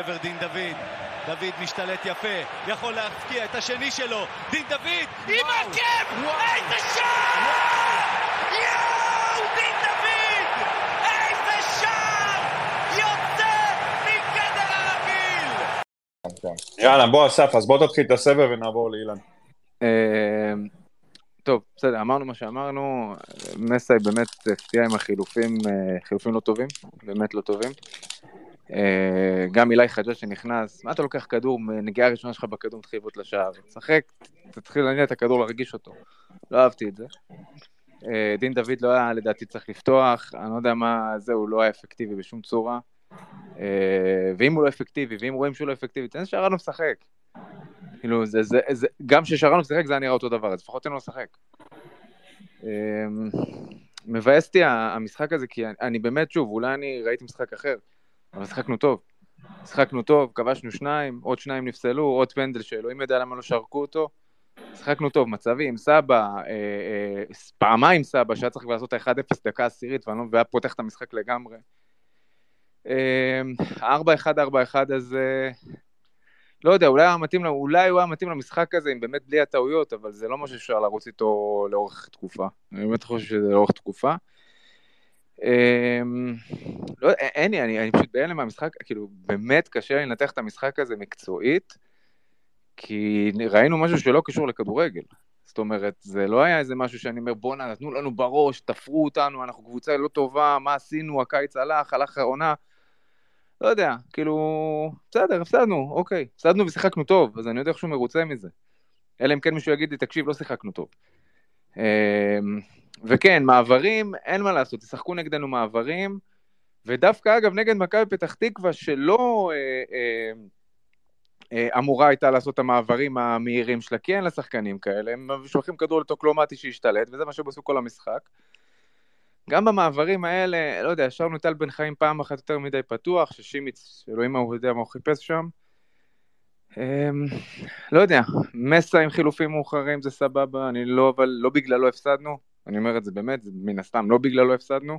לעבר דין דוד. דוד משתלט יפה, יכול להפקיע את השני שלו. דין דוד עם עקב! איזה שער! יואו! דין דוד! איזה שער! יוצא מגדר הרגיל! יאללה, בוא אסף, אז בוא תתחיל את הסבב ונעבור לאילן. טוב, בסדר, אמרנו מה שאמרנו, מסי באמת הפתיע עם החילופים, חילופים לא טובים, באמת לא טובים. גם אילי חג'אג' שנכנס, מה אתה לוקח כדור, נגיעה הראשונה שלך בכדור, מתחיל לבעוט לשער, תשחק, תתחיל להניע את הכדור להרגיש אותו, לא אהבתי את זה. דין דוד לא היה לדעתי צריך לפתוח, אני לא יודע מה זה, הוא לא היה אפקטיבי בשום צורה, ואם הוא לא אפקטיבי, ואם רואים שהוא לא אפקטיבי, תן ששרנו משחק. כאילו, גם ששרנו משחק זה היה נראה אותו דבר, אז לפחות תן לו לשחק. מבאסתי המשחק הזה, כי אני באמת, שוב, אולי אני ראיתי משחק אחר, אבל שחקנו טוב, כבשנו 2, עוד 2 נפסלו, עוד פנדל שאלוהים ידע למה לא שרקו אותו, שחקנו טוב, מצבים, סבא, פעמיים סבא, שהיה צריך לעשות 1-0 דקה עשירית, והיה פותח את המשחק לגמרי. 4-1, 4-1 הזה, לא יודע, אולי הוא היה מתאים למשחק הזה, אם באמת בלי הטעויות, אבל זה לא משהו שאפשר לרוץ איתו לאורך תקופה. אני באמת חושב שזה לאורך תקופה. לא, אני פשוט בהלם מהמשחק, כאילו, באמת קשה לי לנתח את המשחק הזה מקצועית, כי ראינו משהו שלא קשור לכדורגל. זאת אומרת, זה לא היה איזה משהו שאני אומר, בוא נתנו לנו בראש, תפרו אותנו, אנחנו קבוצה לא טובה, מה עשינו, הקיץ הלך העונה, לא יודע, כאילו, בסדר, הפסדנו, אוקיי, הפסדנו ושיחקנו טוב, אז אני יודע איך שהוא מרוצה מזה. אלא אם כן מישהו יגיד לי, תקשיב, לא שיחקנו טוב. וכן, מעברים, אין מה לעשות, תשחקו נגדנו מעברים, ודווקא אגב נגד מכבי פתח תקווה, שלא אמורה הייתה לעשות את המעברים המהירים שלה, כי אין לשחקנים כאלה, הם שולחים כדור לטוקלומטי שישתלט, וזה מה שבעשו כל המשחק. גם במעברים האלה, לא יודע, ישרנו טל בן חיים פעם אחת יותר מדי פתוח, ששימיץ, אלוהים הוא יודע מה הוא חיפש שם. לא יודע, מסע עם חילופים מאוחרים זה סבבה, אבל לא בגלל לא הפסדנו, אני אומר את זה באמת, זה מן הסתם, לא בגלל לא הפסדנו.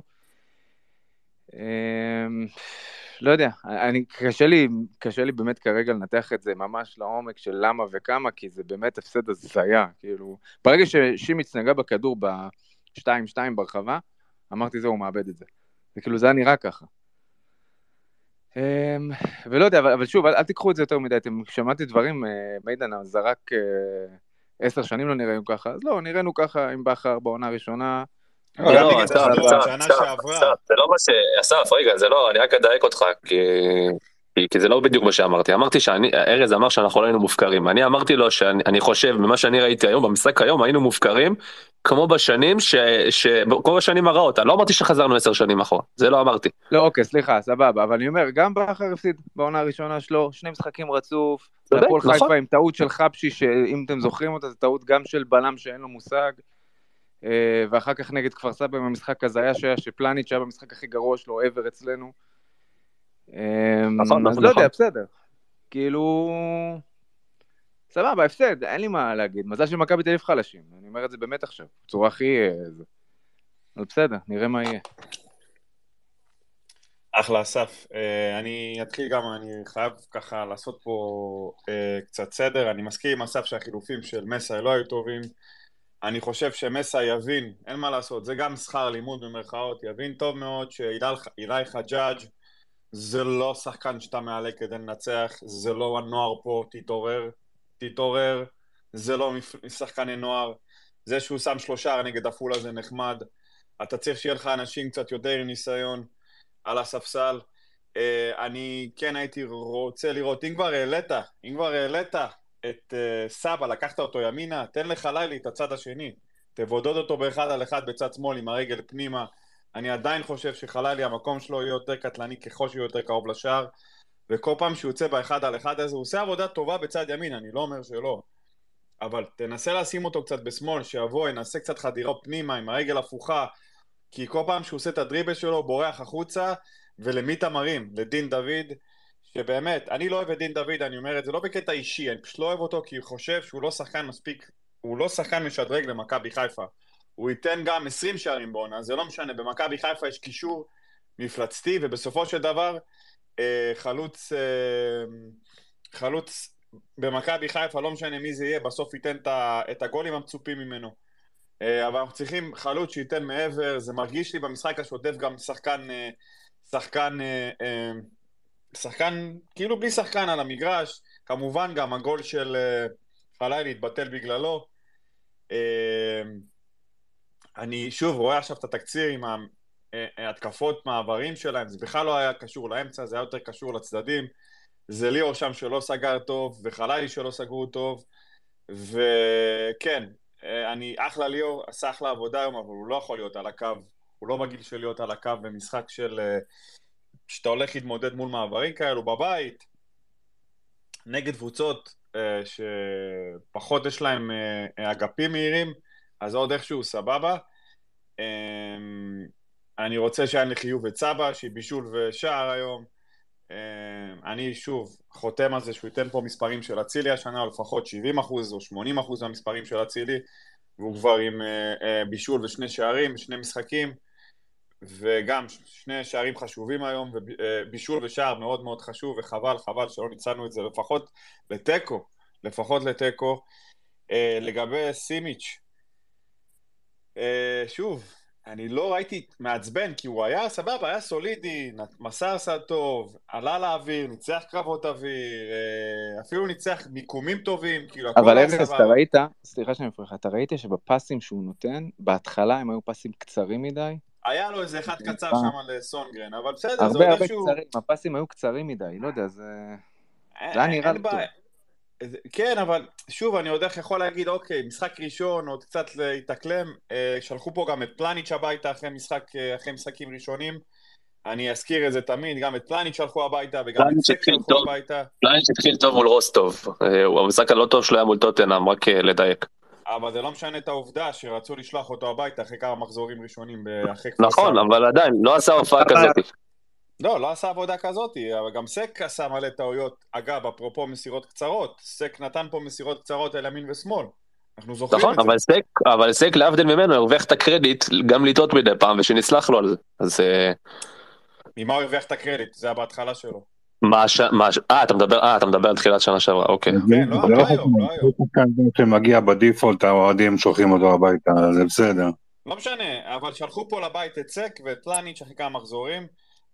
לא יודע, קשה לי באמת כרגע לנתח את זה ממש לעומק של למה וכמה, כי זה באמת הפסד הזיה, כאילו, ברגע ששימיץ נגע בכדור ב-2-2 ברחבה, אמרתי זה, הוא מאבד את זה. וכאילו זה היה נראה ככה. ולא יודע, אבל שוב, אל תיקחו את זה יותר מדי, אתם שמעתי דברים, מידן זרק 10 שנים לא נראינו ככה, אז לא, נראינו ככה עם בחר בעונה הראשונה. לא, אסף, זה לא מה אסף, רגע, זה לא, אני רק אדייק אותך, כי זה לא בדיוק מה שאמרתי. אמרתי ארז אמר שאנחנו לא היינו מופקרים. אני אמרתי לו שאני חושב, ממה שאני ראיתי היום, במשחק היום, היינו מופקרים, כמו בשנים, כמו בשנים הרעות. אני לא אמרתי שחזרנו 10 שנים אחורה. זה לא אמרתי. לא, אוקיי, סליחה, סבבה. אבל אני אומר, גם בחר הפסיד בעונה הראשונה שלו, 2 משחקים רצוף, הפועל חיפה עם טעות של חפשי, שאם אתם זוכרים אותה, זו טעות גם של בלם שאין לו מושג, ואחר כך נגד כפר סבא עם המשחק הזה היה שפלניץ' היה במשחק הכי גרוע שלו, עבר אצלנו. אז לא יודע, בסדר. כאילו, סבבה, הפסד, אין לי מה להגיד. מזל של מכבי תל אביב חלשים. אני אומר את זה באמת עכשיו, בצורה הכי... אבל בסדר, נראה מה יהיה. אחלה, אסף. אני אתחיל גם, אני חייב ככה לעשות פה קצת סדר. אני מסכים עם אסף שהחילופים של מסי לא היו טובים. אני חושב שמסי יבין, אין מה לעשות, זה גם שכר לימוד במרכאות, יבין טוב מאוד שאילי חג'אג' זה לא שחקן שאתה מעלה כדי לנצח, זה לא הנוער פה, תתעורר, זה לא שחקני נוער, זה שהוא שם 3 נגד הפולה זה נחמד, אתה צריך שיהיה לך אנשים קצת יותר עם ניסיון על הספסל. אני כן הייתי רוצה לראות, אם כבר העלית את סבא, לקחת אותו ימינה, תן לך לילי את הצד השני, תבודד אותו באחד על אחד בצד שמאל עם הרגל פנימה. אני עדיין חושב שחלילי המקום שלו יהיה יותר קטלני ככל שהוא יותר קרוב לשער, וכל פעם שהוא יוצא באחד על אחד הזה הוא עושה עבודה טובה בצד ימין, אני לא אומר שלא, אבל תנסה לשים אותו קצת בשמאל, שיבוא, ינסה קצת חדירה פנימה עם הרגל הפוכה, כי כל פעם שהוא עושה את הדריבל שלו בורח החוצה, ולמי תמרים? לדין דוד, שבאמת, אני לא אוהב את דין דוד, אני אומר את זה לא בקטע אישי, אני פשוט לא אוהב אותו כי הוא חושב שהוא לא שחקן מספיק, הוא לא שחקן משדרג למכבי חיפה, הוא ייתן גם 20 שערים בעונה, זה לא משנה, במכבי חיפה יש קישור מפלצתי, ובסופו של דבר, חלוץ במכבי חיפה, לא משנה מי זה יהיה, בסוף ייתן את הגולים המצופים ממנו. אבל אנחנו צריכים חלוץ שייתן מעבר, זה מרגיש לי במשחק השוטף גם שחקן כאילו בלי שחקן על המגרש, כמובן גם הגול של חלילי התבטל בגללו. אני שוב רואה עכשיו את התקציר עם התקפות מעברים שלהם, זה בכלל לא היה קשור לאמצע, זה היה יותר קשור לצדדים, זה ליאור שם שלא סגר טוב, וחלילי שלא סגרו טוב, וכן, אחלה ליאור, עשה אחלה עבודה היום, אבל הוא לא יכול להיות על הקו, הוא לא בגיל של להיות על הקו במשחק של שאתה הולך להתמודד מול מעברים כאלו בבית, נגד קבוצות שפחות יש להם אגפים מהירים, אז עוד איכשהו סבבה. אני רוצה שיין לחיוב את סבא, שהיא בישול ושער היום. אני שוב חותם על זה שהוא ייתן פה מספרים של אצילי השנה, או לפחות 70% או 80% מהמספרים של אצילי, והוא כבר עם בישול ושני שערים, שני משחקים, וגם שני שערים חשובים היום, ובישול ושער מאוד מאוד חשוב, וחבל שלא ניצלנו את זה, לפחות לטקו. לגבי סימיץ', שוב, אני לא ראיתי מעצבן, כי הוא היה סבבה, היה סולידי, מסר סל טוב, עלה לאוויר, ניצח קרבות אוויר, אפילו ניצח מיקומים טובים, כאילו הכל אבל היה ארז, סבבה. אתה ראית, סליחה שאני מפריע לך, אתה ראית שבפסים שהוא נותן, בהתחלה הם היו פסים קצרים מדי? היה לו איזה אחד קצר שם לסונגרן, אבל בסדר, זה עוד הרבה איכשהו... קצרים, הפסים היו קצרים מדי, לא יודע, זה היה נראה טוב. כן, אבל שוב, אני עוד איך יכול להגיד, אוקיי, משחק ראשון, עוד קצת להתאקלם, שלחו פה גם את פלניץ' הביתה אחרי משחקים ראשונים, אני אזכיר את זה תמיד, גם את פלניץ' שלחו הביתה, וגם את סק שלחו הביתה. פלניץ' התחיל טוב מול רוסטוב, המשחק הלא טוב שלו היה מול טוטנהאם, רק לדייק. אבל זה לא משנה את העובדה שרצו לשלוח אותו הביתה אחרי כמה מחזורים ראשונים, נכון, אבל עדיין, לא עשה הופעה כזאת. לא עשה עבודה כזאת, אבל גם סק עשה מלא טעויות. אגב, אפרופו מסירות קצרות, סק נתן פה מסירות קצרות אל ימין ושמאל. אנחנו זוכרים נכון, את זה. אבל סק להבדיל ממנו, הרוויח את הקרדיט גם לטעות מדי פעם, ושנסלח לו על זה. אז... ממה הוא הרוויח את הקרדיט? זה היה בהתחלה שלו. אתה מדבר על תחילת שנה שעברה, אוקיי. כן, לא היום. שמגיע בדיפולט, האוהדים שולחים אותו הביתה, זה בסדר. לא משנה, אבל שלחו פה לבית את סק ואת פלניץ' אחרי כמה מחזורים.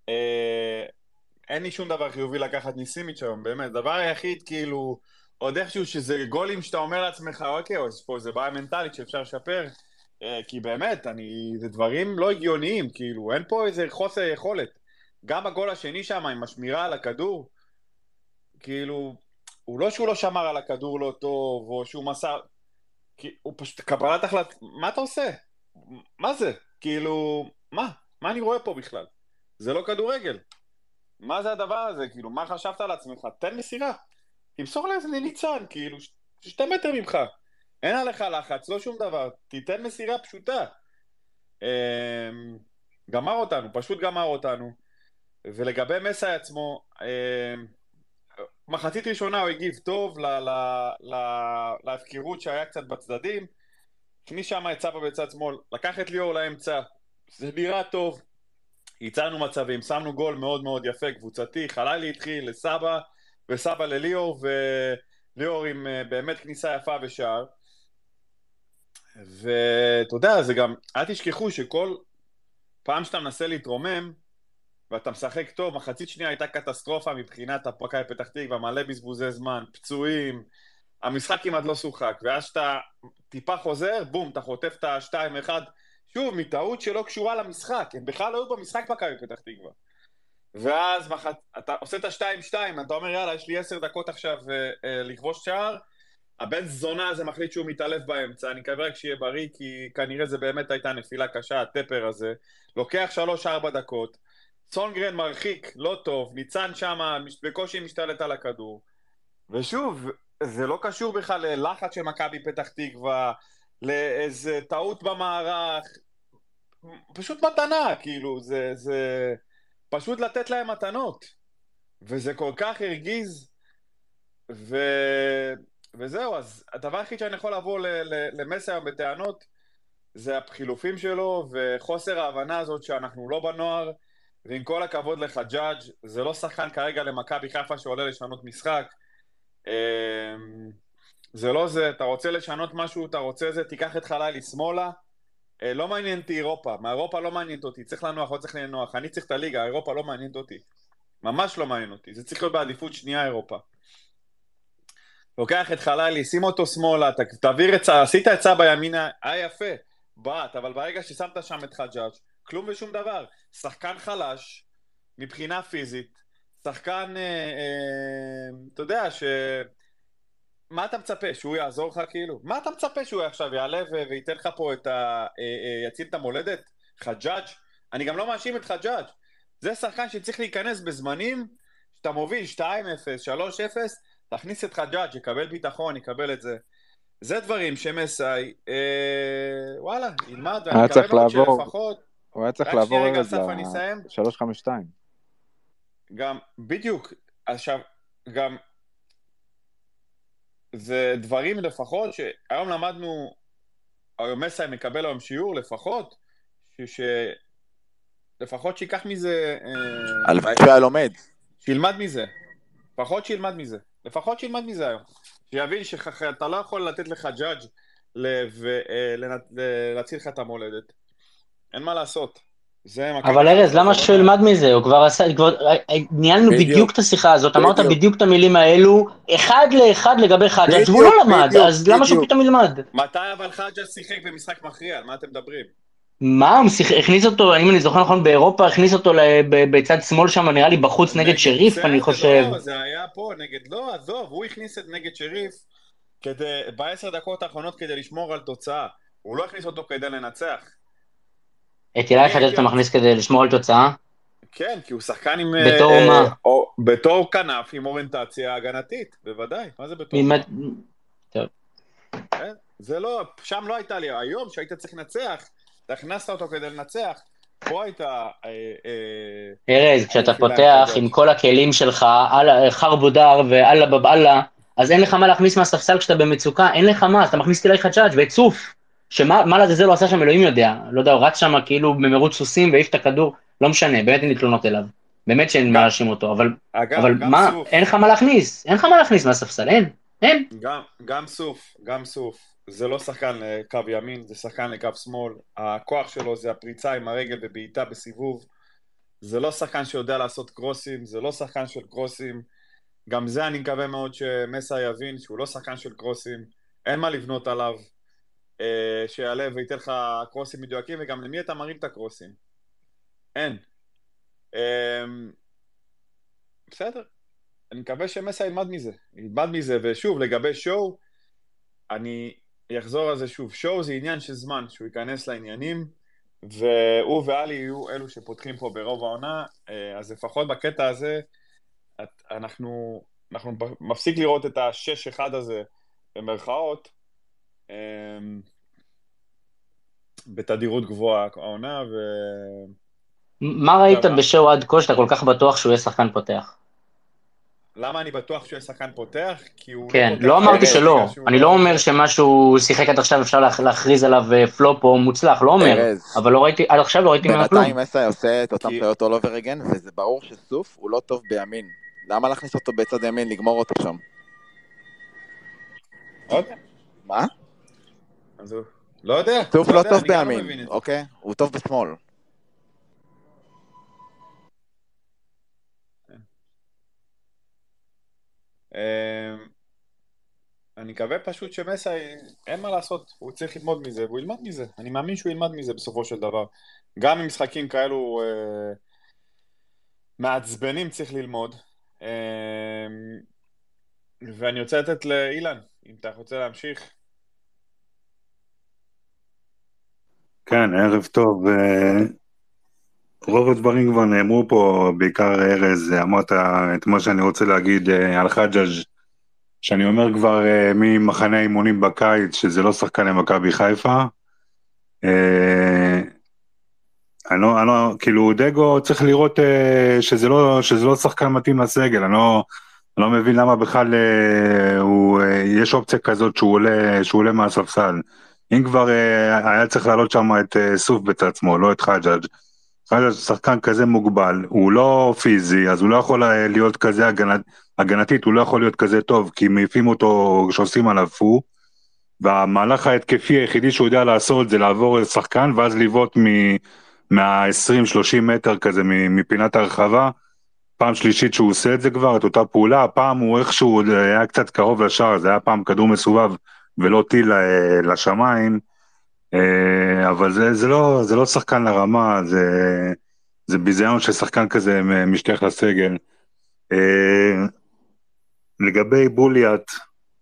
אין לי שום דבר חיובי לקחת ניסימיץ' היום, באמת. דבר היחיד, כאילו, עוד איכשהו שזה גולים שאתה אומר לעצמך, אוקיי, אז פה זה בעיה מנטלית שאפשר לשפר, כי באמת, זה דברים לא הגיוניים, כאילו, אין פה איזה חוסר יכולת. גם הגול השני שם עם השמירה על הכדור, כאילו, הוא לא שהוא לא שמר על הכדור לא טוב, או שהוא מסר, הוא פשוט קבלת החלט, מה אתה עושה? מה זה? כאילו, מה אני רואה פה בכלל? זה לא כדורגל. מה זה הדבר הזה? כאילו, מה חשבת על עצמך? תן מסירה. תמסור לאיזה ניצן, כאילו, 2 מטר ממך. אין עליך לחץ, לא שום דבר. תיתן מסירה פשוטה. פשוט גמר אותנו. ולגבי מסי עצמו, מחצית ראשונה הוא הגיב טוב להפקירות שהיה קצת בצדדים. הכניס שם את סבא בצד שמאל, לקח את ליאור לאמצע. זה נראה טוב. ייצרנו מצבים, שמנו גול מאוד מאוד יפה, קבוצתי, חלילי התחיל לסבא, וסבא לליאור, וליאור עם באמת כניסה יפה ושער. ואתה יודע, זה גם, אל תשכחו שכל פעם שאתה מנסה להתרומם, ואתה משחק טוב, מחצית שנייה הייתה קטסטרופה מבחינת הפועל פתח תקווה, מלא בזבוזי זמן, פצועים, המשחק כמעט לא שוחק, ואז שאתה טיפה חוזר, בום, אתה חוטף את ה-2-1, שוב, מטעות שלא קשורה למשחק, הם בכלל לא היו במשחק מכבי פתח תקווה. ואז אתה עושה את ה-2-2, אתה אומר, יאללה, יש לי 10 דקות עכשיו לכבוש שער, הבן זונה הזה מחליט שהוא מתעלף באמצע, אני מקווה רק שיהיה בריא, כי כנראה זה באמת הייתה נפילה קשה, הטפר הזה, לוקח 3-4 דקות, סונגרן מרחיק, לא טוב, ניצן שם, בקושי משתלט על הכדור, ושוב, זה לא קשור בכלל ללחץ של מכבי פתח תקווה, לאיזה טעות במערך, פשוט מתנה, כאילו, זה פשוט לתת להם מתנות, וזה כל כך הרגיז, וזהו, אז הדבר הכי שאני יכול לבוא למסי היום בטענות, זה החילופים שלו, וחוסר ההבנה הזאת שאנחנו לא בנוער, ועם כל הכבוד לחג'אג', זה לא שחקן כרגע למכבי חיפה שעולה לשנות משחק. זה לא זה, אתה רוצה לשנות משהו, אתה רוצה זה, תיקח את חלילי שמאלה. לא מעניין אותי אירופה, מאירופה לא מעניינת אותי, צריך לנוח, לא צריך לנוח, אני צריך את הליגה, אירופה לא מעניינת אותי. ממש לא מעניין אותי, זה צריך להיות בעדיפות שנייה אירופה. לוקח את חלילי, שים אותו שמאלה, תעביר את סבא, עשית את סבא ימינה, היה יפה, באת, אבל ברגע ששמת שם את חג'אג', כלום ושום דבר, שחקן חלש, מבחינה פיזית, שחקן, אתה יודע, מה אתה מצפה, שהוא יעזור לך כאילו? מה אתה מצפה שהוא עכשיו יעלה וייתן לך פה יציל את המולדת? חג'אג'? אני גם לא מאשים את חג'אג'. זה שחקן שצריך להיכנס בזמנים, שאתה מוביל 2-0, 3-0, תכניס את חג'אג', יקבל ביטחון, יקבל את זה. זה דברים שמסאי, וואלה, ילמד, ואני מקווה מאוד שלפחות... הוא היה צריך לעבור ארז ל-3-5-2. גם, בדיוק, עכשיו, גם... זה דברים לפחות שהיום למדנו, היום מסאי מקבל היום שיעור לפחות, לפחות שיקח מזה... הלוואי שהיה לומד. שילמד מזה. לפחות שילמד מזה היום. שיבין שאתה לא יכול לתת לך ג'אג' ולהציל לך את המולדת. אין מה לעשות. אבל ארז, למה שהוא ילמד מזה? הוא כבר עשה, ניהלנו בדיוק את השיחה הזאת, אמרת בדיוק את המילים האלו, אחד לאחד לגבי חג'אג' והוא לא למד, אז למה שהוא פתאום ילמד? מתי אבל חג'אג' שיחק במשחק מכריע? על מה אתם מדברים? מה? הוא הכניס אותו, אם אני זוכר נכון, באירופה, הכניס אותו בצד שמאל שם, נראה לי בחוץ נגד שריף, אני חושב. זה היה פה, לא, עזוב, הוא הכניס את נגד שריף, ב10 דקות האחרונות כדי לשמור על תוצאה, הוא לא הכניס אותו כדי לנצח. את אליי חג'אג' אתה מכניס כדי לשמור על תוצאה? כן, כי הוא שחקן עם... בתור מה? בתור כנף עם אוריינטציה הגנתית, בוודאי. מה זה בתור מה? טוב. זה לא, שם לא הייתה לי, היום שהיית צריך לנצח, אתה הכנסת אותו כדי לנצח, פה הייתה... ארז, כשאתה פותח עם כל הכלים שלך, חרבודר ואללה בבאללה, אז אין לך מה להכניס מהספסל כשאתה במצוקה, אין לך מה, אז אתה מכניס אליי חג'אג' וצוף. שמה לזה לא עשה שם, אלוהים יודע, לא יודע, הוא רץ שם כאילו במרוץ סוסים והעיף את הכדור, לא משנה, באמת אין לי תלונות אליו, באמת שאין מה להאשים אותו, אבל מה, אין לך מה להכניס מהספסל, אין. גם סוף, זה לא שחקן לקו ימין, זה שחקן לקו שמאל, הכוח שלו זה הפריצה עם הרגל ובעיטה בסיבוב, זה לא שחקן שיודע לעשות קרוסים, זה לא שחקן של קרוסים, גם זה אני מקווה מאוד שמסאי יבין שהוא לא שחקן של קרוסים, אין מה לבנות עליו, שיעלה וייתן לך קרוסים מדויקים, וגם למי אתה מרים את הקרוסים? אין. בסדר. אני מקווה שמסאי ילמד מזה, ושוב, לגבי שואו, אני אחזור על זה שוב, שואו זה עניין של זמן, שהוא ייכנס לעניינים, והוא ואלי יהיו אלו שפותחים פה ברוב העונה, אז לפחות בקטע הזה, אנחנו מפסיק לראות את ה-6-1 הזה, במרכאות, בתדירות גבוהה העונה מה ראית בשואו עד כה שאתה כל כך בטוח שהוא יהיה שחקן פותח? למה אני בטוח שהוא יהיה שחקן פותח? כן, לא אמרתי שלא, אני לא אומר שמשהו שיחק עד עכשיו אפשר להכריז עליו פלופ או מוצלח, לא אומר, אבל עד עכשיו לא ראיתי ממנו כלום. בינתיים מסאי עושה את אותם טעויות all over again, וזה ברור שסוף הוא לא טוב בימין, למה להכניס אותו בצד ימין, לגמור אותו שם? מה? לא יודע. סוף לא טוב בימין, אוקיי? הוא טוב בשמאל. אני מקווה פשוט שמסאי, אין מה לעשות, הוא צריך ללמוד מזה, והוא ילמד מזה. אני מאמין שהוא ילמד מזה בסופו של דבר. גם עם משחקים כאלו מעצבנים צריך ללמוד. ואני רוצה לתת לאילן, אם אתה רוצה להמשיך. כן, ערב טוב. רוב הדברים כבר נאמרו פה, בעיקר ארז, אמרת את מה שאני רוצה להגיד על חג'אג', שאני אומר כבר ממחנה אימונים בקיץ, שזה לא שחקן למכבי חיפה. כאילו דגו צריך לראות שזה לא שחקן מתאים לסגל, אני לא מבין למה בכלל יש אופציה כזאת שהוא עולה מהספסל. אם כבר היה צריך לעלות שם את סוף בצד עצמו, לא את חג'אג'. חג'ג' שחקן כזה מוגבל, הוא לא פיזי, אז הוא לא יכול להיות כזה הגנתית, הוא לא יכול להיות כזה טוב, כי מעיפים אותו כשעושים עליו פו, והמהלך ההתקפי היחידי שהוא יודע לעשות זה לעבור לשחקן, ואז לבעוט מה-20-30 מטר כזה מפינת הרחבה, פעם שלישית שהוא עושה את זה כבר, את אותה פעולה, הפעם הוא איכשהו היה קצת קרוב לשער, זה היה פעם כדור מסובב ולא טיל לשמיים, אבל זה לא שחקן לרמה, זה ביזיון ששחקן כזה משתייך לסגל. לגבי בוליאט,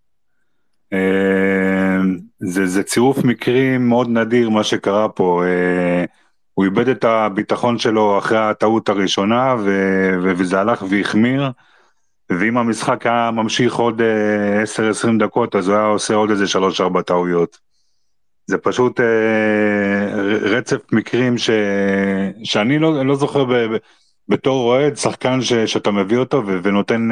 זה צירוף מקרים מאוד נדיר מה שקרה פה, הוא איבד את הביטחון שלו אחרי הטעות הראשונה, וזה הלך והחמיר, ואם המשחק היה ממשיך עוד 10-20 דקות, אז הוא היה עושה עוד איזה 3-4 טעויות. זה פשוט רצף מקרים שאני לא זוכר בתור רועד, שחקן שאתה מביא אותו ונותן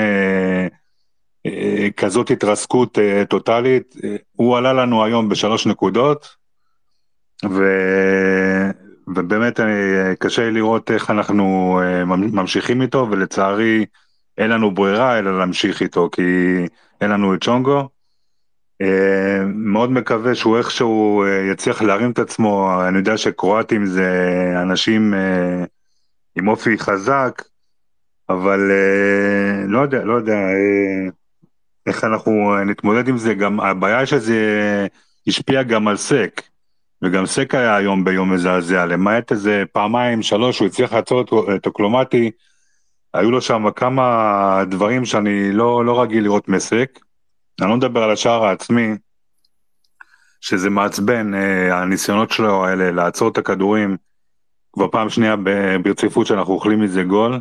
כזאת התרסקות טוטלית. הוא עלה לנו היום ב3 נקודות, ובאמת קשה לראות איך אנחנו ממשיכים איתו, ולצערי אין לנו ברירה אלא להמשיך איתו, כי אין לנו את צ'ונגו. מאוד מקווה שהוא איכשהו יצליח להרים את עצמו. אני יודע שקרואטים זה אנשים עם אופי חזק, אבל לא יודע איך אנחנו נתמודד עם זה. גם הבעיה שזה השפיע גם על סק, וגם סק היה היום ביום מזעזע, למעט איזה 2-3 הוא הצליח לעצור את אוקלומטי, היו לו שם כמה דברים שאני לא רגיל לראות מסק. אני לא מדבר על השער העצמי, שזה מעצבן, הניסיונות שלו האלה לעצור את הכדורים, כבר פעם שנייה ברציפות שאנחנו אוכלים מזה גול.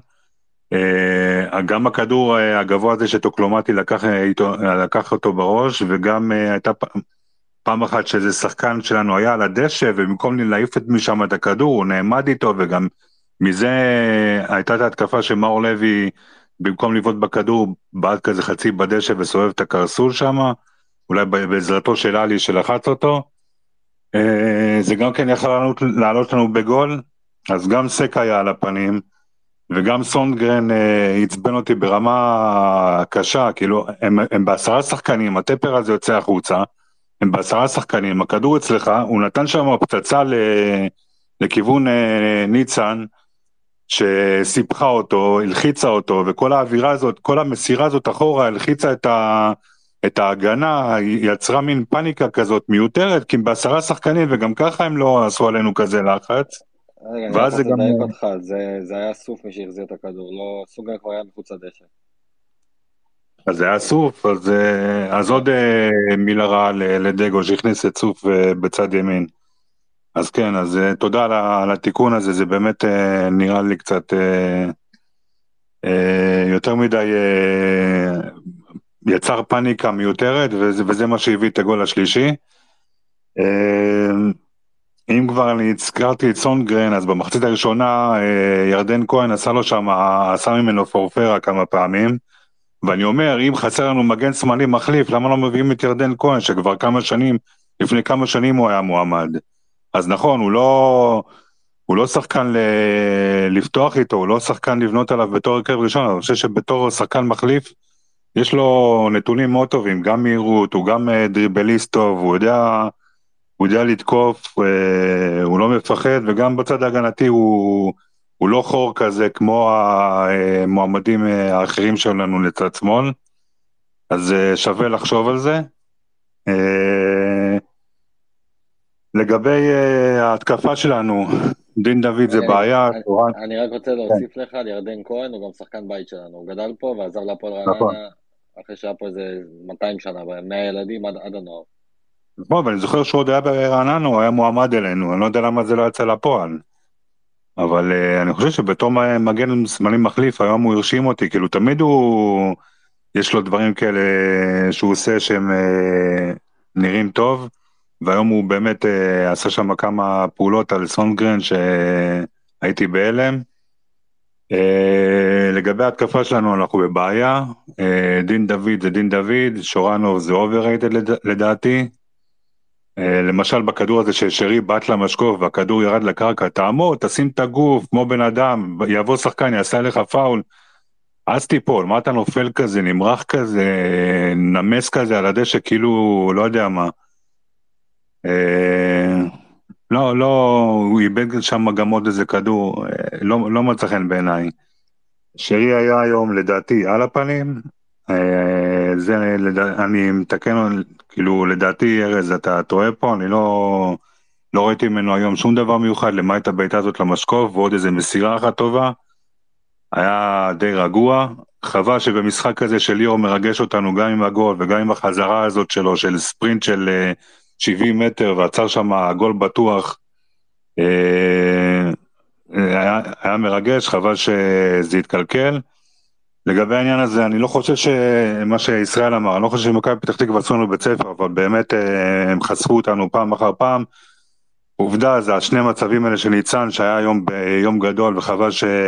גם הכדור הגבוה הזה שטוקלומטי לקח אותו בראש, וגם הייתה פעם אחת שזה שחקן שלנו היה על הדשא, ובמקום להעיף משם את הכדור, הוא נעמד איתו, וגם מזה הייתה את ההתקפה שמאור לוי, במקום לבעוט בכדור, בעט כזה חצי בדשא וסובב את הקרסול שם, אולי בעזרתו של אלי שלחץ אותו. זה גם כן יכול לעלות לנו בגול, אז גם סק היה על הפנים, וגם סונגרן הצבן אותי ברמה קשה, כאילו הם ב10 שחקנים, הטפר הזה יוצא החוצה, הם ב10 שחקנים, הכדור אצלך, הוא נתן שם פצצה לכיוון ניצן, שסיפחה אותו, הלחיצה אותו, וכל האווירה הזאת, כל המסירה הזאת אחורה, הלחיצה את ההגנה, יצרה מין פאניקה כזאת מיותרת, כי הם ב10 שחקנים, וגם ככה הם לא עשו עלינו כזה לחץ. רגע, אני רוצה לדייק אותך, זה היה סוף מי שהחזיר את הכדור, לא סונגרן כבר היה מחוץ לדשא. אז זה היה סוף, אז עוד מילה רעה לדגו שהכניס את סוף בצד ימין. אז כן, אז תודה על התיקון הזה, זה באמת נראה לי קצת יותר מדי יצר פאניקה מיותרת, וזה מה שהביא את הגול השלישי. אם כבר אני הזכרתי את סונגרן, אז במחצית הראשונה ירדן כהן עשה ממנו פורפרה כמה פעמים, ואני אומר, אם חסר לנו מגן שמאלי מחליף, למה לא מביאים את ירדן כהן, שכבר לפני כמה שנים הוא היה מועמד. אז נכון, הוא לא שחקן לפתוח איתו, הוא לא שחקן לבנות עליו בתור הרכב ראשון, אני חושב שבתור שחקן מחליף, יש לו נתונים מאוד טובים, גם מהירות, הוא גם דריבליסט טוב, הוא יודע לתקוף, הוא לא מפחד, וגם בצד ההגנתי הוא לא חור כזה, כמו המועמדים האחרים שלנו לצד שמאל, אז שווה לחשוב על זה. לגבי ההתקפה שלנו, דין דוד זה בעיה. אני רק רוצה להוסיף לך על ירדן כהן, הוא גם שחקן בית שלנו, הוא גדל פה ועזר להפועל רעננה, אחרי שהיה פה איזה 200 שנה, 100 ילדים עד הנוער. בוא, ואני זוכר שהוא עוד היה ברעננה, הוא היה מועמד אלינו, אני לא יודע למה זה לא יצא לפועל, אבל אני חושב שבתור מגן שמאלי מחליף, היום הוא הרשים אותי, כאילו תמיד יש לו דברים כאלה שהוא עושה שהם נראים טוב, והיום הוא באמת עשה שם כמה פעולות על סונגרן שהייתי בהלם. לגבי ההתקפה שלנו אנחנו בבעיה, דין דוד זה דין דוד, שורנוב זה אובררייטד לדעתי, למשל בכדור הזה ששרי באת למשקוף והכדור ירד לקרקע, תעמוד, תשים את הגוף כמו בן אדם, יבוא שחקן, יעשה לך פאול, אז תיפול, מה אתה נופל כזה, נמרח כזה, נמס כזה על הדשא, כאילו, לא יודע מה. לא, לא, הוא איבד שם גם עוד איזה כדור, לא מצא חן בעיניי. שרי היה היום לדעתי על הפנים, אני מתקן, כאילו לדעתי ארז אתה טועה פה, אני לא ראיתי ממנו היום שום דבר מיוחד, למעט הבעיטה הזאת למשקוף ועוד איזה מסירה אחת טובה, היה די רגוע, חבל שבמשחק הזה של ליאור מרגש אותנו גם עם הגול וגם עם החזרה הזאת שלו של ספרינט של 70 מטר ועצר שם הגול בטוח, היה מרגש, חבל שזה יתקלקל. לגבי העניין הזה, אני לא חושב שמה שישראל אמר, אני לא חושב שמכבי פתח תקווה עשו לנו בית ספר, אבל באמת הם חשפו אותנו פעם אחר פעם. עובדה, זה השני מצבים האלה של ניצן, שהיה היום ביום גדול, וחבל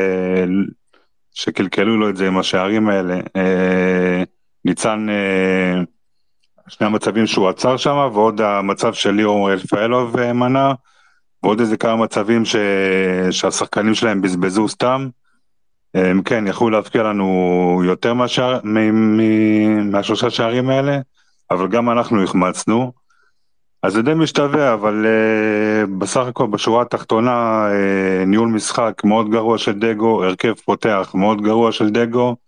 שקלקלו לו את זה עם השערים האלה. ניצן, שני המצבים שהוא עצר שם, ועוד המצב של ליאור רפאלוב מנע, ועוד איזה כמה מצבים שהשחקנים שלהם בזבזו סתם. הם כן, יכלו להפקיע לנו יותר מהשלושה שערים האלה, אבל גם אנחנו החמצנו. אז זה די משתווה, אבל בסך הכל בשורה התחתונה, ניהול משחק מאוד גרוע של דגו, הרכב פותח מאוד גרוע של דגו,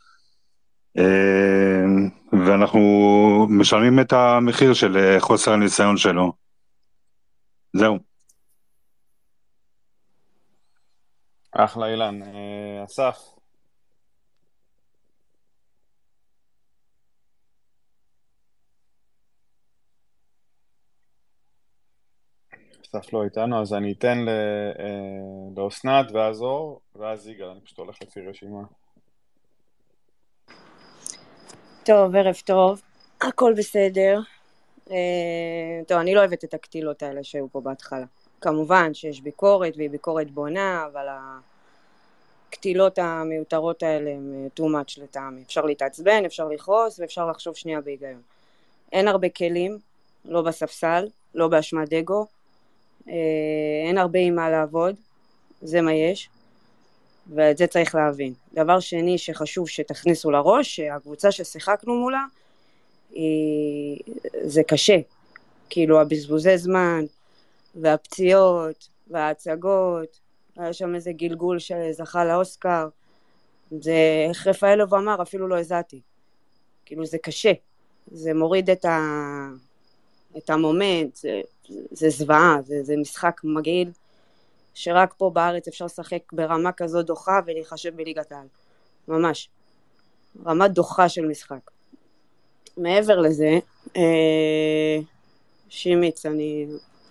ואנחנו משלמים את המחיר של חוסר הניסיון שלו. זהו. אחלה אילן. אסף. אסף לא איתנו, אז אני אתן לאוסנת ואז אור, ואז יגאל, אני פשוט הולך לפי רשימה. טוב, ערב טוב, הכל בסדר. טוב, אני לא אוהבת את הקטילות האלה שהיו פה בהתחלה. כמובן שיש ביקורת, והיא ביקורת בונה, אבל הקטילות המיותרות האלה הם too much לטעמי. אפשר להתעצבן, אפשר לכעוס, ואפשר לחשוב שנייה בהיגיון. אין הרבה כלים, לא בספסל, לא באשמת דגו, אין הרבה עם מה לעבוד, זה מה יש, ואת זה צריך להבין. דבר שני שחשוב שתכניסו לראש, שהקבוצה ששיחקנו מולה, זה קשה, כאילו הבזבוזי זמן, והפציעות, וההצגות, היה שם איזה גלגול שזכה לאוסקר, זה, איך רפאלוב אמר, אפילו לא הזעתי, כאילו זה קשה, זה מוריד את המומנט, זה זוועה, זה משחק מגעיל, שרק פה בארץ אפשר לשחק ברמה כזו דוחה ולהיחשב בליגת העל. ממש. רמה דוחה של משחק. מעבר לזה, שימיץ, אני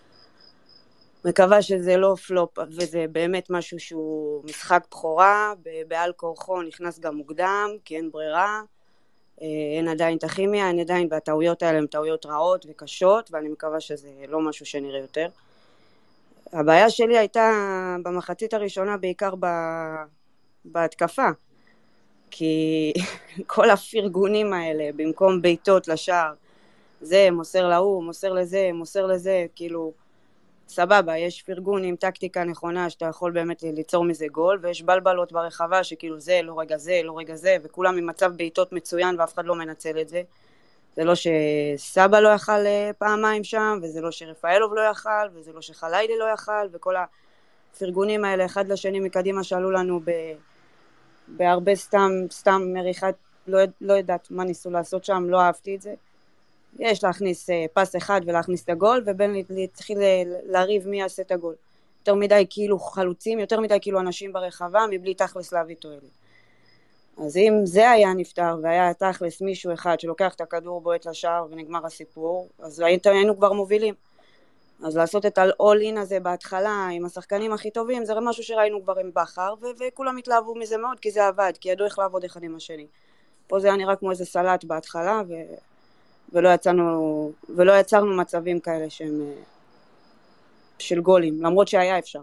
מקווה שזה לא פלופ, וזה באמת משהו שהוא משחק בחורה, בעל כורחו נכנס גם מוקדם, כי אין ברירה, אין עדיין את הכימיה, אין עדיין, והטעויות האלה הן טעויות רעות וקשות, ואני מקווה שזה לא משהו שנראה יותר. הבעיה שלי הייתה במחצית הראשונה בעיקר בהתקפה, כי כל הפרגונים האלה, במקום ביתות לשער, זה מוסר להוא, מוסר לזה, מוסר לזה, כאילו, סבבה, יש פרגון עם טקטיקה נכונה, שאתה יכול באמת ליצור מזה גול, ויש בלבלות ברחבה שכאילו זה, לא רגע זה, לא רגע זה, וכולם עם מצב ביתות מצוין ואף אחד לא מנצל את זה. זה לא שסבא לא יכל פעמיים שם, וזה לא שרפאלוב לא יכל, וזה לא שחליילי לא יכל, וכל הפרגונים האלה אחד לשני מקדימה שעלו לנו בהרבה סתם מריחת, לא יודעת מה ניסו לעשות שם, לא אהבתי את זה. יש להכניס פס אחד ולהכניס את הגול, ובין להתחיל להריב מי יעשה את הגול. יותר מדי כאילו חלוצים, יותר מדי כאילו אנשים ברחבה, מבלי תכלס להביא תועלת. אז אם זה היה נפטר, והיה תכלס מישהו אחד שלוקח את הכדור בועט לשער ונגמר הסיפור, אז היינו כבר מובילים. אז לעשות את ה-all-in הזה בהתחלה עם השחקנים הכי טובים, זה משהו שראינו כבר עם בחר, וכולם התלהבו מזה מאוד, כי זה עבד, כי ידעו איך לעבוד אחד עם השני. פה זה היה נראה כמו איזה סלט בהתחלה, ולא יצרנו מצבים כאלה שהם של גולים, למרות שהיה אפשר.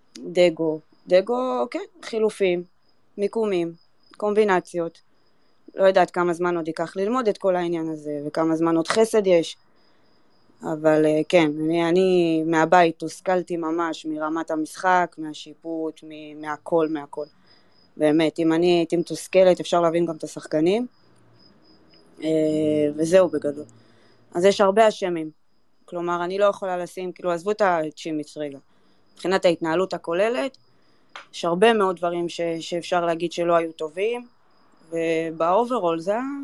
דגו, כן, חילופים, מיקומים, קומבינציות. לא יודעת כמה זמן עוד ייקח ללמוד את כל העניין הזה, וכמה זמן עוד חסד יש. אבל כן, אני מהבית הושכלתי ממש מרמת המשחק, מהשיפוט, מהכל. באמת, אם אני הייתי מתוסכלת, אפשר להבין גם את השחקנים, וזהו בגדול. אז יש הרבה אשמים. כלומר, אני לא יכולה לשים, כאילו, עזבו את צ'ימיץ רגע. מבחינת ההתנהלות הכוללת, יש הרבה מאוד דברים שאפשר להגיד שלא היו טובים, ובאוברול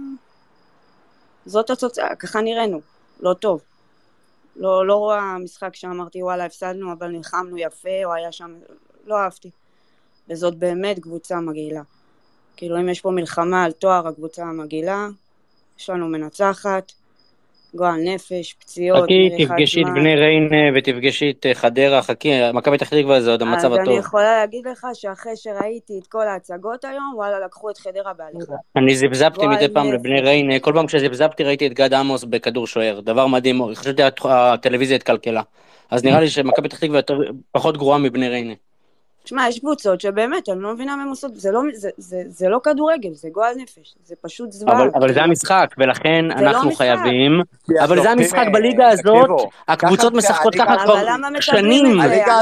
זאת התוצאה, ככה נראינו, לא טוב. לא רואה משחק שאמרתי, וואלה, הפסדנו, אבל נלחמנו יפה, או היה שם, לא אהבתי. וזאת באמת קבוצה מגעילה. כאילו, אם יש פה מלחמה על תואר הקבוצה המגעילה, יש לנו מנצחת, גועל נפש, פציעות, חכי, תפגשי את בני ריינה ותפגשי את חדרה, חכי, מכבי פתח תקווה זה עוד המצב הטוב. אז אני יכולה להגיד לך שאחרי שראיתי את כל ההצגות היום, וואלה, לקחו את חדרה בהליכה. אני זבזבתי מדי פעם לבני ריינה, כל פעם שזבזבתי ראיתי את גד עמוס בכדור שוער, דבר מדהים, חשבתי הטלוויזיה התקלקלה. אז נראה לי שמכבי פתח תקווה פחות גרועה מבני ריינה. תשמע, יש קבוצות שבאמת, אני לא מבינה מה הם עושות, זה לא כדורגל, זה גועל נפש, זה פשוט זוועה. אבל זה המשחק, ולכן אנחנו חייבים, אבל זה המשחק בליגה הזאת, הקבוצות משחקות ככה כבר שנים.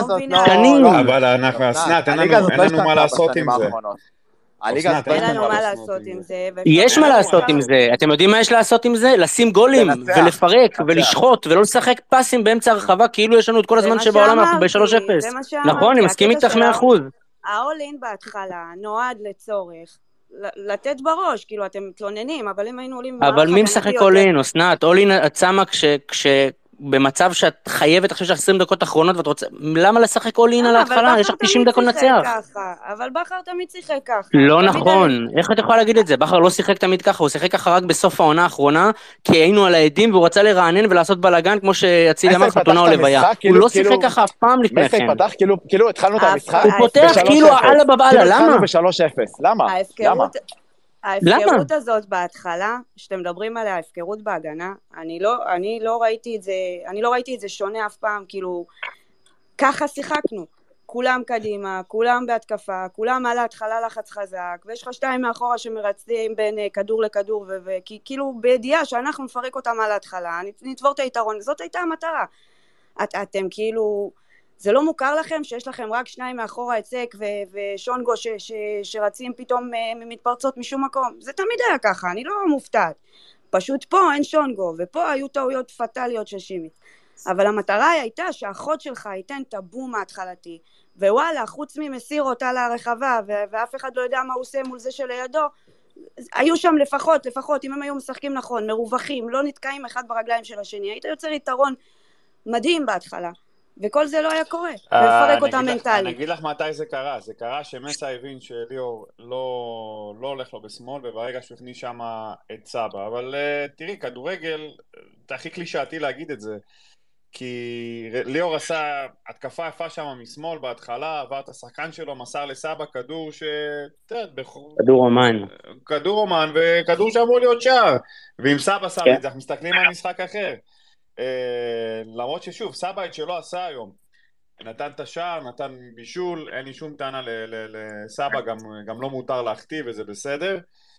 אבל אנחנו, אסנת, אין לנו מה לעשות עם זה. אין לנו מה לעשות עם זה. יש מה לעשות עם זה, אתם יודעים מה יש לעשות עם זה? לשים גולים ולפרק ולשחוט ולא לשחק פסים באמצע הרחבה כאילו יש לנו את כל הזמן שבעולם אנחנו ב-3-0. נכון, אני מסכים איתך 100%. האולין בהתחלה נועד לצורך לתת בראש, כאילו אתם מתלוננים, אבל אם היינו עולים... אבל מי משחק אולין, אסנת? אולין עצמה במצב שאת חייבת עכשיו 20 דקות אחרונות ואת רוצה, למה לשחק אולין על ההתחלה? יש לך 90 דקות נצח. אבל בכר תמיד שיחק ככה. לא נכון, איך את יכולה להגיד את זה? בכר לא שיחק תמיד ככה, הוא שיחק ככה רק בסוף העונה האחרונה, כי היינו על העדים והוא רצה לרענן ולעשות בלגן כמו שאצילי אמר חתונה או לוויה. הוא לא שיחק ככה אף פעם לפני כן. מסי פתח כאילו התחלנו את המשחק. הוא פותח כאילו אללה בבעלה, למה? התחלנו ב-3-0, למה? ההפקרות הזאת בהתחלה, שאתם מדברים עליה, ההפקרות בהגנה, אני לא ראיתי את זה שונה אף פעם, כאילו, ככה שיחקנו, כולם קדימה, כולם בהתקפה, כולם על ההתחלה לחץ חזק, ויש לך שתיים מאחורה שמרצים בין כדור לכדור, וכאילו בידיעה שאנחנו נפרק אותם על ההתחלה, נתבור את היתרון, זאת הייתה המטרה. אתם כאילו... זה לא מוכר לכם שיש לכם רק שניים מאחורה הצק ושונגו שרצים פתאום מתפרצות משום מקום? זה תמיד היה ככה, אני לא מופתעת. פשוט פה אין שונגו, ופה היו טעויות פטליות של שימית. אבל המטרה הייתה שהאחות שלך ייתן את הבום ההתחלתי, ווואלה, חוץ ממסיר אותה לרחבה, ואף אחד לא יודע מה הוא עושה מול זה שלידו, היו שם לפחות, אם הם היו משחקים נכון, מרווחים, לא נתקעים אחד ברגליים של השני, היית יוצר יתרון מדהים בהתחלה. וכל זה לא היה קורה, ולפרק אותה מנטלית. אני אגיד לך מתי זה קרה, זה קרה שמסה הבין שליאור לא הולך לו בשמאל, וברגע שהוא הכניס שם את סבא, אבל תראי, כדורגל, זה הכי קלישאתי להגיד את זה, כי ליאור עשה התקפה יפה שם משמאל בהתחלה, עבר את השחקן שלו, מסר לסבא כדור כדור אומן, וכדור שאמור להיות שער, ואם סבא שם את זה, אנחנו מסתכלים על משחק אחר. למרות ששוב, סבא את שלא עשה היום, נתן את השער, נתן בישול, אין לי שום טענה לסבא, גם לא מותר להכתיב וזה בסדר,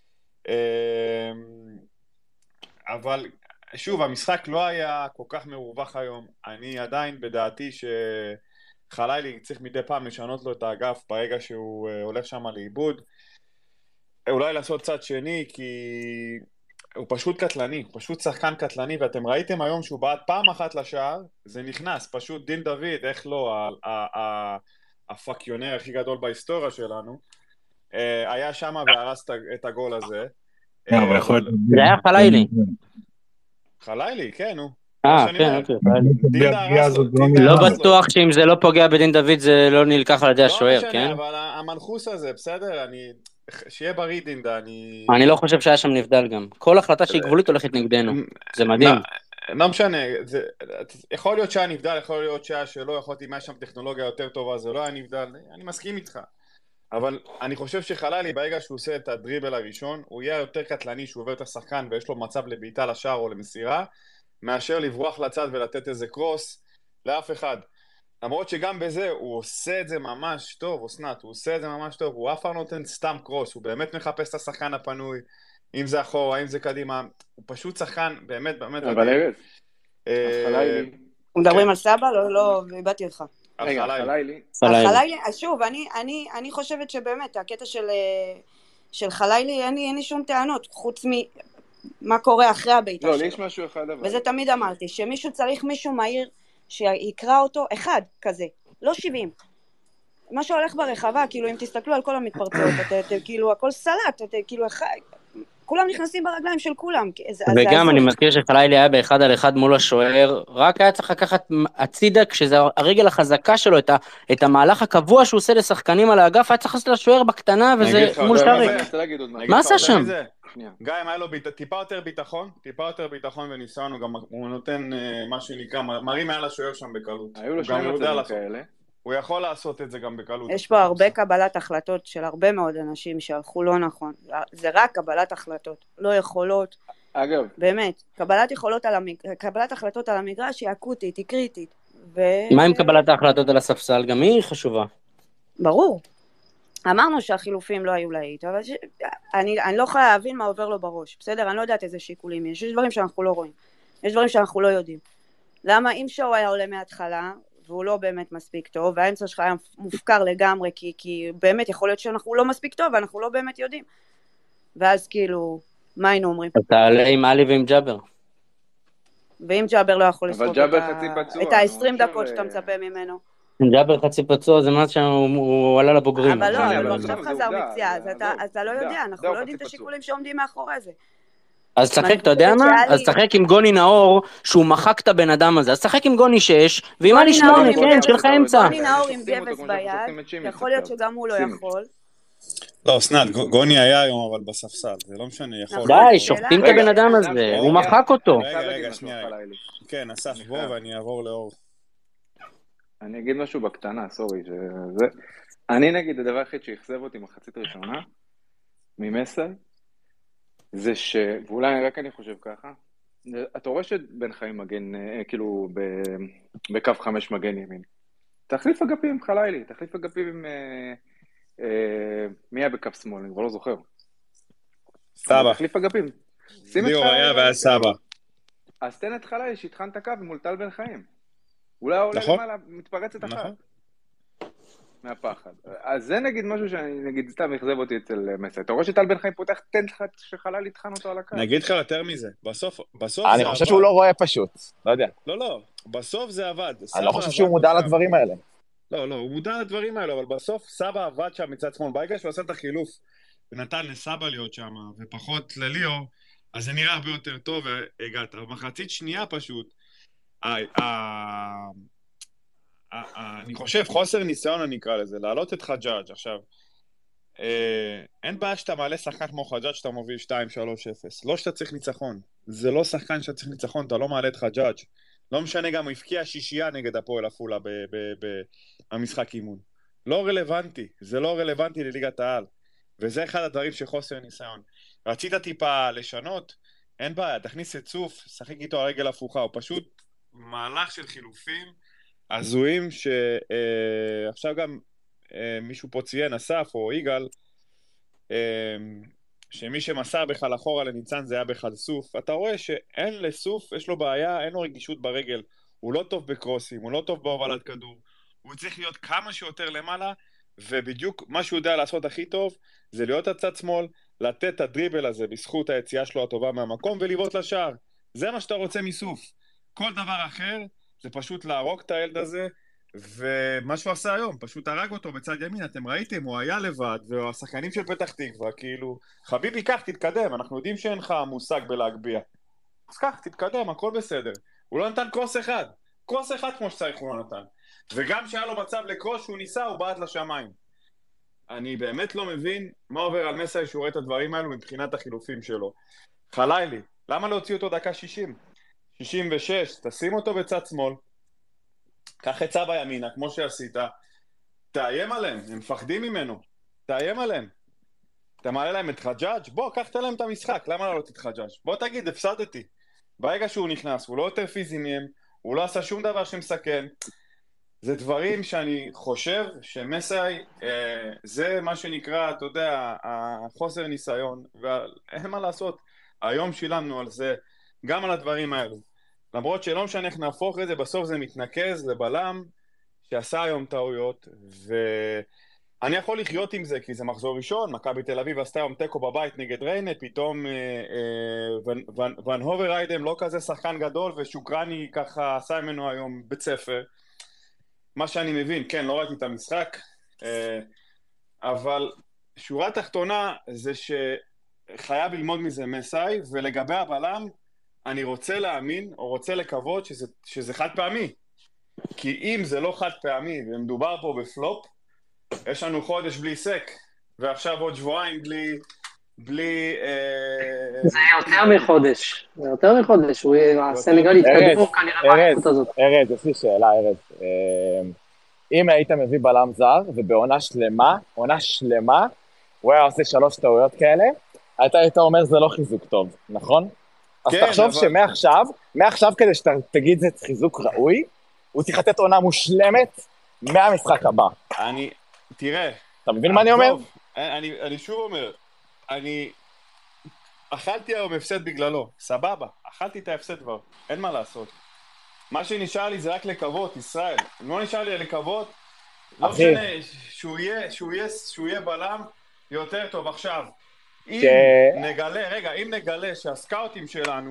אבל שוב, המשחק לא היה כל כך מרווח היום. אני עדיין בדעתי שחלילי צריך מדי פעם לשנות לו את האגף ברגע שהוא הולך שם לאיבוד, אולי לעשות צד שני, כי הוא פשוט קטלני, פשוט שחקן קטלני, ואתם ראיתם היום שהוא בעד פעם אחת לשער, זה נכנס, פשוט דין דוד, איך לא, הפקיונר הכי גדול בהיסטוריה שלנו, היה שם והרס את הגול הזה. זה היה חלילי. חלילי, כן, הוא. כן, לא בטוח שאם זה לא פוגע בדין דוד זה לא נלקח על ידי השוער, כן? אבל המנחוס הזה, בסדר, שיהיה בריא דינדה, אני לא חושב שהיה שם נבדל גם. כל החלטה שהיא גבולית הולכת נגדנו. זה מדהים. לא משנה, יכול להיות שהיה נבדל, יכול להיות שהיה שלא, יכול להיות אם היה שם טכנולוגיה יותר טובה, זה לא היה נבדל, אני מסכים איתך. אבל אני חושב שחלילי, ברגע שהוא עושה את הדריבל הראשון, הוא יהיה יותר קטלני שהוא עובר את השחקן ויש לו מצב לביתה לשער או למסירה, מאשר לברוח לצד ולתת איזה קרוס לאף אחד. למרות שגם בזה הוא עושה את זה ממש טוב, אסנת, הוא עושה את זה ממש טוב, הוא אף פעם נותן סתם קרוס, הוא באמת מחפש את השחקן הפנוי, אם זה אחורה, אם זה קדימה, הוא פשוט שחקן, באמת, באמת. אבל ארז, חלילי. מדברים על סבא? לא, איבדתי אותך. רגע, חלילי. חלילי, שוב, אני חושבת שבאמת, הקטע של חלילי, אין לי שום טענות, חוץ ממה קורה אחרי הביתה שלו. לא, לי יש משהו אחד אבל. וזה תמיד אמרתי, שמישהו צריך מישהו מהיר שיקרא אותו, אחד כזה, לא 70. מה שהולך ברחבה, כאילו אם תסתכלו על כל המתפרצות, כאילו הכל סלט, כאילו כולם נכנסים ברגליים של כולם. וגם אני מזכיר שחלילי היה באחד על אחד מול השוער, רק היה צריך לקחת הצידה, כשזה הרגל החזקה שלו, את המהלך הקבוע שהוא עושה לשחקנים על האגף, היה צריך לעשות לשוער בקטנה, וזה מול שטריק. מה עשה שם? גיא, אם היה לו טיפה יותר ביטחון וניסיון, הוא נותן מה שנקרא, מרים מעל השוער שם בקלות. היו לו שני מצבים כאלה. הוא יכול לעשות את זה גם בקלות. יש פה הרבה קבלת החלטות של הרבה מאוד אנשים שהלכו לא נכון. זה רק קבלת החלטות, לא יכולות. אגב. באמת, קבלת החלטות על המגרש היא אקוטית, היא קריטית. מה עם קבלת ההחלטות על הספסל? גם היא חשובה. ברור. אמרנו שהחילופים לא היו להיט, אבל אני לא יכולה להבין מה עובר לו בראש. בסדר, אני לא יודעת איזה שיקולים יש. יש דברים שאנחנו לא רואים. יש דברים שאנחנו לא יודעים. למה אם שואו היה עולה מההתחלה, והוא לא באמת מספיק טוב, והאמצע שלך היה מופקר לגמרי, כי באמת יכול להיות שאנחנו לא מספיק טוב, ואנחנו לא באמת יודעים. ואז כאילו, מה היינו אומרים? אתה עלה עם אלי ועם ג'אבר. ואם ג'אבר לא יכול לספוג את ה-20 דקות שאתה מצפה ממנו. ג'אבר חצי פצוע, זה מה שהוא עלה לבוגרים. אבל לא, אבל עכשיו חזר מפציעה, אז אתה לא יודע, אנחנו לא יודעים את השיקולים שעומדים מאחורי זה. אז תשחק, אתה יודע מה? אז תשחק עם גוני נאור, שהוא מחק את הבן אדם הזה, אז תשחק עם גוני 6, ועם אלי 8, כן, שלך אמצע. גוני נאור עם גבס ביד, יכול להיות שגם הוא לא יכול. לא, סנת, גוני היה היום אבל בספסל, זה לא משנה, יכול. די, שופטים את הבן אדם הזה, הוא מחק אותו. רגע, שנייה. כן, אסף, בוא ואני אעבור לאור. אני אגיד משהו בקטנה, סורי, אני נגיד, הדבר הכי שהכזב אותי מחצית ראשונה, ממסר, זה ואולי רק אני חושב ככה, אתה רואה שבן חיים מגן, כאילו בקו 5 מגן ימין. תחליף אגפים, חלילי, תחליף אגפים מי היה בקו שמאל, אני כבר לא זוכר. סבא. תחליף אגפים. ליאור היה והיה סבא. אז תן את חלילי שיתחן את הקו מול טל בן חיים. אולי עולה למעלה, מתפרצת אחת. מהפחד. אז זה נגיד משהו שאני נגיד סתם יחזב אותי אצל מסי. אתה רואה שטל בן חיים פותח, תן לך שחלל יתחן אותו על הקו. נגיד לך יותר מזה, בסוף אני חושב שהוא לא רואה פשוט, לא יודע. לא, בסוף זה עבד. אני לא חושב שהוא מודע לדברים האלה. לא, הוא מודע לדברים האלה, אבל בסוף סבא עבד שם מצד שמאל. ברגע שהוא עשה את החילוף ונתן לסבא להיות שם, ופחות לליאור, אז זה נראה הרבה יותר טוב, והגעת. במחצית שנייה פשוט, אני חושב, חוסר ניסיון אני אקרא לזה, להעלות את חג'אג' עכשיו. אין בעיה שאתה מעלה שחקן כמו חג'אג' שאתה מוביל 2-3-0. לא שאתה צריך ניצחון. זה לא שחקן שאתה צריך ניצחון, אתה לא מעלה את חג'אג'. לא משנה גם, הוא הפקיע 6 נגד הפועל עפולה במשחק אימון. לא רלוונטי, זה לא רלוונטי לליגת העל. וזה אחד הדברים שחוסר ניסיון. רצית טיפה לשנות, אין בעיה, תכניס את סוף, שחק איתו הרגל הפוכה, הוא פשוט מהלך של חילופים, הזויים שעכשיו גם מישהו פה ציין, אסף או יגאל, שמי שמסר בכלל אחורה לניצן זה היה בכלל סוף. אתה רואה שאין לסוף, יש לו בעיה, אין לו רגישות ברגל, הוא לא טוב בקרוסים, הוא לא טוב בהובלת כדור, הוא צריך להיות כמה שיותר למעלה, ובדיוק מה שהוא יודע לעשות הכי טוב זה להיות הצד שמאל, לתת את הדריבל הזה בזכות היציאה שלו הטובה מהמקום ולבעוט לשער. זה מה שאתה רוצה מסוף. כל דבר אחר זה פשוט להרוג את הילד הזה, ומה שהוא עשה היום, פשוט הרג אותו בצד ימין. אתם ראיתם, הוא היה לבד, והשחקנים של פתח תקווה, כאילו, חביבי, קח, תתקדם, אנחנו יודעים שאין לך מושג בלהגביע. אז קח, תתקדם, הכל בסדר. הוא לא נתן קרוס אחד כמו שצריך הוא לא נתן. וגם שהיה לו מצב לקרוס שהוא ניסה, הוא בעט לשמיים. אני באמת לא מבין מה עובר על מסי שהוא רואה את הדברים האלו מבחינת החילופים שלו. חלילי, למה להוציא אותו דקה 60? 66, תשים אותו בצד שמאל, קח את סבא ימינה, כמו שעשית, תאיים עליהם, הם מפחדים ממנו, תאיים עליהם. אתה מעלה להם את חג'אג', בוא, קח להם את המשחק, למה לא את חג'אג'? בוא תגיד, הפסדתי. ברגע שהוא נכנס, הוא לא יותר פיזי מהם, הוא לא עשה שום דבר שמסכן. זה דברים שאני חושב שמסי, זה מה שנקרא, אתה יודע, החוסר ניסיון, ואין מה לעשות, היום שילמנו על זה, גם על הדברים האלו. למרות שלא משנה איך נהפוך את זה, בסוף זה מתנקז לבלם שעשה היום טעויות, ואני יכול לחיות עם זה, כי זה מחזור ראשון, מכבי תל אביב עשתה היום תיקו בבית נגד ריינה, פתאום ון הובריידם לא כזה שחקן גדול, ושוקרני ככה עשה ממנו היום בית ספר, מה שאני מבין, כן, לא ראיתי את המשחק, אבל שורה תחתונה זה שחייב ללמוד מזה מסי, ולגבי הבלם, אני רוצה להאמין, או רוצה לקוות שזה חד פעמי. כי אם זה לא חד פעמי, ומדובר פה בפלופ, יש לנו חודש בלי סק, ועכשיו עוד שבועיים בלי... זה יותר מחודש, זה יותר מחודש, הסנגל יתקדמו כנראה בעקבות הזאת. ארז, יש לי שאלה, ארז. אם היית מביא בלם זר, ובעונה שלמה, הוא היה עושה 3 טעויות כאלה, היית אומר זה לא חיזוק טוב, נכון? אז תחשוב שמעכשיו כדי שתגיד זה חיזוק ראוי, הוא צריך לתת עונה מושלמת מהמשחק הבא. תראה. אתה מבין מה אני אומר? אני שוב אומר, אני אכלתי היום הפסד בגללו, סבבה, אכלתי את ההפסד כבר, אין מה לעשות. מה שנשאר לי זה רק לקוות, ישראל, לא נשאר לי לקוות, לא משנה שהוא יהיה בלם יותר טוב עכשיו. אם נגלה שהסקאוטים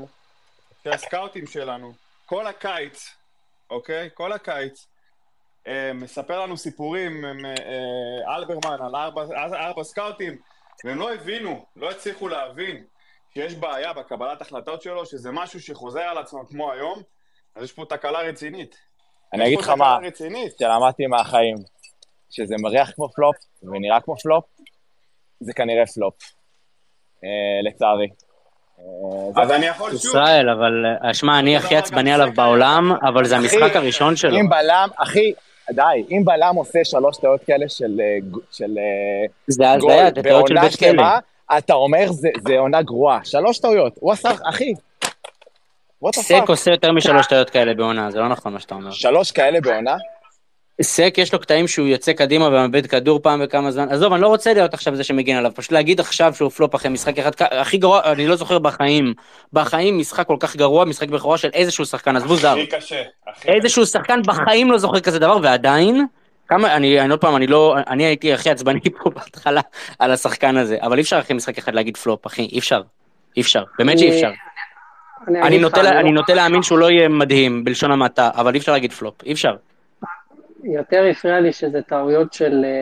שלנו, כל הקיץ, אוקיי? כל הקיץ, מספר לנו סיפורים, אלברמן על 4 סקאוטים, והם לא הצליחו להבין שיש בעיה בקבלת החלטות שלו, שזה משהו שחוזר על עצמו כמו היום, אז יש פה תקלה רצינית. אני אגיד לך מה, שלמדתי מהחיים, שזה מריח כמו פלופ, ונראה כמו פלופ, זה כנראה פלופ. לצערי. אז אני יכול שוב. ישראל, אבל אשמע, אני הכי עצבני עליו בעולם, אבל זה המשחק הראשון שלו. אם בלם, אחי, די, אם בלם עושה 3 טעויות כאלה של גול בעונה שלמה, אתה אומר זה עונה גרועה. 3 טעויות, הוא עשה, אחי. סק עושה יותר מ3 טעויות כאלה בעונה, זה לא נכון מה שאתה אומר. 3 כאלה בעונה? סק יש לו קטעים שהוא יוצא קדימה ומאבד כדור פעם וכמה זמן, עזוב, אני לא רוצה להיות עכשיו זה שמגן עליו, פשוט להגיד עכשיו שהוא פלופ אחרי משחק אחד, הכי גרוע, אני לא זוכר בחיים משחק כל כך גרוע, משחק בכורה של איזשהו שחקן, עזבו זר. הכי קשה. איזשהו שחקן בחיים לא זוכר כזה דבר, ועדיין, אני הייתי הכי עצבני פה בהתחלה על השחקן הזה, אבל אי אפשר אחרי משחק אחד להגיד פלופ, אחי, אי אפשר, באמת שאי אפשר. אני נוטה להאמין שהוא לא יהיה מדהים בלשון המעטה, אבל אי אפשר להגיד פלופ, אי אפשר. יותר הפריע לי שזה טעויות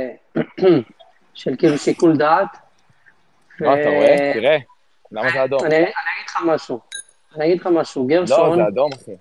של כאילו שיקול דעת. לא, אתה רואה? תראה, למה זה אדום? אני אגיד לך משהו, גרשון... לא, זה אדום, אחי.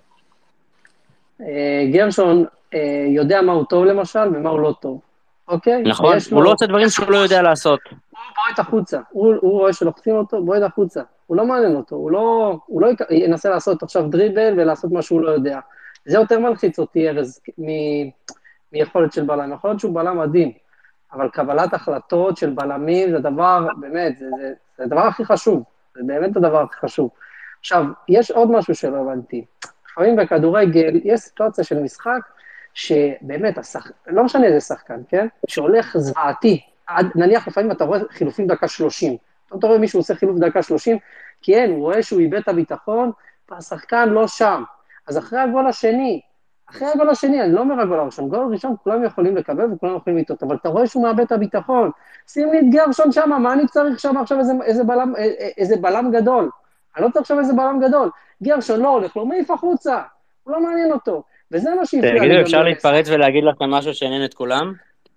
גרשון יודע מה הוא טוב למשל, ומה הוא לא טוב. אוקיי? נכון, הוא לא עושה דברים שהוא לא יודע לעשות. הוא בועט החוצה, הוא רואה שלוחצים אותו, בועט החוצה. הוא לא מעניין אותו, הוא לא ינסה לעשות עכשיו דריבל ולעשות מה שהוא לא יודע. זה יותר מלחיץ אותי, ארז, מיכולת של בלם. יכול להיות שהוא בלם מדהים, אבל קבלת החלטות של בלמים זה דבר, באמת, זה הדבר הכי חשוב. זה באמת הדבר הכי חשוב. עכשיו, יש עוד משהו שלא הבנתי. לפעמים בכדורגל יש סיטואציה של משחק, שבאמת, לא משנה איזה שחקן, כן? שהולך זוועתי. נניח לפעמים אתה רואה חילופים דקה 30. אתה רואה מישהו עושה חילוף דקה 30, כן, הוא רואה שהוא איבד את הביטחון, והשחקן לא שם. אז אחרי הגול השני, אני לא אומר הגול הראשון, גול ראשון כולם יכולים לקבל וכולם יכולים לטעות, אבל אתה רואה שהוא מאבד את הביטחון, שים לי את גרשון שם, מה אני צריך שם עכשיו איזה בלם גדול? אני לא צריך עכשיו איזה בלם גדול, גרשון לא הולך, לא מעיף החוצה, הוא לא מעניין אותו, וזה מה שהפריע לי. תגידו, אפשר להתפרץ ולהגיד לכם משהו שעניין את כולם?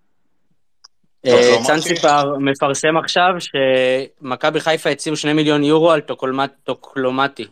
צאנציפר מפרסם עכשיו שמכבי חיפה הציעו 2 מיליון יורו על טוקלומטי.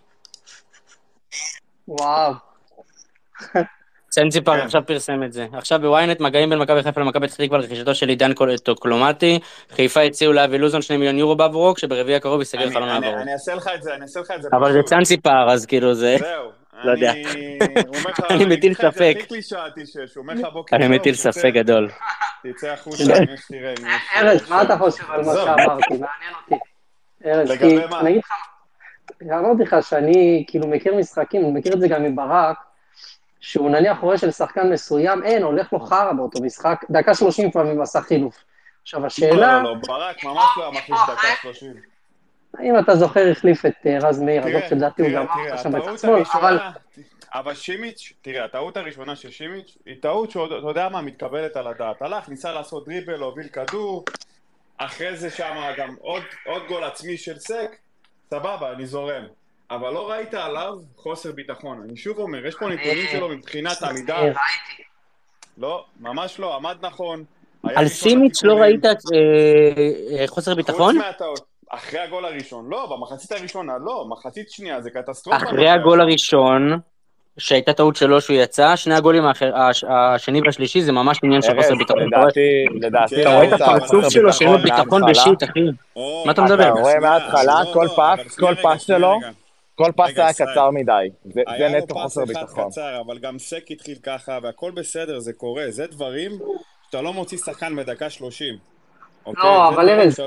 וואו. צאנציפר עכשיו פרסם את זה. עכשיו בוויינט מגעים בין מכבי חיפה למכבי פתח תקווה לרכישתו של עידן טוקלומטי. חיפה הציעו לאבי לוזון 2 מיליון יורו בעבורו, כשברביעי הקרוב יסגר חלון העברו. אני אעשה לך את זה. אבל זה צאנציפר, אז כאילו זה... זהו. לא יודע. אני מטיל ספק. אני מטיל ספק גדול. תצא החוצה, תראה. ארז, מה אתה חושב על מה שאמרתי? מעניין אותי. ארז, כי אני אגיד לך, אמרתי לך שאני כאילו מכיר משחקים, אני מכיר את זה גם מברק, שהוא נניח רואה של שחקן מסוים, אין, הולך לו חרא באותו משחק, דקה 30 פעמים עשה חילוף. עכשיו השאלה... לא, ברק ממש לא המחליף דקה 30. אם אתה זוכר, החליף את רז מאיר, עזוב שלדעתי הוא גם שם בצד שמאל, אבל שימיץ', תראה, הטעות הראשונה של שימיץ' היא טעות שאתה יודע מה, מתקבלת על הדעת. הלך, ניסה לעשות דריבל, להוביל כדור, אחרי זה שם גם עוד גול עצמי של סק, סבבה, אני זורם. אבל לא ראית עליו חוסר ביטחון. אני שוב אומר, יש פה נתונים שלו מבחינת העמידה. לא, ממש לא, עמד נכון. על סימיץ' לא ראית חוסר ביטחון? חוץ מהטעות. אחרי הגול הראשון, לא, במחצית הראשונה, לא, מחצית שנייה, זה קטסטרופה. אחרי הגול הראשון, שהייתה טעות שלו שהוא יצא, שני הגולים השני והשלישי, זה ממש עניין של חוסר ביטחון. לדעתי, אתה רואה את הפרצוף שלו, שאין לו ביטחון בשיט, אחי. מה אתה מדבר? אתה רואה מההתחלה, כל פס שלו, כל פס היה קצר מדי. זה נטו חוסר ביטחון. אבל גם סק התחיל ככה, והכל בסדר, זה קורה. זה דברים שאתה לא מוציא שחקן בדקה 30. לא, אבל ארז,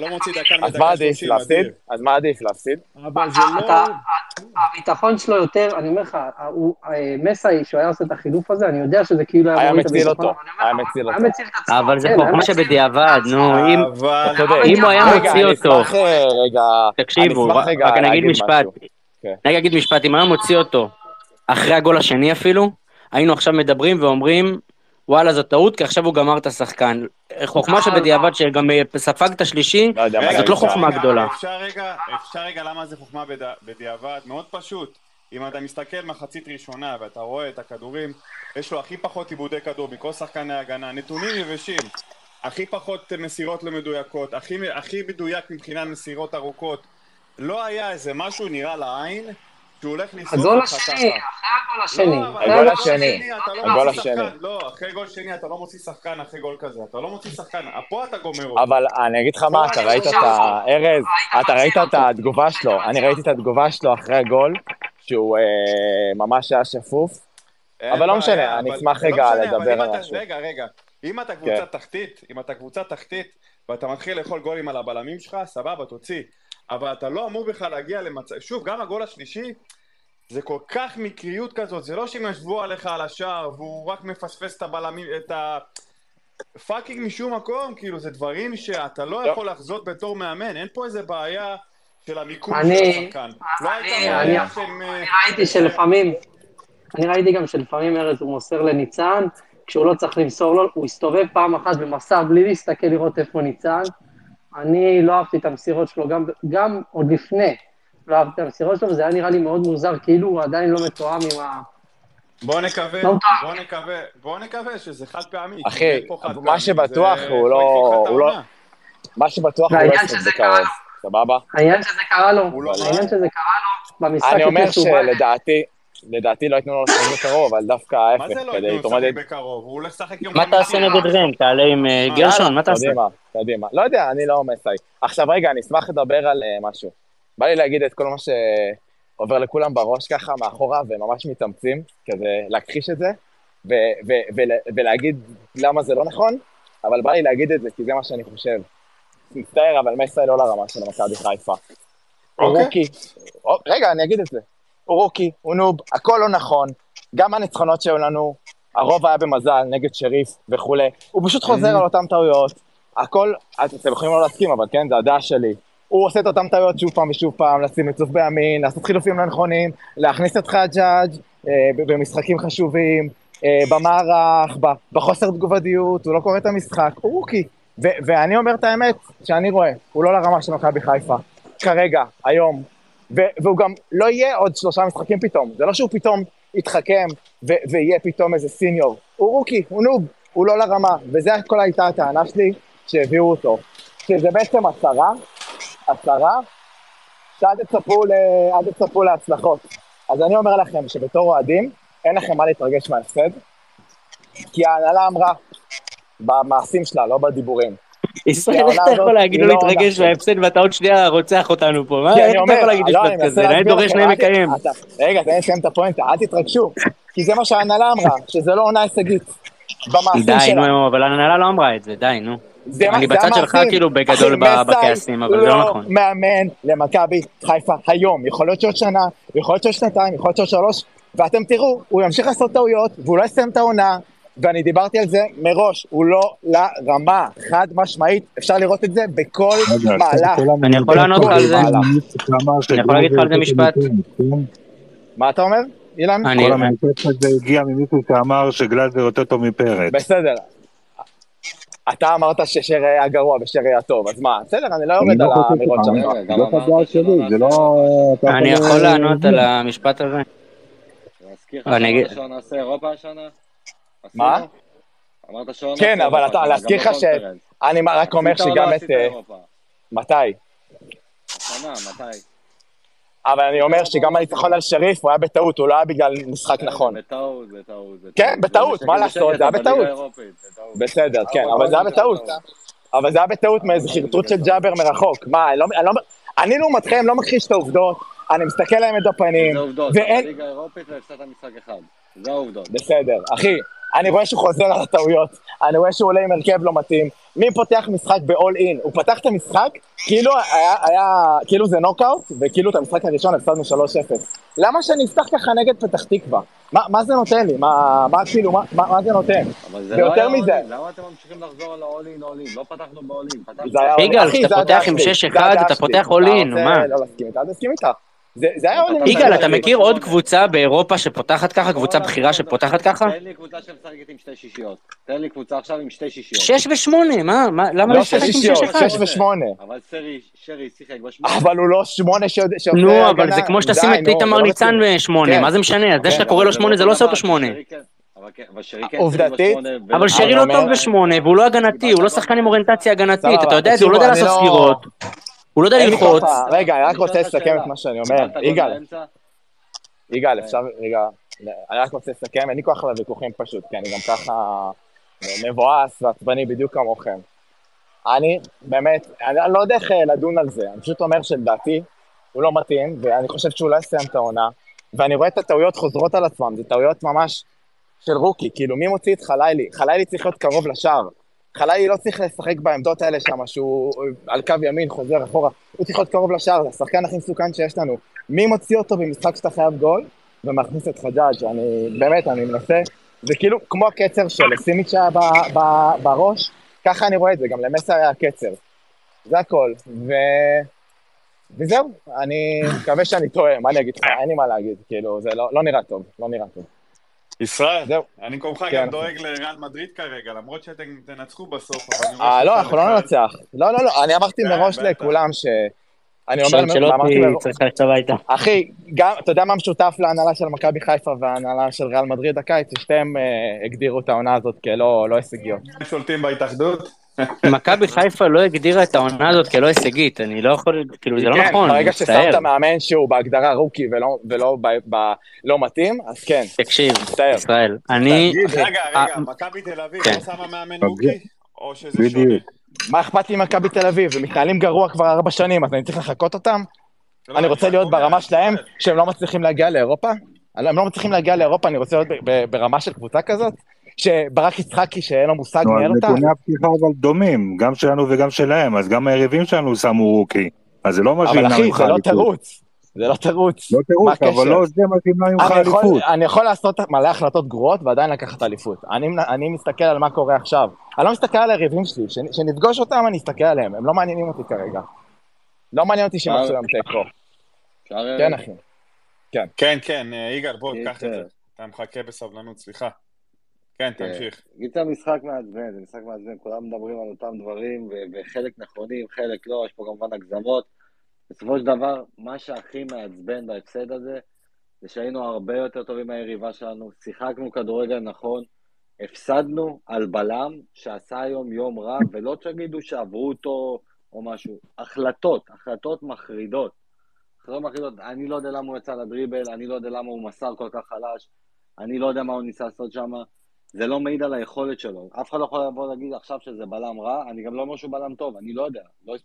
אז מה עדיף להפסיד? הביטחון שלו יותר, אני אומר לך, מסאי שהוא היה עושה את החילוף הזה, אני יודע שזה כאילו היה מציל אותו, אבל זה חוכמה שבדיעבד, נו, אם הוא היה מוציא אותו, תקשיבו, רק אני אגיד משפט, אם היה מוציא אותו אחרי הגול השני אפילו, היינו עכשיו מדברים ואומרים, וואלה, זו טעות, כי עכשיו הוא גמר את השחקן. חוכמה שבדיעבד שגם ספג את השלישי, זאת לא חוכמה גדולה. אפשר רגע למה זה חוכמה בדיעבד? מאוד פשוט. אם אתה מסתכל מחצית ראשונה ואתה רואה את הכדורים, יש לו הכי פחות עיבודי כדור מכל שחקני ההגנה, נתונים יבשים, הכי פחות מסירות למדויקות, הכי מדויק מבחינת מסירות ארוכות. לא היה איזה משהו נראה לעין, שהוא הולך לסלוח הגול השני, הגול השני. לא, אחרי גול שני אתה לא מוציא שחקן אחרי גול כזה, אתה לא מוציא שחקן, פה אתה גומר אותו. אבל אני אגיד לך מה, אתה ראית את הארז, אתה ראית את התגובה שלו, אני ראיתי את התגובה שלו אחרי הגול, שהוא ממש היה שפוף, אבל לא משנה, אני אשמח רגע לדבר על משהו. רגע, אם אתה קבוצה תחתית, ואתה מתחיל לאכול גולים על הבלמים שלך, סבבה, תוציא. אבל אתה לא אמור בכלל להגיע למצב, שוב, גם הגול השלישי, זה כל כך מקריות כזאת, זה לא שהם ישבו עליך על השער, והוא רק מפספס את הבלמים, את הפאקינג משום מקום, כאילו זה דברים שאתה לא יכול לחזות בתור מאמן, אין פה איזה בעיה של המיקום של השחקן. אני ראיתי שלפעמים, אני ראיתי גם שלפעמים ארז הוא מוסר לניצן, כשהוא לא צריך למסור לו, הוא הסתובב פעם אחת ומסר בלי להסתכל לראות איפה ניצן, אני לא אהבתי את המסירות שלו, גם עוד לפני לא אהבתי את המסירות שלו, וזה היה נראה לי מאוד מוזר, כאילו הוא עדיין לא מתואם עם ה... בוא נקווה שזה חד פעמי. אחי, מה שבטוח הוא לא... מה שבטוח הוא לא יעשה בקרוב, סבבה? העניין שזה קרה לו במשחק... אני אומר שלדעתי לא יתנו לו לשחק בקרוב, אבל דווקא ההפך, כדי להתמודד. מה תעשה נגד רן? תעלה עם גרשון? מה תעשה? קדימה. לא יודע, אני לא מסי. עכשיו רגע, אני אשמח לדבר על משהו. בא לי להגיד את כל מה שעובר לכולם בראש ככה מאחורה, וממש מתאמצים, כזה להכחיש את זה, ולהגיד למה זה לא נכון, אבל בא לי להגיד את זה, כי זה מה שאני חושב. מצטער, אבל מסי לא לרמה של מכבי חיפה. הוא רוקי. רגע, אני אגיד את זה. הוא רוקי, הוא נוב, הכל לא נכון, גם הניצחונות שהיו לנו, הרוב היה במזל, נגד שריף וכו'. הוא פשוט חוזר על אותם טעויות, הכל, אתם יכולים לא להסכים, אבל כן, זה הדעה שלי. הוא עושה את אותם טעויות שוב פעם ושוב פעם, לשים מצוף בימין, לעשות חילופים לא נכונים, להכניס את חג'אג' במשחקים חשובים, במערך, בחוסר תגובתיות, הוא לא קורא את המשחק, הוא רוקי. ואני אומר את האמת שאני רואה, הוא לא לרמה של מכבי חיפה, כרגע, היום. והוא גם לא יהיה עוד 3 משחקים פתאום, זה לא שהוא פתאום יתחכם ויהיה פתאום איזה סיניור, הוא רוקי, הוא נוב, הוא לא לרמה, וזה כל הייתה הטענה שלי שהביאו אותו, שזה בעצם הצהרה שעד תצפו להצלחות. אז אני אומר לכם שבתור אוהדים אין לכם מה להתרגש מההפסד, כי ההנהלה אמרה במעשים שלה, לא בדיבורים. ישראל, איך אתה יכול להגיד לו להתרגש וההפסד ואתה עוד שנייה רוצח אותנו פה? איך אתה יכול להגיד משפט כזה? אני דורש נעים מקיים. רגע, תן לסיים את הפואנטה, אל תתרגשו, כי זה מה שההנהלה אמרה, שזה לא עונה הישגית במעשים שלה. די, נו, אבל ההנהלה לא אמרה את זה, די, נו. אני בצד שלך כאילו בגדול בכעסים, אבל זה לא נכון. מאמן למכבי חיפה היום, יכול להיות שעוד שנה, יכול להיות שעוד שנתיים, יכול להיות שעוד 3, ואתם תראו, הוא ימשיך לעשות טעויות, והוא לא יסיים את העונה, ואני דיברתי על זה מראש, הוא לא לרמה, חד משמעית, אפשר לראות את זה בכל מהלך. אני יכול לענות על זה? אני יכול להגיד לך על זה משפט? מה אתה אומר, אילן? כל המניפסט הזה הגיע ממישהו שאמר שגלאזר יותר טוב מפרץ. בסדר. אתה אמרת ששר היה גרוע ושר היה טוב, אז מה? בסדר, אני לא יורד על האמירות שם. זאת הדעה שלי, זה לא... אני יכול לענות על המשפט הזה? להזכיר לך שעון נעשה אירופה השנה? מה? אמרת שעון... כן, אבל אתה, להזכיר לך אני רק אומר שגם את... מתי? השנה, מתי? אבל אני אומר שגם הניצחון על שריף הוא היה בטעות, הוא לא היה בגלל משחק נכון. בטעות. כן, בטעות, מה לעשות, זה היה בטעות. בסדר, כן, אבל זה היה בטעות. אבל זה היה בטעות מאיזו חרטוט של ג'אבר מרחוק. מה, אני לעומתכם לא מכחיש את העובדות, אני מסתכל להם את הפנים. זה עובדות, בליגה האירופית והפסדת משחק אחד. זה העובדות. בסדר, אחי, אני רואה שהוא חוזר על הטעויות, אני רואה שהוא עולה עם הרכב לא מתאים. מי פותח משחק ב-all in? הוא פתח את המשחק, כאילו זה נוקאוט, וכאילו את המשחק הראשון הפסדנו 3-0. למה שאני אפתח ככה נגד פתח תקווה? מה זה נותן לי? מה זה נותן? ויותר מזה. למה אתם ממשיכים לחזור על ה-all in? לא פתחנו ב-all in. יגאל, כשאתה פותח עם 6-1, אתה פותח all in, מה? לא להסכים איתה, תסכים איתה. יגאל, אתה מכיר עוד קבוצה באירופה שפותחת ככה, קבוצה בכירה שפותחת ככה? תן לי קבוצה שמשחקת עם 2 שישיות. תן לי קבוצה עכשיו עם 2 שישיות. 6 ו8, מה? למה לא 6 שישיות, 6 ו8. אבל שרי שיחק ב8. אבל הוא לא 8 שעושה הגנה. נו, אבל זה כמו שתשים את איתמר ניצן ב8, מה זה משנה? זה שאתה קורא לו 8 זה לא עושה אותו 8. עובדתית. אבל שרי לא טוב ב8, והוא לא הגנתי, הוא לא שחקן עם אוריינטציה הגנתית, אתה יודע את זה, הוא לא יודע לעשות סגירות. הוא לא יודע ללחוץ. רגע, אני רק רוצה לסכם את מה שאני אומר. יגאל, אפשר, רגע, אני רק רוצה לסכם, אין לי כוח לוויכוחים פשוט, כי אני גם ככה מבואס ועצבני בדיוק כמוכם. אני באמת, אני לא יודע איך לדון על זה, אני פשוט אומר שלדעתי הוא לא מתאים, ואני חושב שהוא לא יסיים את העונה, ואני רואה את הטעויות חוזרות על עצמם, זה טעויות ממש של רוקי, כאילו מי מוציא את חלילי? חלילי צריך להיות קרוב לשער. חלילי לא צריך לשחק בעמדות האלה שם, שהוא על קו ימין חוזר אחורה, הוא צריך להיות קרוב לשער, זה השחקן הכי מסוכן שיש לנו. מי מוציא אותו במשחק שאתה חייב גול, ומכניס את חג'אג', אני מנסה, זה כאילו כמו הקצר של סימיץ' היה בראש, ככה אני רואה את זה, גם למסה היה הקצר. זה הכל, וזהו, אני מקווה שאני טועה, מה אני אגיד לך, אין לי מה להגיד, כאילו, זה לא נראה טוב, לא נראה טוב. ישראל, אני קומך גם דואג לריאל מדריד כרגע, למרות שאתם תנצחו בסוף, לא, אנחנו לא ננצח. לא, אני אמרתי מראש לכולם ש... אני אומר, צריכה לכתוב איתה. אחי, אתה יודע מה משותף להנהלה של מכבי חיפה וההנהלה של ריאל מדריד הקיץ? ששתיהם הגדירו את העונה הזאת כלא הישגיות. הם שולטים בהתאחדות? מכבי חיפה לא הגדירה את העונה הזאת כלא הישגית, אני לא יכול, כאילו זה לא נכון. ברגע ששמת מאמן שהוא בהגדרה רוקי ולא מתאים, אז כן. תקשיב, ישראל, אני... רגע, מכבי תל אביב לא שמה מאמן רוקי? או שזה שונה? מה אכפת לי מכבי תל אביב? הם מתנהלים גרוע כבר 4 שנים, אז אני צריך לחכות אותם? אני רוצה להיות ברמה שלהם, שהם לא מצליחים להגיע לאירופה? הם לא מצליחים להגיע לאירופה, אני רוצה להיות ברמה של קבוצה כזאת? שברק יצחקי שאין לו מושג נהל אותה? נתוני הפתיחה אבל דומים, גם שלנו וגם שלהם, אז גם היריבים שלנו שמו רוקי, אז זה לא מה אבל אחי, זה לא תירוץ. זה לא תירוץ. לא תירוץ, אבל לא זה מה שימנע ממך אליפות. אני יכול לעשות מלא החלטות גרועות ועדיין לקחת אליפות. אני מסתכל על מה קורה עכשיו. אני לא מסתכל על היריבים שלי, שנפגוש אותם אני אסתכל עליהם, הם לא מעניינים אותי כרגע. לא מעניין אותי שהם עשו להם תיקו. כן אחי. כן, יגאל בוא, קח את זה. אתה מחכה בסבלנות, סליחה. כן, תמשיך. זה משחק מעצבן, כולם מדברים על אותם דברים, וחלק נכונים, חלק לא, יש פה כמובן הגזמות. בסופו של דבר, מה שהכי מעצבן בהפסד הזה, זה שהיינו הרבה יותר טובים מהיריבה שלנו, שיחקנו כדורגל נכון, הפסדנו על בלם שעשה היום יום רע, ולא תגידו שעברו אותו או משהו. החלטות מחרידות. אני לא יודע למה הוא יצא לדריבל, אני לא יודע למה הוא מסר כל כך חלש, אני לא יודע מה הוא ניסה לעשות שם, זה לא מעיד על היכולת שלו. אף אחד לא יכול לבוא להגיד עכשיו שזה בלם רע, אני גם לא אומר שהוא בלם טוב, אני לא יודע.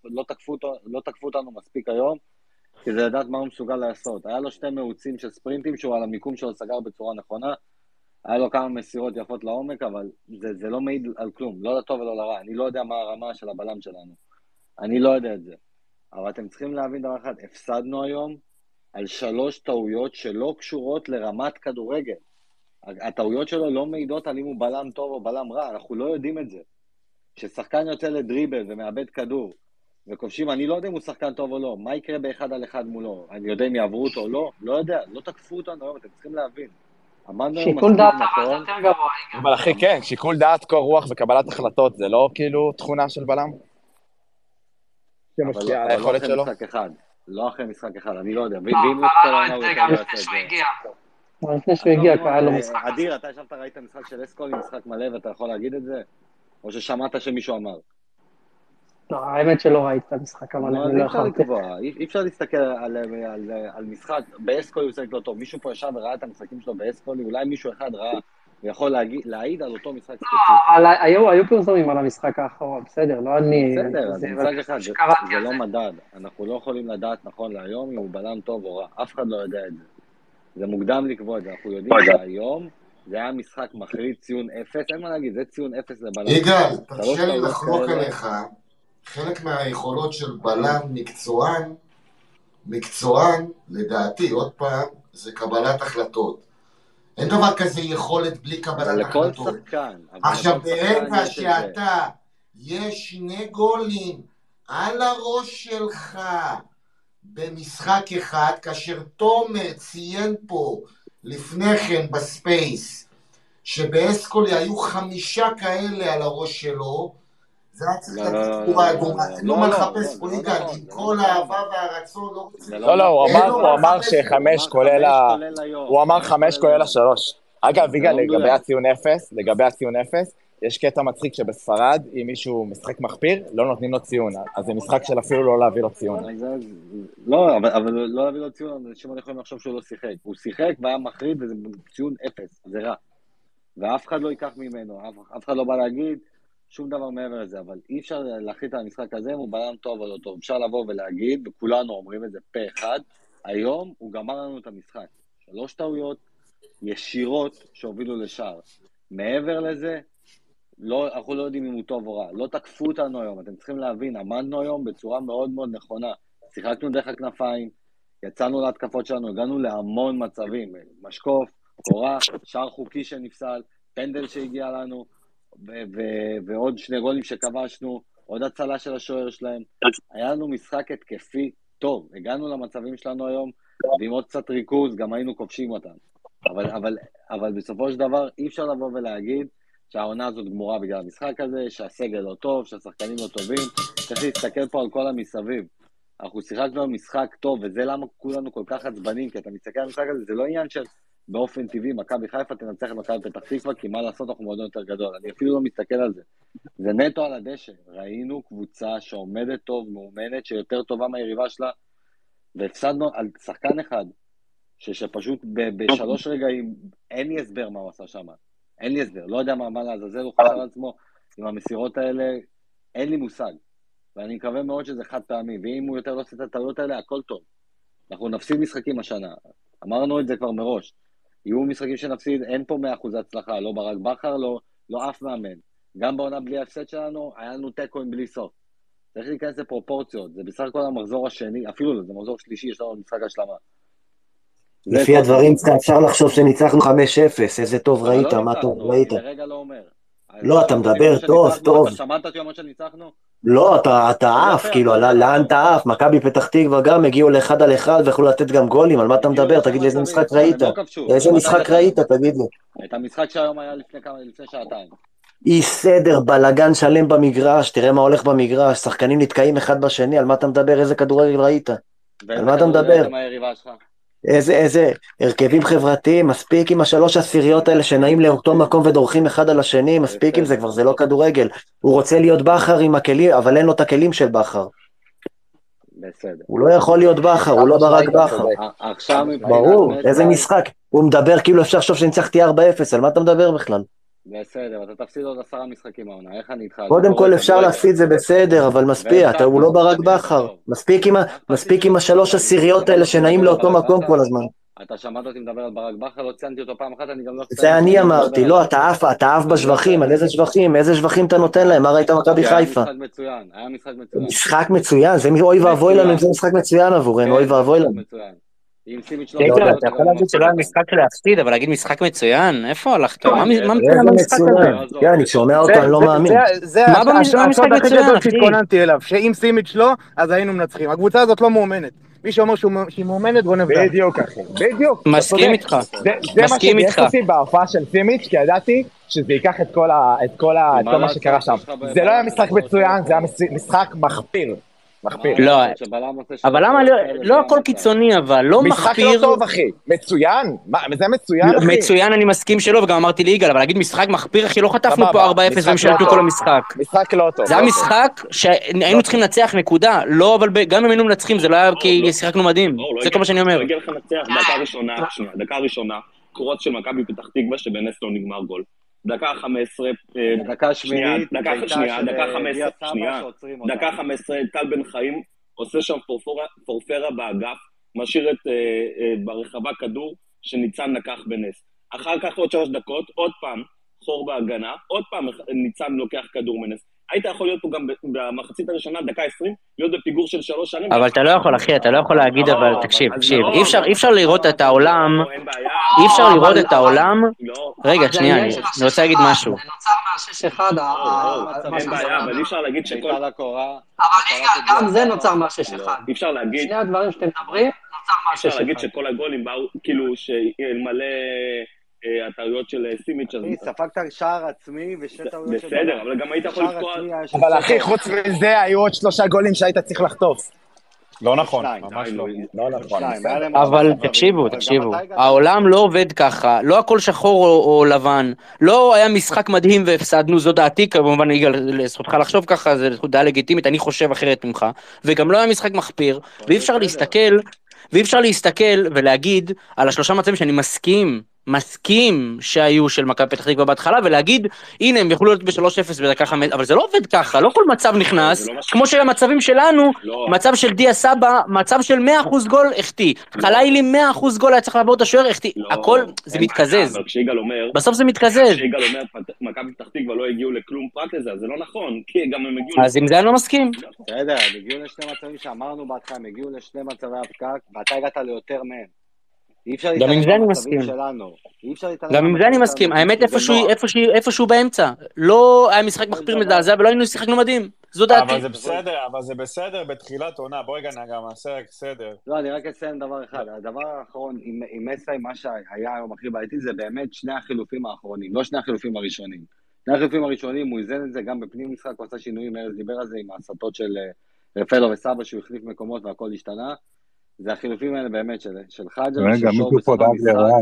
לא תקפו אותנו מספיק היום, כי זה לדעת מה הוא מסוגל לעשות. היה לו 2 מעוצים של ספרינטים שהוא על המיקום שלו סגר בצורה נכונה, היה לו כמה מסירות יפות לעומק, אבל זה לא מעיד על כלום, לא לטוב ולא לרע. אני לא יודע מה הרמה של הבלם שלנו. אני לא יודע את זה. אבל אתם צריכים להבין דבר אחד, הפסדנו היום, על 3 טעויות שלא קשורות לרמת כדורגל. הטעויות שלו לא מעידות על אם הוא בלם טוב או בלם רע, אנחנו לא יודעים את זה. כששחקן יוצא לדריבל ומאבד כדור, וכובשים, אני לא יודע אם הוא שחקן טוב או לא, מה יקרה באחד על אחד מולו? אני יודע אם יעברו אותו או לא? לא יודע, לא תקפו אותנו היום, אתם צריכים להבין. שיקול דעת אבל זה יותר גבוה. אבל אחי, כן, שיקול דעת, קור רוח וקבלת החלטות, זה לא כאילו תכונה של בלם? שמשקיע על היכולת שלו? לא אחרי משחק אחד, אני לא יודע. לא, קרה לו את זה גם לפני שהוא הגיע. לפני שהוא הגיע, קרה לו משחק. אדיר, אתה ישבת ראית משחק של אסקולי, משחק מלא, ואתה יכול להגיד את זה? או ששמעת שמישהו אמר? לא, האמת שלא ראית את המשחק, אבל אני לא יכולתי. אי אפשר להסתכל על משחק, באסקולי הוא משחק לא טוב. מישהו פה ישב וראה את המשחקים שלו באסקולי, אולי מישהו אחד ראה, ויכול להעיד על אותו משחק ספציפי. לא, אבל היו פרסומים על המשחק האחרון, בסדר, לא אני... בסדר, אז משחק אחד, זה לא מדד. אנחנו לא יכולים לדעת נכון להיום אם הוא בלם טוב או רע. אף אחד לא יודע את זה. זה מוקדם לקבוע את זה, אנחנו יודעים שהיום זה היה משחק מחריד ציון 0, אין מה להגיד, זה ציון 0 לבלם. יגאל, תרשה לי לחלוק עליך, חלק מהיכולות של בלם מקצוען, לדעתי, עוד פעם, זה קבלת החלטות. אין דבר כזה יכולת בלי קבלת החלטות. עכשיו, ברגע שאתה, יש 2 גולים על הראש שלך במשחק אחד, כאשר תומר ציין פה לפני כן בספייס, שבאסקולי היו 5 כאלה על הראש שלו, זה היה צריך לתת תקורה אדומה. אין לו מה לחפש פה יגאל, עם כל האהבה והרצון, לא רוצה... לא, הוא אמר ש5 כולל הוא אמר 5 כולל 3. אגב, יגאל, לגבי הציון 0, יש קטע מצחיק שבספרד, אם מישהו משחק מחפיר, לא נותנים לו ציון, אז זה משחק של אפילו לא להביא לו ציון. לא, אבל לא להביא לו ציון, אנשים יכולים לחשוב שהוא לא שיחק. הוא שיחק והיה מחריד וזה ציון 0, זה רע. ואף אחד לא ייקח ממנו, אף אחד לא בא להגיד שום דבר מעבר לזה, אבל אי אפשר להחליט על המשחק הזה אם הוא בלם טוב או לא טוב. אפשר לבוא ולהגיד, וכולנו אומרים את זה פה אחד, היום הוא גמר לנו את המשחק. 3 טעויות ישירות שהובילו לשער. מעבר לזה, אנחנו לא יודעים אם הוא טוב או רע. לא תקפו אותנו היום, אתם צריכים להבין, עמדנו היום בצורה מאוד מאוד נכונה. שיחקנו דרך הכנפיים, יצאנו להתקפות שלנו, הגענו להמון מצבים. משקוף, קורה, שער חוקי שנפסל, פנדל שהגיע לנו, ועוד 2 גולים שכבשנו, עוד הצלה של השוער שלהם. היה לנו משחק התקפי טוב, הגענו למצבים שלנו היום, ועם עוד קצת ריכוז, גם היינו כובשים אותם. אבל בסופו של דבר, אי אפשר לבוא ולהגיד שהעונה הזאת גמורה בגלל המשחק הזה, שהסגל לא טוב, שהשחקנים לא טובים. צריך להסתכל פה על כל המסביב. אנחנו שיחקנו משחק טוב, וזה למה כולנו כל כך עצבנים, כי אתה מסתכל על המשחק הזה, זה לא עניין של באופן טבעי, מכבי חיפה תנצח את מכבי פתח תקווה, כי מה לעשות, אנחנו מועדון יותר גדול. אני אפילו לא מסתכל על זה. זה נטו על הדשא. ראינו קבוצה שעומדת טוב, מאומנת, שיותר טובה מהיריבה שלה, והפסדנו על שחקן אחד, שפשוט ב3 רגעים, אין לי הסבר מה הוא עשה שם. אין לי הסבר. לא יודע מה לעזאזל, הוא חשב על עצמו עם המסירות האלה, אין לי מושג. ואני מקווה מאוד שזה חד פעמי, ואם הוא יותר לא עושה את הטעויות האלה, הכל טוב. אנחנו נפסיד משחקים השנה. אמרנו את זה כבר מראש. יהיו משחקים שנפסיד, אין פה 100% הצלחה, לא ברק בכר, לא אף מאמן. גם בעונה בלי ההפסד שלנו, היה לנו תיקואים בלי סוף. צריך להיכנס לפרופורציות, זה בסך הכל המחזור השני, אפילו לא, זה מחזור שלישי, יש לנו משחק השלמה. לפי הדברים, אפשר לחשוב שניצחנו 5-0, איזה טוב ראית, מה טוב ראית. אני לרגע לא אומר. לא, אתה מדבר טוב. שמעת אותי אומר שניצחנו? לא, אתה עף, כאילו, לאן אתה עף? מכבי פתח תקווה גם הגיעו ל1 על 1 ויכולו לתת גם גולים, על מה אתה מדבר? תגיד לי איזה משחק ראית? איזה משחק ראית, תגיד לי. את המשחק שהיום היה לפני שעתיים. אי סדר, בלגן שלם במגרש, תראה מה הולך במגרש, שחקנים נתקעים אחד בשני, על מה אתה מדבר? איזה כדורגל ראית? על מה אתה מדבר? איזה הרכבים חברתיים, מספיק עם 3 עשיריות האלה שנעים לאותו מקום ודורכים אחד על השני, מספיק עם זה כבר, זה לא כדורגל. הוא רוצה להיות בכר עם הכלים, אבל אין לו את הכלים של בכר. בסדר. הוא לא יכול להיות בכר, הוא לא ברק בכר. ברור, איזה משחק. הוא מדבר כאילו אפשר לחשוב שניצחתי 4-0, על מה אתה מדבר בכלל? בסדר, אתה תפסיד עוד 10 משחקים העונה, איך אני איתך? קודם כל אפשר להפסיד זה בסדר, אבל מספיק, הוא לא ברק בכר. מספיק עם 3 עשיריות האלה שנעים לאותו מקום כל הזמן. אתה שמעת אותי מדבר על ברק בכר, לא ציינתי אותו פעם אחת, אני גם לא... זה אני אמרתי, לא, אתה עף בשבחים, על איזה שבחים? איזה שבחים אתה נותן להם? מה ראית מכבי חיפה? היה משחק מצוין. משחק מצוין, זה אוי ואבוי לנו אם זה משחק מצוין עבורנו, אוי ואבוי לנו. אתה יכול להגיד שלא היה משחק להפסיד, אבל להגיד משחק מצוין, איפה הלכת? מה מצוין במשחק הזה? אני שומע אותו, אני לא מאמין. זה הצד הכי גדול שהתכוננתי אליו, שאם סימיץ' לא, אז היינו מנצחים. הקבוצה הזאת לא מאומנת. מי שאומר שהיא מאומנת גונב דעת. בדיוק אחי, בדיוק. מסכים איתך. זה מה שגייס אותי בהופעה של סימיץ', כי ידעתי שזה ייקח את כל מה שקרה שם. זה לא היה משחק מצוין, זה היה משחק מחפיר. לא, אבל למה לא הכל קיצוני, אבל לא מחפיר. משחק לא טוב אחי, מצוין, זה מצוין אחי. מצוין, אני מסכים שלא, וגם אמרתי ליגאל, אבל להגיד משחק מחפיר אחי, לא חטפנו פה 4-0 והם שלטו כל המשחק. משחק לא טוב. זה היה משחק שהיינו צריכים לנצח נקודה, לא, אבל גם אם היינו מנצחים זה לא היה כי שיחקנו מדהים, זה כל מה שאני אומר. לא הגיע לך לנצח דקה ראשונה, קורות של מכבי פתח תקווה שבנס לא נגמר גול. דקה 15, דקה 15, טל בן חיים עושה שם פורפרה באגף, משאיר ברחבה כדור שניצן לקח בנס. אחר כך עוד 3 דקות, עוד פעם חור בהגנה, עוד פעם ניצן לוקח כדור מנס. היית יכול להיות פה גם במחצית הראשונה, דקה 20, להיות בפיגור של 3 שערים. אבל אתה לא יכול, אחי, אתה לא יכול להגיד, אבל תקשיב, אי אפשר לראות את העולם, אי אפשר לראות את העולם, רגע, שנייה, אני רוצה להגיד משהו. זה נוצר מה-6-1, אין בעיה, אבל אי אפשר להגיד שכל... אבל גם זה נוצר מה-6-1. אי אפשר להגיד... שני הדברים שאתם מדברים, נוצר מה-6-1. אי אפשר להגיד שכל הגולים באו, כאילו, שמלא... הטעויות של סימיץ' אחי, ספגת שער עצמי ושתי טעויות של... בסדר, אבל גם היית יכול לתקוע... אבל אחי, חוץ מזה, היו עוד 3 גולים שהיית צריך לחטוף. לא נכון, ממש לא נכון. אבל תקשיבו, העולם לא עובד ככה, לא הכל שחור או לבן, לא היה משחק מדהים והפסדנו, זו דעתי, כמובן לזכותך לחשוב ככה, זו דעה לגיטימית, אני חושב אחרת ממך, וגם לא היה משחק מחפיר, ואי אפשר להסתכל ולהגיד על ה3 מצבים שאני מסכים שהיו של מכבי פתח תקווה בהתחלה, ולהגיד, הנה, הם יכולו להיות ב3-0 בדקה 5, אבל זה לא עובד ככה, לא כל מצב נכנס, כמו שהמצבים שלנו, מצב של דיה סבא, מצב של 100% גול, החטיא. חלילי 100% גול היה צריך לעבור את השוער, החטיא. הכל, זה מתקזז. בסוף זה מתקזז. כשיגאל אומר, מכבי פתח תקווה לא הגיעו לכלום פרט לזה, זה לא נכון, כי גם הם הגיעו... אז עם זה אני לא מסכים. בסדר, הם הגיעו לשני מצבים שאמרנו בהתחלה, הם הגיעו לשני מצבי הפקק, ואתה הגעת ליותר מהם. גם עם זה אני מסכים. גם עם זה אני מסכים. האמת איפשהו באמצע. לא היה משחק מחפיר מזעזע ולא היינו שיחקנו מדהים. זו דעתי. אבל זה בסדר בתחילת עונה. בואי גם נעשה סדר. לא, אני רק אציין דבר אחד. הדבר האחרון עם מסי, מה שהיה היום הכי בעייתי, זה באמת 2 החילופים האחרונים, לא 2 החילופים הראשונים. 2 החילופים הראשונים, הוא איזן את זה גם בפנים משחק, הוא עשה שינויים, ארז דיבר על זה עם ההסתות של רפאלו וסבא, שהוא החליף מקומות והכל השתנה. זה החילופים האלה באמת של חג'ה. רגע, מישהו פה דאג לריאל.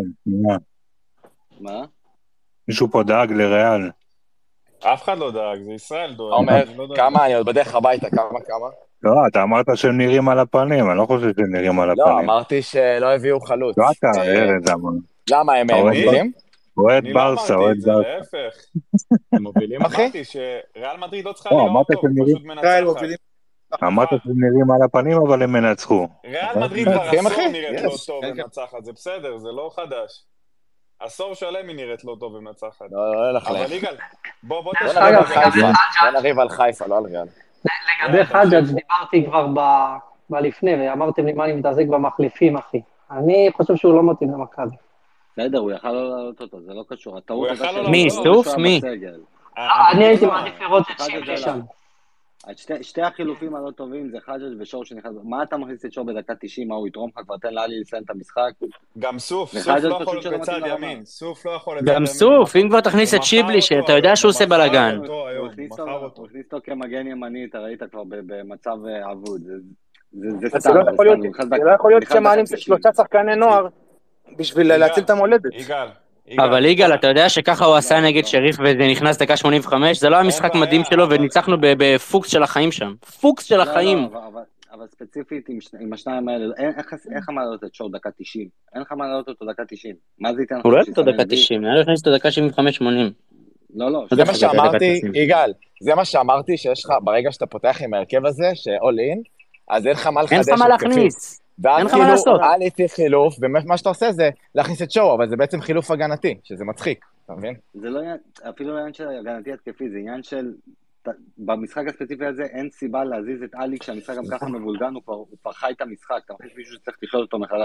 מה? מישהו פה דאג לריאל. אף אחד לא דאג, זה ישראל דואג. אומר, כמה? אני עוד בדרך הביתה, כמה? לא, אתה אמרת שהם נראים על הפנים, אני לא חושב שהם נראים על הפנים. לא, אמרתי שלא הביאו חלוץ. לא אתה, ארז אמר. למה הם מובילים? אוהד ברסה, אוהד ברסה. להפך. הם מובילים, אחי? אמרתי שריאל מדריד לא צריכה לראות טוב, פשוט מנצחת. אמרת שהם נראים על הפנים, אבל הם מנצחו. ריאל מדריד כבר עשור נראית לא טוב ומנצחת, זה בסדר, זה לא חדש. עשור שלם היא נראית לא טוב ומנצחת. אבל יגאל, בוא נריב על חיפה, לא על ריאל. לגבי חג'ה, דיברתי כבר בלפני, ואמרתם לי מה אני מתעסק במחליפים, אחי. אני חושב שהוא לא מתאים למכבי. בסדר, הוא יכל לא לעלות אותו, זה לא קשור. מי, סוף? מי? אני הייתי מעדיף לראות את שימלי שם. שתי החילופים הלא טובים זה חג'ה ושור שנכנס. מה אתה מכניס את שור בדקה 90? מה הוא יתרום לך? כבר תן לאלי לסיים את המשחק. גם סוף לא יכול להיות בצד ימין. גם סוף, אם כבר תכניס את שיבלי, שאתה יודע שהוא עושה בלגן. הוא הכניס אותו כמגן ימני, אתה ראית כבר במצב עבוד. זה סתם. זה לא יכול להיות שמעלים 3 שחקני נוער בשביל להציל את המולדת. אבל יגאל, אתה יודע שככה הוא עשה נגד שריף וזה נכנס דקה 85, זה לא המשחק מדהים שלו וניצחנו בפוקס של החיים שם. פוקס של החיים. אבל ספציפית עם השניים האלה, איך מה לעלות את שור דקה 90? אין לך מה לעלות אותו דקה 90. מה זה ייתן לך? הוא לא לעלות אותו דקה 90, היה להכניס אותו דקה 75-80. לא. זה מה שאמרתי, יגאל, זה מה שאמרתי שיש לך, ברגע שאתה פותח עם ההרכב הזה, שאול אין, אז אין לך מה לחדש התקפית. אין לך מה לעשות. עליתי חילוף, ומה שאתה עושה זה להכניס את שואו, אבל זה בעצם חילוף הגנתי, שזה מצחיק, אתה מבין? זה לא אפילו לא עניין של הגנתי התקפי, זה עניין של, במשחק הספציפי הזה אין סיבה להזיז את אלי, כשהמשחק גם ככה מבולגן, הוא כבר חי את המשחק, אתה מכניס מישהו שצריך לחיות אותו מחדש.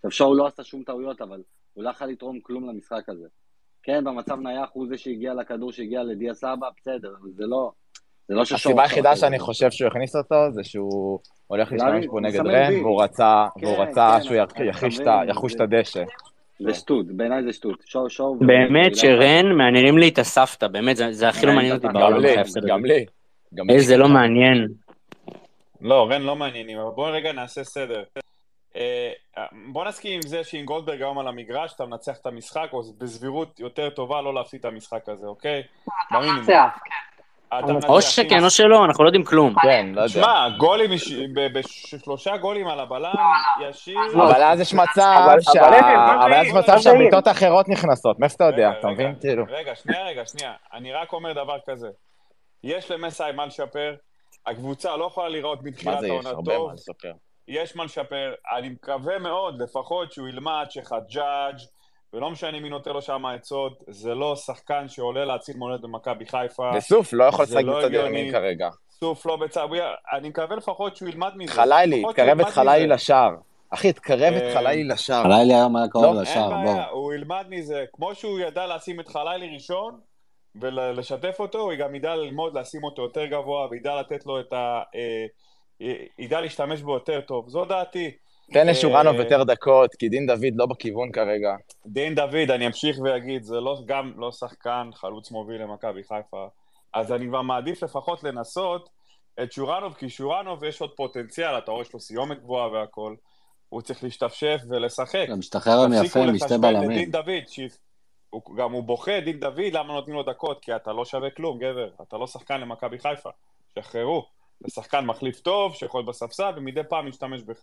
שואו לא עשה שום טעויות, אבל הוא לא יכול לתרום כלום למשחק הזה. כן, במצב נייח הוא זה שהגיע לכדור, שהגיע לדיה סבא, בסדר, אבל זה לא ששואו... הסיבה היחידה שאני חושב שהוא הכניס אותו, זה שהוא הולך להשתמש פה נגד רן, והוא רצה שהוא יחוש את הדשא. זה שטות, בעיניי זה שטות. שואו... באמת שרן מעניינים לי את הסבתא, באמת, זה הכי לא מעניין אותי בעולם. גם לי. איזה לא מעניין. לא, רן לא מעניינים, אבל בואו רגע נעשה סדר. בוא נסכים עם זה שאם גולדברג היום על המגרש, אתה מנצח את המשחק, או בסבירות יותר טובה לא להפסיד את המשחק הזה, אוקיי? אתה מנצח, כן. או שכן או שלא, אנחנו לא יודעים כלום. כן, לא יודע. שמע, גולים, בשלושה גולים על הבלם, ישיר... אבל אז יש מצב שהבעיטות האחרות נכנסות, מאיפה אתה יודע? אתה מבין? רגע, שנייה. אני רק אומר דבר כזה. יש למסאי מה לשפר, הקבוצה לא יכולה לראות מתחילת העונה טוב. יש מה לשפר, אני מקווה מאוד לפחות שהוא ילמד שחג'אג' ולא משנה מי נותן לו שם העצות, זה לא שחקן שעולה להציל מולדת במכבי חיפה. וסוף לא יכול לשחק בצד ימין כרגע. סוף לא בצד, אני מקווה לפחות שהוא ילמד מזה. חלילי, תקרב את חלילי לשער. אחי, תקרב את חלילי לשער. חלילי היום היה קרוב לשער, בוא. אין בעיה, הוא ילמד מזה. כמו שהוא ידע לשים את חלילי ראשון ולשתף אותו, הוא גם ידע ללמוד לשים אותו יותר גבוה וידע לתת לו את ידע להשתמש בו יותר טוב, זו דעתי. תן לשורנוב יותר דקות, כי דין דוד לא בכיוון כרגע. דין דוד, אני אמשיך ואגיד, זה גם לא שחקן חלוץ מוביל למכבי חיפה, אז אני כבר מעדיף לפחות לנסות את שורנוב, כי שורנוב יש עוד פוטנציאל, אתה רואה יש לו סיומת גבוהה והכל, הוא צריך להשתפשף ולשחק. גם משתחרר עם יפה, משתה בלמים. דין דוד, גם הוא בוכה, דין דוד, למה נותנים לו דקות? כי אתה לא שווה כלום, גבר, אתה לא שחקן למכבי חיפה, שחררו. לשחקן מחליף טוב, שיכול בספסל, ומדי פעם משתמש בך.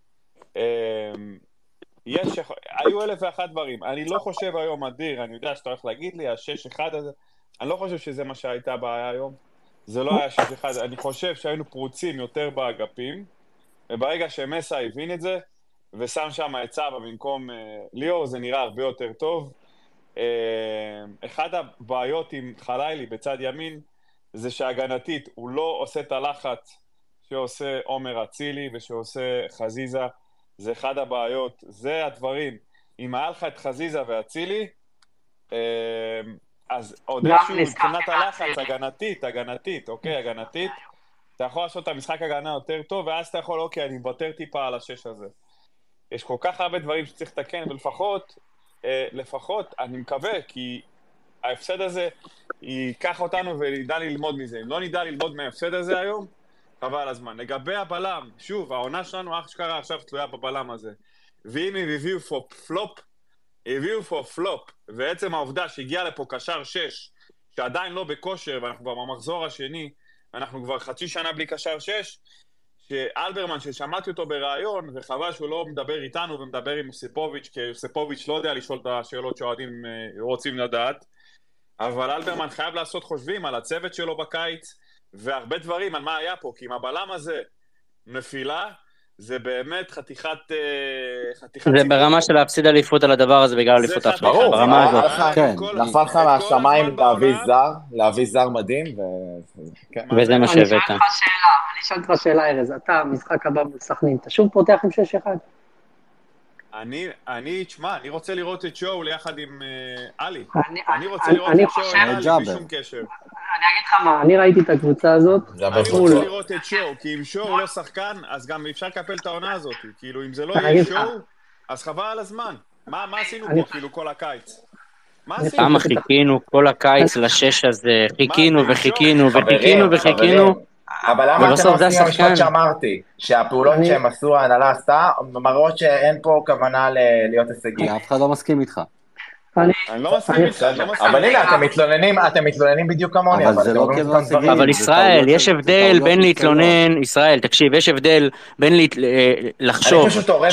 היו 1,001 דברים. אני לא חושב היום, אדיר, אני יודע שאתה הולך להגיד לי, ה-6-1 הזה, אני לא חושב שזה מה שהייתה בעיה היום. זה לא היה 6-1. אני חושב שהיינו פרוצים יותר באגפים, וברגע שמסה הבין את זה, ושם שם הצבה במקום ליאור, זה נראה הרבה יותר טוב. אחד הבעיות עם חלילי בצד ימין, זה שהגנתית הוא לא עושה את הלחץ שעושה עומר אצילי ושעושה חזיזה, זה אחד הבעיות, זה הדברים. אם היה לך את חזיזה ואצילי, אז עוד איזשהו מבחינת הלחץ, הגנתית, אוקיי, הגנתית, אתה יכול לעשות את המשחק הגנה יותר טוב, ואז אתה יכול, אוקיי, אני מוותר טיפה על השש הזה. יש כל כך הרבה דברים שצריך לתקן, ולפחות, אני מקווה, כי ההפסד הזה ייקח אותנו ונדע ללמוד מזה. אם לא נדע ללמוד מההפסד הזה היום, חבל הזמן. לגבי הבלם, שוב, העונה שלנו אך שקרה עכשיו תלויה בבלם הזה. ואם הם הביאו פה פלופ, ועצם העובדה שהגיע לפה קשר 6, שעדיין לא בכושר, ואנחנו כבר במחזור השני, ואנחנו כבר חצי שנה בלי קשר 6, שאלברמן, ששמעתי אותו ברעיון, וחבל שהוא לא מדבר איתנו ומדבר עם יוסיפוביץ', כי יוסיפוביץ' לא יודע לשאול את השאלות שהאוהדים רוצים לדעת, אבל אלברמן חייב לעשות חושבים על הצוות שלו בקיץ, והרבה דברים על מה היה פה, כי אם הבלם הזה נפילה, זה באמת חתיכת... זה ברמה של להפסיד אליפות על הדבר הזה בגלל אליפות האחרונה. ברור, ברמה הזאת. כן, נפל לך מהשמיים להביא זר מדהים, וזה מה שהבאת. אני אשאל אותך שאלה, ארז, אתה, משחק הבא מול סכנין, אתה שוב פותח עם 6-1? אני רוצה לראות את שואול יחד עם אלי. אני רוצה לראות את שואול עם אלי בלי שום קשר. אני אגיד לך מה, אני ראיתי את הקבוצה הזאת. אני רוצה לראות את שואו, כי אם שואו לא שחקן, אז גם אפשר לקפל את העונה הזאת. כאילו, אם זה לא יהיה שואו, אז חבל על הזמן. מה עשינו פה, כאילו, כל הקיץ? כמה חיכינו כל הקיץ לשש הזה, חיכינו וחיכינו וחיכינו וחיכינו. אבל למה אתם עושים המשפט שאמרתי, שהפעולות שהם עשו, ההנהלה עשתה, מראות שאין פה כוונה להיות הישגי. אף אחד לא מסכים איתך. אני לא מסכים איתך. אבל הנה, אתם מתלוננים בדיוק כמוני. אבל ישראל, יש הבדל בין להתלונן, ישראל, תקשיב, יש הבדל בין לחשוב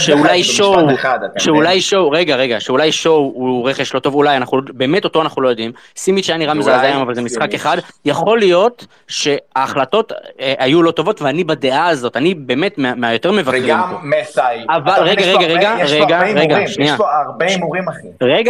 שאולי שואו, רגע, שאולי שואו הוא רכש לא טוב, אולי, באמת אותו אנחנו לא יודעים, סימית שהיה נראה מזעזע, אבל זה משחק אחד, יכול להיות שההחלטות היו לא טובות, ואני בדעה הזאת, אני באמת מהיותר מבקרים פה. וגם מסאי. אבל רגע, יש פה הרבה הימורים, אחי. רגע, שנייה.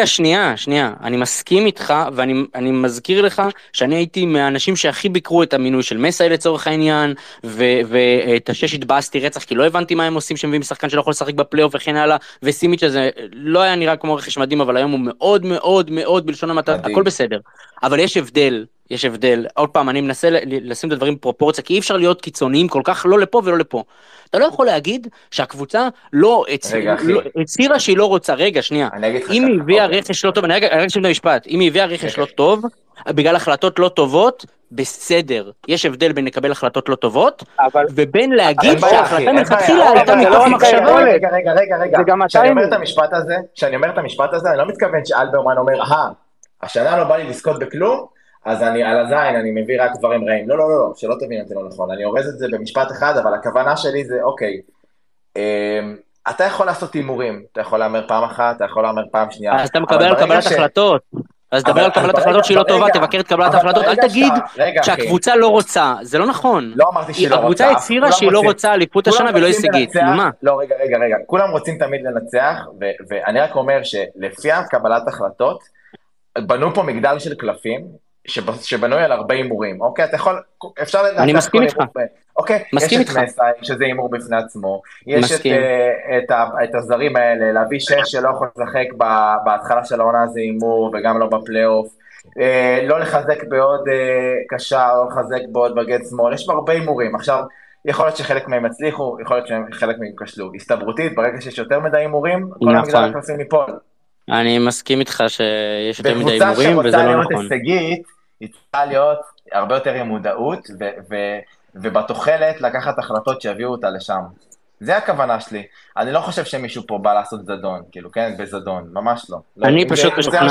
שנייה, אני מסכים איתך, ואני מזכיר לך שאני הייתי מהאנשים שהכי ביקרו את המינוי של מסאי לצורך העניין, ואת השש התבאסתי רצח, כי לא הבנתי מה הם עושים שמביאים שחקן שלא יכול לשחק בפלייאוף וכן הלאה, וסימיץ' הזה לא היה נראה כמו רכש מדהים, אבל היום הוא מאוד מאוד מאוד בלשון המעטה, הכל בסדר. אבל יש הבדל, עוד פעם, אני מנסה לשים את הדברים בפרופורציה, כי אי אפשר להיות קיצוניים כל כך, לא לפה ולא לפה. אתה לא יכול להגיד שהקבוצה לא הצהירה שהיא לא רוצה, רגע, שנייה, אם היא הביאה רכש לא טוב, אני רק שומע משפט, אם היא הביאה רכש לא טוב, בגלל החלטות לא טובות, בסדר, יש הבדל בין לקבל החלטות לא טובות, ובין להגיד שההחלטה מלכתחילה הייתה מתוך מחשבה. רגע, כשאני אומר את המשפט הזה, אני לא מתכוון שאלברמן אומר, השנה לא בא לי לזכות בכלום, אז אני על הזין, אני מביא רק דברים רעים. לא, שלא תבין אותי לא נכון. אני אורז את זה במשפט אחד, אבל הכוונה שלי זה, אוקיי, אתה יכול לעשות הימורים, אתה יכול לאמר פעם אחת, אתה יכול לאמר פעם שנייה. אז אתה מקבל על קבלת החלטות. אז דבר על קבלת החלטות שהיא לא טובה, תבקר את קבלת החלטות, אל תגיד שהקבוצה לא רוצה, זה לא נכון. לא אמרתי שהיא לא רוצה. הקבוצה הצהירה שהיא לא רוצה אליפות השנה ולא הישגית. מה? לא, רגע. כולם רוצים תמיד לנצח, ואני רק אומר שלפי קבלת החלטות, בנו פה מגדל של קלפים, שבנוי על הרבה הימורים, אוקיי? אתה יכול, אפשר לנצח אני מסכים איתך. אוקיי? יש את מסאי, שזה הימור בפני עצמו, יש את הזרים האלה, להביא שש שלא יכול לשחק בהתחלה של העונה הזה הימור, וגם לא בפלייאוף, לא לחזק בעוד קשר, לא לחזק בעוד בגד שמאל, יש הרבה הימורים. עכשיו, יכול להיות שחלק מהם הצליחו, יכול להיות שחלק מהם כשלו. הסתברותית, ברגע שיש יותר מדי הימורים, כל המגדל הקלפים מפה. אני מסכים איתך שיש יותר מדי הימורים, וזה לא נכון. בקבוצה שרוצה להיות הישגית, היא צריכה להיות הרבה יותר עם מודעות, ובתוחלת לקחת החלטות שיביאו אותה לשם. זה הכוונה שלי. אני לא חושב שמישהו פה בא לעשות זדון, כאילו, כן? בזדון, ממש לא. אני פשוט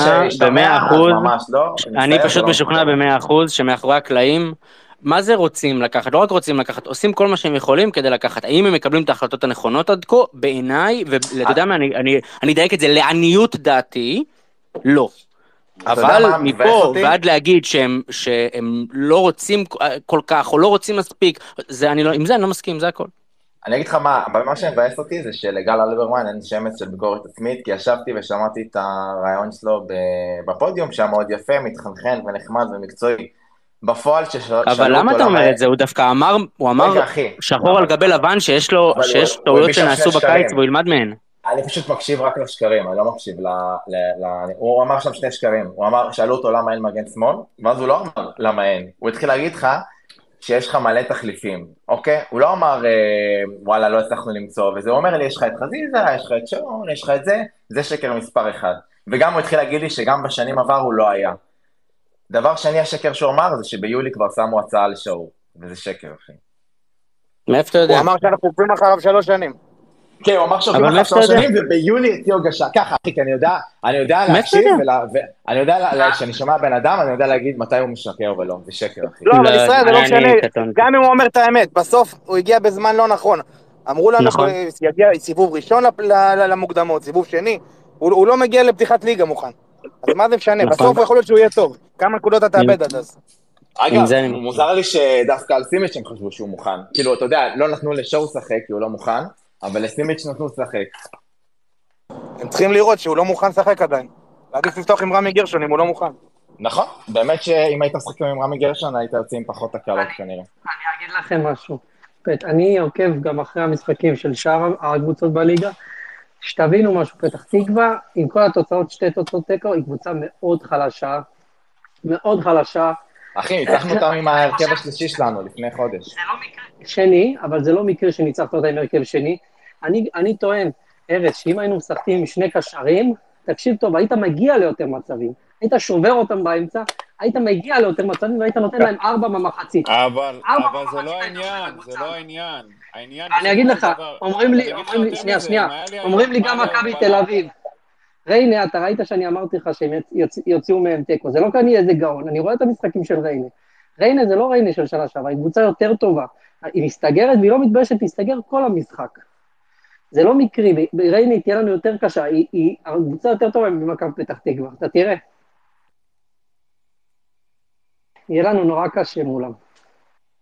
משוכנע ב100% שמאחורי הקלעים, מה זה רוצים לקחת? לא רק רוצים לקחת, עושים כל מה שהם יכולים כדי לקחת. האם הם מקבלים את ההחלטות הנכונות עד כה? בעיניי, ואתה יודע מה, אני אדייק את זה לעניות דעתי, לא. אבל מפה ועד להגיד שהם לא רוצים כל כך, או לא רוצים מספיק, עם זה אני לא מסכים, זה הכל. אני אגיד לך מה שמבאס אותי זה שלגל אלברמן אין שמץ של ביקורת עצמית, כי ישבתי ושמעתי את הרעיון שלו בפודיום, שהיה מאוד יפה, מתחנחן ונחמד ומקצועי. בפועל אבל למה אתה אומר את זה? הוא דווקא אמר, שחור על גבי לבן שיש טעויות שנעשו בקיץ והוא ילמד מהן. אני פשוט מקשיב רק לשקרים, אני לא מקשיב הוא אמר שם שני שקרים, הוא אמר, שאלו אותו למה אין מגן שמאל, ואז הוא לא אמר למה אין, הוא התחיל להגיד לך שיש לך מלא תחליפים, אוקיי? הוא לא אמר, וואלה, לא הצלחנו למצוא, וזה אומר לי, יש לך את חזיזה, יש לך את שרון, יש לך את זה שקר מספר אחד. וגם הוא התחיל להגיד לי שגם בשנים עבר הוא לא היה. דבר שני, השקר שהוא אמר זה שביולי כבר שמו הצעה לשאור, וזה שקר, אחי. מאיפה אתה יודע? הוא אמר שאנחנו עוקבים אחריו 3 שנים. כן, הוא אמר שעוקבים אחריו 3 שנים, וביולי הציעו הגשה. ככה, אחי, כי אני יודע להקשיב, ואני יודע, כשאני שומע בן אדם, אני יודע להגיד מתי הוא משקר ולא, זה שקר, אחי. לא, אבל ישראל, זה לא משנה, גם אם הוא אומר את האמת, בסוף הוא הגיע בזמן לא נכון. אמרו לנו שיגיע סיבוב ראשון למוקדמות, סיבוב שני, הוא לא מגיע לפתיחת ליגה מוכן. אז מה זה משנה? בסוף יכול להיות שהוא יהיה טוב. כמה נקודות אתה תאבד עד אז? אגב, מוזר לי שדווקא על סימיץ' הם חשבו שהוא מוכן. כאילו, אתה יודע, לא נתנו לשואו שחק, כי הוא לא מוכן, אבל לסימיץ' נתנו שחק. הם צריכים לראות שהוא לא מוכן שחק עדיין. עדיף לפתוח עם רמי גרשון אם הוא לא מוכן. נכון, באמת שאם היית משחק עם רמי גרשון, היית יוצא עם פחות הקלות כנראה. אני אגיד לכם משהו. אני עוקב גם אחרי המשחקים של שאר הקבוצות בליגה. שתבינו משהו, פתח תקווה, עם כל התוצאות, 2 תוצאות תיקו, היא קבוצה מאוד חלשה, מאוד חלשה. אחי, ניצחנו אותם עם ההרכב השלישי שלנו לפני חודש. זה לא מקרה שני, אבל זה לא מקרה שניצחת אותה עם הרכב שני. אני טוען, ארז, שאם היינו משחקים עם 2 קשרים, תקשיב טוב, היית מגיע ליותר מצבים, היית שובר אותם באמצע, היית מגיע ליותר מצבים, והיית נותן להם 4 במחצית. אבל זה לא העניין, זה לא העניין. אני אגיד לך, אומרים לי, שנייה, אומרים לי גם מכבי תל אביב. ריינה, אתה ראית שאני אמרתי לך שהם יוציאו מהם תיקו, זה לא כאן איזה גאון, אני רואה את המשחקים של ריינה. ריינה זה לא ריינה של שנה שעברה, היא קבוצה יותר טובה. היא מסתגרת והיא לא מתביישת, תסתגר כל המשחק. זה לא מקרי, ריינה תהיה לנו יותר קשה, היא קבוצה יותר טובה ממכבי פתח תקווה, אתה תראה. יהיה לנו נורא קשה מולם.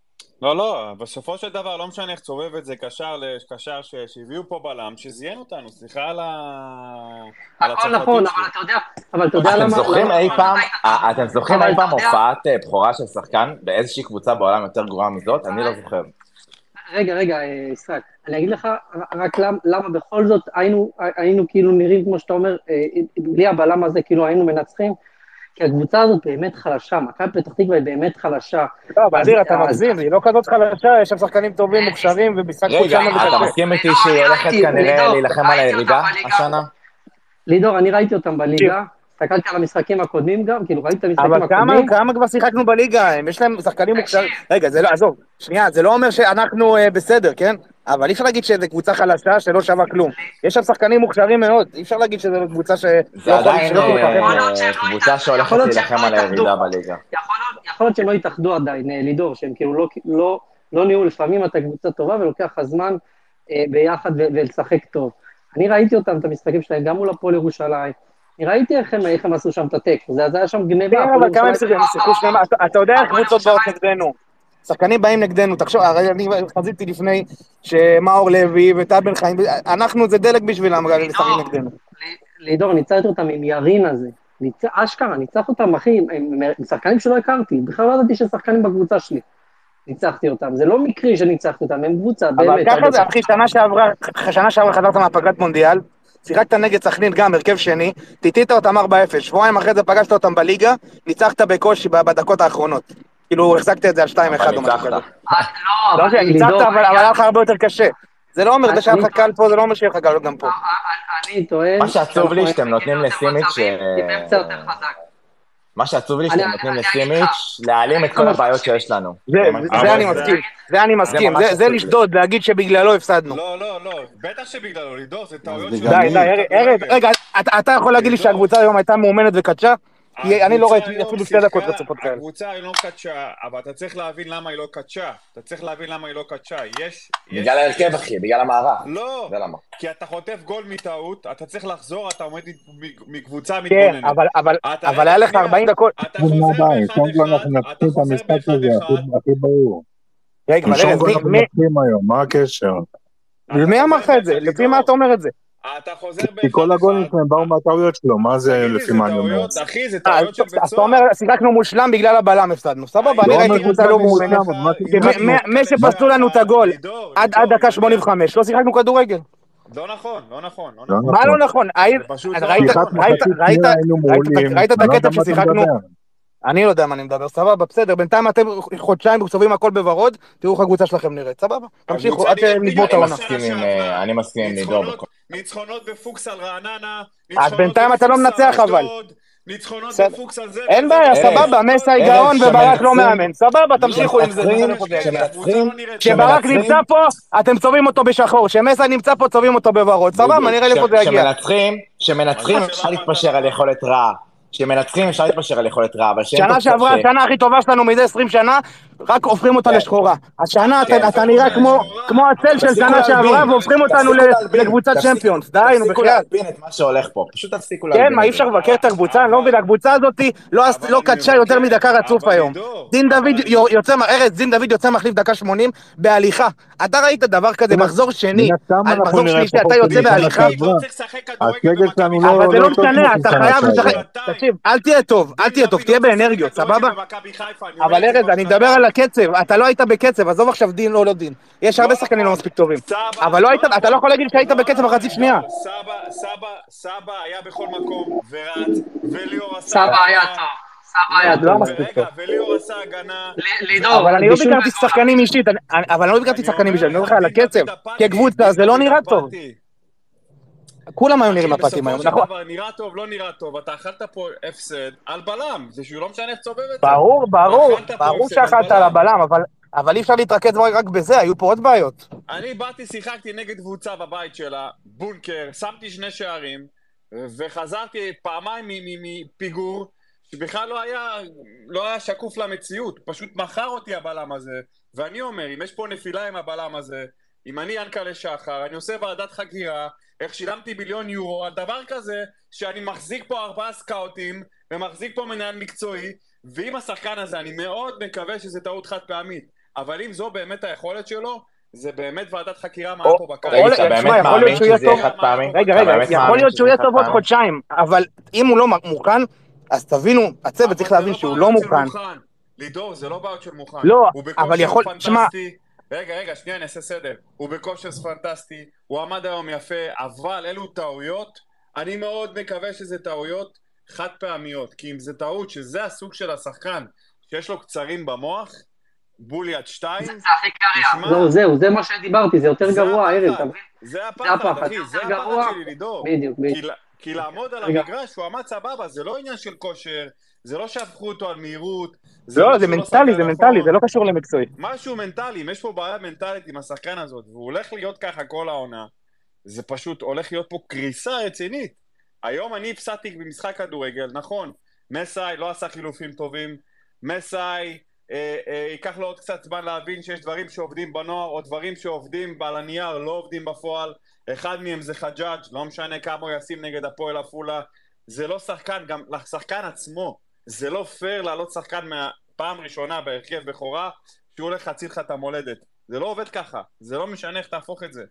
לא, בסופו של דבר לא משנה איך צובב את זה קשר שהביאו פה בלם, שזיין אותנו, סליחה על הכל נכון, אבל אתה יודע למה... אתם זוכרים אי פעם הופעת בכורה של שחקן באיזושהי קבוצה בעולם יותר גרועה מזאת? אני לא זוכר. רגע, ישראל, אני אגיד לך רק למה בכל זאת היינו כאילו נראים, כמו שאתה אומר, בלי הבלם הזה כאילו היינו מנצחים, כי הקבוצה הזאת באמת חלשה, מכבי פתח תקווה היא באמת חלשה. לא, באדיר, אתה מגזים, היא לא כזאת חלשה, יש שם שחקנים טובים, מוכשרים, ומשחק חוץ שם רגע, אתה מסכים איתי שהיא הולכת כנראה להילחם על הירידה השנה? לידור, אני ראיתי אותם בליגה, הסתכלתי על המשחקים הקודמים גם, כאילו ראיתי את המשחקים הקודמים. אבל כמה כבר שיחקנו בליגה, יש להם שחקנים מוכשרים. רגע, זה לא, עזוב, שנייה, זה לא אומר שאנחנו בסדר, כן? אבל אי אפשר להגיד שזו קבוצה חלשה שלא שווה כלום. יש שם שחקנים מוכשרים מאוד, אי אפשר להגיד שזו קבוצה זה עדיין קבוצה שהולכת להילחם על הירידה בליגה. יכול להיות שהם לא יתאחדו עדיין, לידור, שהם כאילו לא נהיו, לפעמים אתה קבוצה טובה ולוקח הזמן ביחד ולשחק טוב. אני ראיתי אותם, את המשחקים שלהם, גם מול הפועל ירושלים. אני ראיתי איך הם עשו שם את הטקסט, זה היה שם גניבה. אבל כמה הם שיחקו שלמה, אתה יודע איך קבוצות באות נגדנו. שחקנים באים נגדנו, תחשוב, אני חזיתי לפני שמאור לוי וטל בן חיים, אנחנו זה דלק בשבילם לשחק נגדנו. לידור, ניצחתי אותם עם ירין הזה, אשכרה, ניצח אותם, אחי, עם שחקנים שלא הכרתי, בכלל לא ידעתי ששחקנים בקבוצה שלי. ניצחתי אותם, זה לא מקרי שניצחתי אותם, הם קבוצה, באמת. אבל ככה זה, אחי, שנה שעברה חזרת מהפגרת מונדיאל, שיחקת נגד סכנין גם, הרכב שני, טיטית אותם 4-0, שבועיים אחרי זה פגשת אותם בליגה, ניצחת בקושי בדקות האחרונות. כאילו, החזקת את זה על 2-1 או משהו כזה. לא, ניצחת, אבל היה לך הרבה יותר קשה. זה לא אומר, זה שהיה לך קל פה, זה לא אומר שיהיה לך קל גם פה. אני טוען... מה שעצוב לי שאתם נותנים לסימיץ' מה שעצוב לי שאתם נותנים לסימיץ' להעלים את כל הבעיות שיש לנו. זה אני מסכים, זה לשדוד, להגיד שבגללו הפסדנו. לא, בטח שבגללו, לידור, זה טעויות של... די, רגע, אתה יכול להגיד לי שהקבוצה היום הייתה מאומנת וקדשה? כי אני לא ראיתי אפילו 2 דקות רצופות כאלה. הקבוצה היא לא קדשה, אבל אתה צריך להבין למה היא לא קדשה. בגלל ההרכב, אחי, בגלל המערך. לא, כי אתה חוטף גול מטעות, אתה צריך לחזור, אתה עומד מקבוצה מתבוננת. כן, אבל היה לך 40 דקות. אתה חוזר באחד הכי ברור. רגע, אבל מה הקשר? מי אמר לך את זה? לפי מה אתה אומר את זה? אתה חוזר כי כל הגולים שלהם באו מהטעויות שלו, מה זה לפי מה אני אומר? אחי, זה טעויות של בית סוהר. אז אתה אומר, שיחקנו מושלם בגלל הבלם הפסדנו, סבבה, אני ראיתי קבוצה לא מאומנת. מי שפסלו לנו את הגול עד דקה 85, לא שיחקנו כדורגל. לא נכון. מה לא נכון? ראית את הקטע ששיחקנו? אני לא יודע מה אני מדבר, סבבה, בסדר, בינתיים אתם חודשיים צובעים הכל בוורוד, תראו איך הקבוצה שלכם נראית, סבבה, תמשיכו עד שנגמור את העונה. אני מסכים עם לידור. ניצחונות בפוקס על רעננה, אז בינתיים אתה לא מנצח אבל. ניצחונות בפוקס על זה. אין בעיה, סבבה, מסי גאון וברק לא מאמן, סבבה, תמשיכו עם זה. כשברק נמצא פה, אתם צובעים אותו בשחור, כשמסי נמצא פה, צובעים אותו בוורוד, סבבה, נראה לי פה זה יגיע. כשמנצחים אפשר להתפשר על יכולת רעה. כשמנצחים אפשר להתפשר על יכולת רעה, אבל שנה שעברה, השנה הכי טובה שלנו מזה 20 שנה, רק הופכים אותה לשחורה. השנה אתה נראה כמו הצל של שנה שעברה, והופכים אותנו לקבוצת צ'מפיונס. די, נו תפסיקו להבין את מה שהולך פה, פשוט תפסיקו להבין. כן, מה, אי אפשר לבקר את הקבוצה? אני לא מבין, הקבוצה הזאת לא קדשה יותר מדקה רצוף היום. דין דוד יוצא מחליף דקה 80 בהליכה. אתה ראית דבר כזה, מחזור שני, מחזור שלישי, אתה יוצא בהליכה. אבל זה לא משנה, אתה חייב לשחק. תקשיב, אל תהיה טוב, תהיה באנרגיות, סבבה? אבל ארז, אני מדבר על הקצב, אתה לא היית בקצב, עזוב עכשיו דין או לא דין. יש הרבה שחקנים לא מספיק טובים. אבל אתה לא יכול להגיד שהיית בקצב בחצי שנייה. סבא היה בכל מקום, ורץ, וליאור עשה... סבא היה טוב. לא מספיק טוב. וליאור עשה הגנה... אבל אני לא ביקרתי שחקנים אישית, אני מדבר לך על הקצב, כקבוצה זה לא נראה טוב. כולם היו נראים הפתים היום, נכון? נראה טוב, לא נראה טוב, אתה אכלת פה הפסד על בלם, זה שהוא לא משנה איך צובב את זה. ברור שאכלת על הבלם, אבל אי אפשר להתרכז רק בזה, היו פה עוד בעיות. אני שיחקתי נגד קבוצה בבית שלה, בונקר, שמתי 2 שערים, וחזרתי פעמיים מפיגור, שבכלל לא היה שקוף למציאות, פשוט מכר אותי הבלם הזה, ואני אומר, אם יש פה נפילה עם הבלם הזה, אם אני ינקלה שחר, אני עושה ועדת חקירה, איך שילמתי 1 מיליון יורו על דבר כזה, שאני מחזיק פה 4 סקאוטים, ומחזיק פה מנהל מקצועי, ועם השחקן הזה אני מאוד מקווה שזה טעות חד פעמית. אבל אם זו באמת היכולת שלו, זה באמת ועדת חקירה מה פה בקיץ. יכול להיות שהוא יהיה טוב, רגע, יכול להיות שהוא יהיה טוב עוד חודשיים, אבל אם הוא לא מוכן, אז תבינו, הצוות צריך להבין שהוא לא מוכן. לידור, זה לא בעיות של מוכן. לא, אבל יכול, תשמע, רגע, שנייה, נעשה סדר. הוא בכושר פנטסטי, הוא עמד היום יפה, אבל אלו טעויות, אני מאוד מקווה שזה טעויות חד פעמיות, כי אם זה טעות שזה הסוג של השחקן, שיש לו קצרים במוח, בול יד 2, זה הכי קריה. זהו, זה מה שדיברתי, זה יותר גרוע, ארז, תבין? זה הפחד, אחי, זה הפחד שלי, לידור. בדיוק. כי לעמוד על המגרש, הוא עמד סבבה, זה לא עניין של כושר, זה לא שהפכו אותו על מהירות. לא, זה מנטלי, זה לא קשור למקצועי. משהו מנטלי, יש פה בעיה מנטלית עם השחקן הזאת, והוא הולך להיות ככה כל העונה. זה פשוט הולך להיות פה קריסה רצינית. היום אני הפסדתי במשחק כדורגל, נכון, מסאי לא עשה חילופים טובים, מסאי ייקח לו עוד קצת זמן להבין שיש דברים שעובדים בנוער, או דברים שעובדים על הנייר, לא עובדים בפועל. אחד מהם זה חג'אג', לא משנה כמה הוא ישים נגד הפועל עפולה, זה לא שחקן, גם לשחקן עצמו, זה לא פייר לעלות שחקן מהפעם ראשונה בהרכב בכורה, שהוא הולך להציל לך את המולדת. זה לא עובד ככה, זה לא משנה איך תהפוך את זה.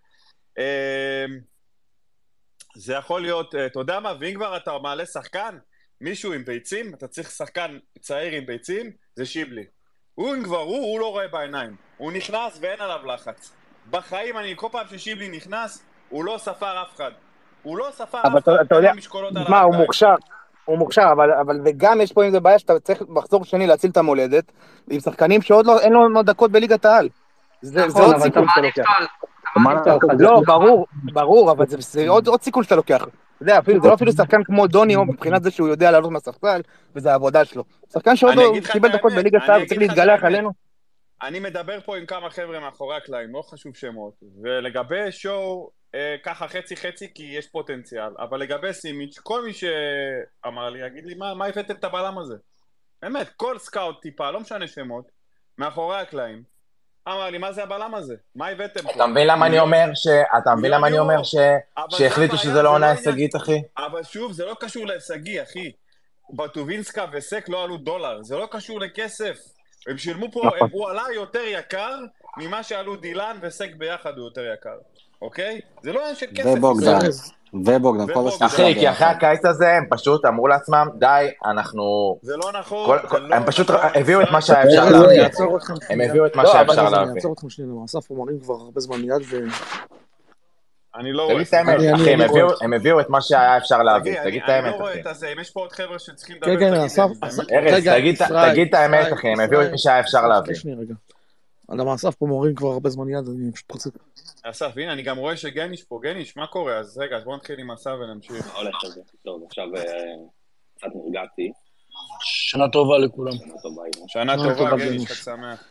זה יכול להיות, אתה יודע מה, ואם כבר אתה מעלה שחקן, מישהו עם ביצים, אתה צריך שחקן צעיר עם ביצים, זה שיבלי. הוא לא רואה בעיניים, הוא נכנס ואין עליו לחץ. בחיים כל פעם ששיבלי נכנס, הוא לא ספר אף אחד. הוא לא ספר אף אחד, אתה יודע, מה, הוא מוכשר, אבל וגם יש פה עם זה בעיה שאתה צריך מחזור שני להציל את המולדת, עם שחקנים שעוד לא, אין לו דקות בליגת העל. זה עוד סיכון שאתה לוקח. לא, ברור, אבל זה עוד סיכון שאתה לוקח. אתה יודע, זה לא אפילו שחקן כמו דוני, מבחינת זה שהוא יודע לעלות מהספסל, וזה העבודה שלו. שחקן שעוד לא קיבל דקות בליגת העל, וצריך להתגלח עלינו. אני מדבר פה עם כמה חבר'ה מאחורי הקלעים, לא חשוב שמות, ולגבי שואו, ככה חצי, כי יש פוטנציאל, אבל לגבי סימיץ', כל מי שאמר לי, יגיד לי, מה הבאתם את הבלם הזה? באמת, כל סקאוט טיפה, לא משנה שמות, מאחורי הקלעים, אמר לי, מה זה הבלם הזה? מה הבאתם פה? אתה מבין למה אני אומר שהחליטו שזה לא עונה הישגית, אחי? אבל שוב, זה לא קשור להישגי, אחי. בטובינסקה וסק לא עלו $, זה לא קשור לכסף. הם שילמו פה, הוא עלה יותר יקר ממה שעלו דילן וסק ביחד הוא יותר יקר, אוקיי? זה לא עניין של כסף. ובוגדן, אחי, כי אחרי הקיץ הזה הם פשוט אמרו לעצמם, די, אנחנו... זה לא נכון. הם פשוט הביאו את מה שהיה אפשר להביא. הם הביאו את מה שהיה אפשר להביא. אני אעצור אתכם שנייה, אסף אומרים כבר הרבה זמן מיד ו... אני לא רואה. אחי, הם הביאו את מה שהיה אפשר להביא, תגיד את האמת, אני לא רואה אחי. את הזה, אם יש פה עוד חבר'ה שצריכים לדבר, כן, אסף. ארז, תגיד את האמת, אחי, הם הביאו את מה שהיה אפשר להביא. שנייה רגע. גם אסף פה מורים כבר הרבה זמן יד, אני פשוט חצי. אסף, הנה, אני גם רואה שגניש פה. גניש, מה קורה? אז רגע, אז בואו נתחיל עם אסף ונמשיך. הולך על זה. טוב, עכשיו קצת נרגעתי. שנה טובה לכולם. שנה טובה, גניש, חג שמח.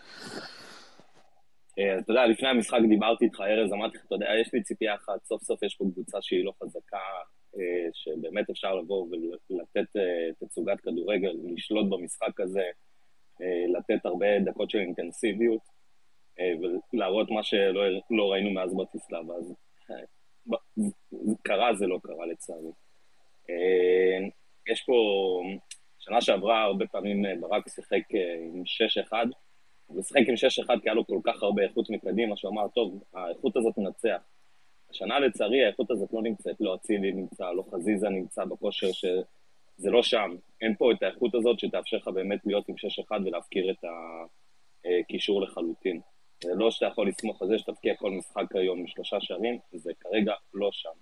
אתה יודע, לפני המשחק דיברתי איתך, ארז, אמרתי לך, אתה יודע, יש לי ציפייה אחת, סוף סוף יש פה קבוצה שהיא לא חזקה, שבאמת אפשר לבוא ולתת תצוגת כדורגל, לשלוט במשחק הזה, לתת הרבה דקות של אינטנסיביות, ולהראות מה שלא ראינו מאז ברטיסלבה. אז קרה, זה לא קרה לצערי. יש פה, שנה שעברה הרבה פעמים ברק שיחק עם 6-1, ושיחק עם 6-1 כי היה לו כל כך הרבה איכות מקדימה, שהוא אמר, טוב, האיכות הזאת נצח. השנה לצערי האיכות הזאת לא נמצאת, לא אצילי נמצא, לא חזיזה נמצא בכושר שזה לא שם. אין פה את האיכות הזאת שתאפשר לך באמת להיות עם 6-1 ולהפקיר את הקישור לחלוטין. זה לא שאתה יכול לסמוך על זה שתפקיע כל משחק היום מ3 שערים, זה כרגע לא שם.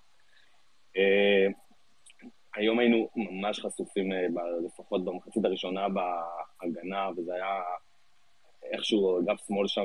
היום היינו ממש חשופים, לפחות במחצית הראשונה בהגנה, וזה היה איכשהו אגף שמאל שם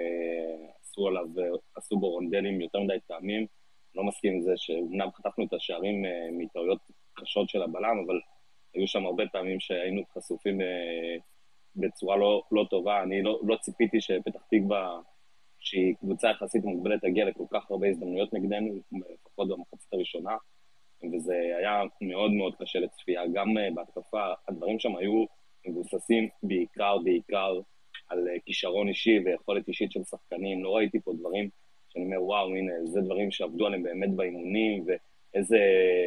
עשו בו רונדלים יותר מדי פעמים. לא מסכים עם זה שאומנם חטפנו את השערים מטעויות קשות של הבלם, אבל היו שם הרבה פעמים שהיינו חשופים בצורה לא טובה. אני לא ציפיתי שפתח תקווה, שהיא קבוצה יחסית מוגבלת, תגיע לכל כך הרבה הזדמנויות נגדנו, לפחות במחצית הראשונה, וזה היה מאוד מאוד קשה לצפייה. גם בהתקפה, הדברים שם היו מבוססים בעיקר על כישרון אישי ויכולת אישית של שחקנים. לא ראיתי פה דברים שאני אומר, וואו, הנה, זה דברים שעבדו עליהם באמת באימונים, ואיזה